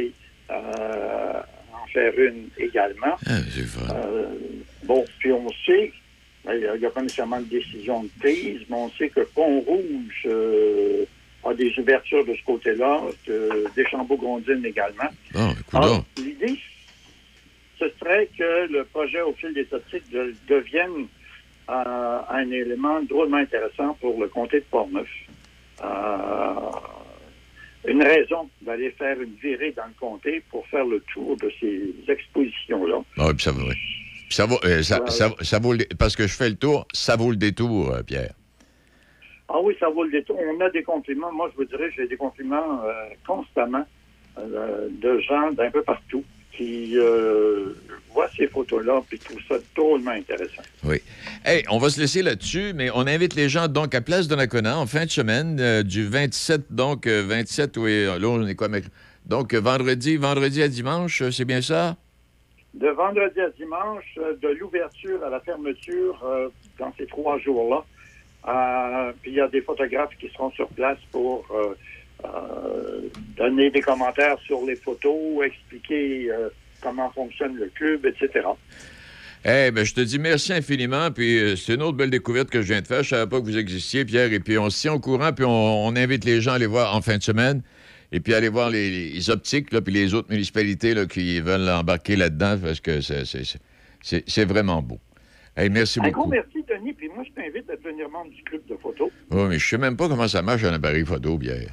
euh, en faire une également. Ah, c'est vrai. Euh, bon, puis on sait, il n'y a pas nécessairement de décision de prise, mais on sait que Pont-Rouge euh, a des ouvertures de ce côté-là, de, Deschambault-Grondines également. Bon, Alors, l'idée, ce serait que le projet au fil des optiques de, devienne euh, un élément drôlement intéressant pour le comté de Portneuf. Euh, une raison d'aller faire une virée dans le comté pour faire le tour de ces expositions-là. Ah oui, puis ça vaut, puis ça vaut, euh, ça, ça, ça vaut le, parce que je fais le tour, ça vaut le détour, euh, Pierre. Ah oui, ça vaut le détour. On a des compliments. Moi, je vous dirais, j'ai des compliments euh, constamment euh, de gens d'un peu partout qui euh, voient ces photos-là et trouvent ça drôlement intéressant. Oui. Hey, on va se laisser là-dessus, mais on invite les gens donc à Place Donnacona en fin de semaine, euh, du vingt-sept, donc euh, vingt-sept, oui, là, on est quoi, mec? Donc, euh, vendredi, vendredi à dimanche, euh, c'est bien ça? De vendredi à dimanche, euh, de l'ouverture à la fermeture, euh, dans ces trois jours-là. Euh, puis il y a des photographes qui seront sur place pour euh, euh, donner des commentaires sur les photos, expliquer euh, comment fonctionne le club, et cetera. Eh hey, ben, je te dis merci infiniment, puis euh, c'est une autre belle découverte que je viens de faire. Je savais pas que vous existiez, Pierre, et puis on se tient au courant, puis on, on invite les gens à aller voir en fin de semaine, et puis aller voir les, les optiques, là, puis les autres municipalités là, qui veulent embarquer là-dedans, parce que c'est, c'est, c'est, c'est vraiment beau. Hey, merci Un beaucoup. gros merci, Denis, puis moi, je t'invite à devenir membre du club de photo. Oui, mais je sais même pas comment ça marche un appareil photo, Pierre.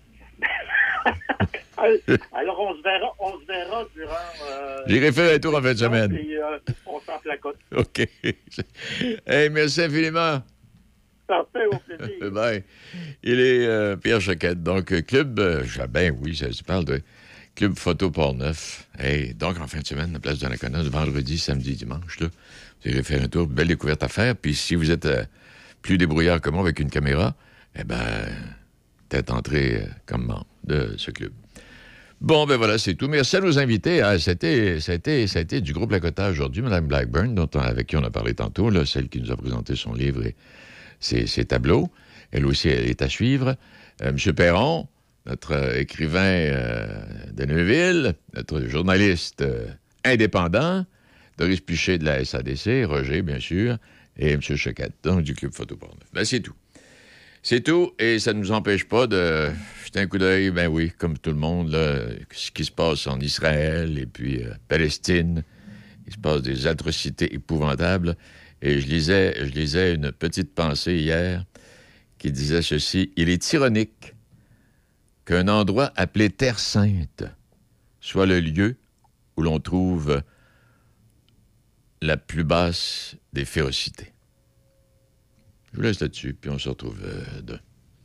Alors, on se verra, on se verra durant... Euh, J'irai faire un tour en fin de semaine. Puis, euh, on s'en placote. OK. Hey, merci infiniment. Parfait, au plaisir. Bye. Il est euh, Pierre Choquette. Donc, euh, club... Euh, ben oui, ça se parle de Club Photo Portneuf. Hey, donc, en fin de semaine, la place Donnacona, vendredi, samedi, dimanche, là. Vous irez faire un tour, belle découverte à faire. Puis si vous êtes euh, plus débrouillard que moi avec une caméra, eh bien, peut-être entrer euh, comme membre de ce club. Bon, ben voilà, c'est tout. Merci à nos invités. Ah, c'était, ça, a été, ça a été du groupe Lakota aujourd'hui, Mme Blackburn, dont on, avec qui on a parlé tantôt, là, celle qui nous a présenté son livre et ses, ses tableaux. Elle aussi, elle est à suivre. Euh, M. Perron, notre euh, écrivain euh, de Neuville, notre journaliste euh, indépendant, Doris Piché de la S A D C, Roger, bien sûr, et M. Choquette, donc du Club Photo Portneuf. Ben, c'est tout. C'est tout, et ça ne nous empêche pas de jeter un coup d'œil, ben oui, comme tout le monde, là, ce qui se passe en Israël et puis euh, Palestine. Il se passe des atrocités épouvantables. Et je lisais, je lisais une petite pensée hier qui disait ceci. Il est ironique qu'un endroit appelé Terre Sainte soit le lieu où l'on trouve la plus basse des férocités. Je vous laisse là-dessus, puis on se retrouve euh, demain.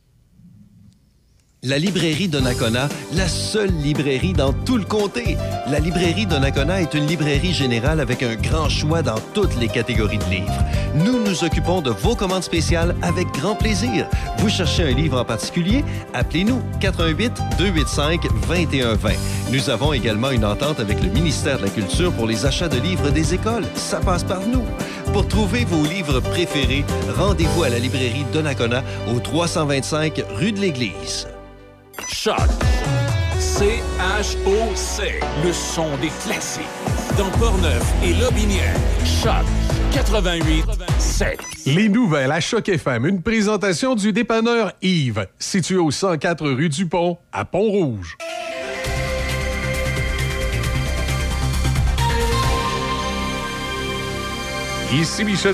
La librairie Donnacona, la seule librairie dans tout le comté. La librairie Donnacona est une librairie générale avec un grand choix dans toutes les catégories de livres. Nous nous occupons de vos commandes spéciales avec grand plaisir. Vous cherchez un livre en particulier? Appelez-nous quatre un huit, deux huit cinq, deux un deux zéro. Nous avons également une entente avec le ministère de la Culture pour les achats de livres des écoles. Ça passe par nous. Pour trouver vos livres préférés, rendez-vous à la librairie Donnacona au trois cent vingt-cinq rue de l'Église. Choc. C H O C. Le son des classiques. Dans Portneuf et Lotbinière. Choc quatre-vingt-huit sept. Les nouvelles à Choc F M. Une présentation du dépanneur Yves, situé au cent quatre rue du Pont, à Pont-Rouge. Ici Michel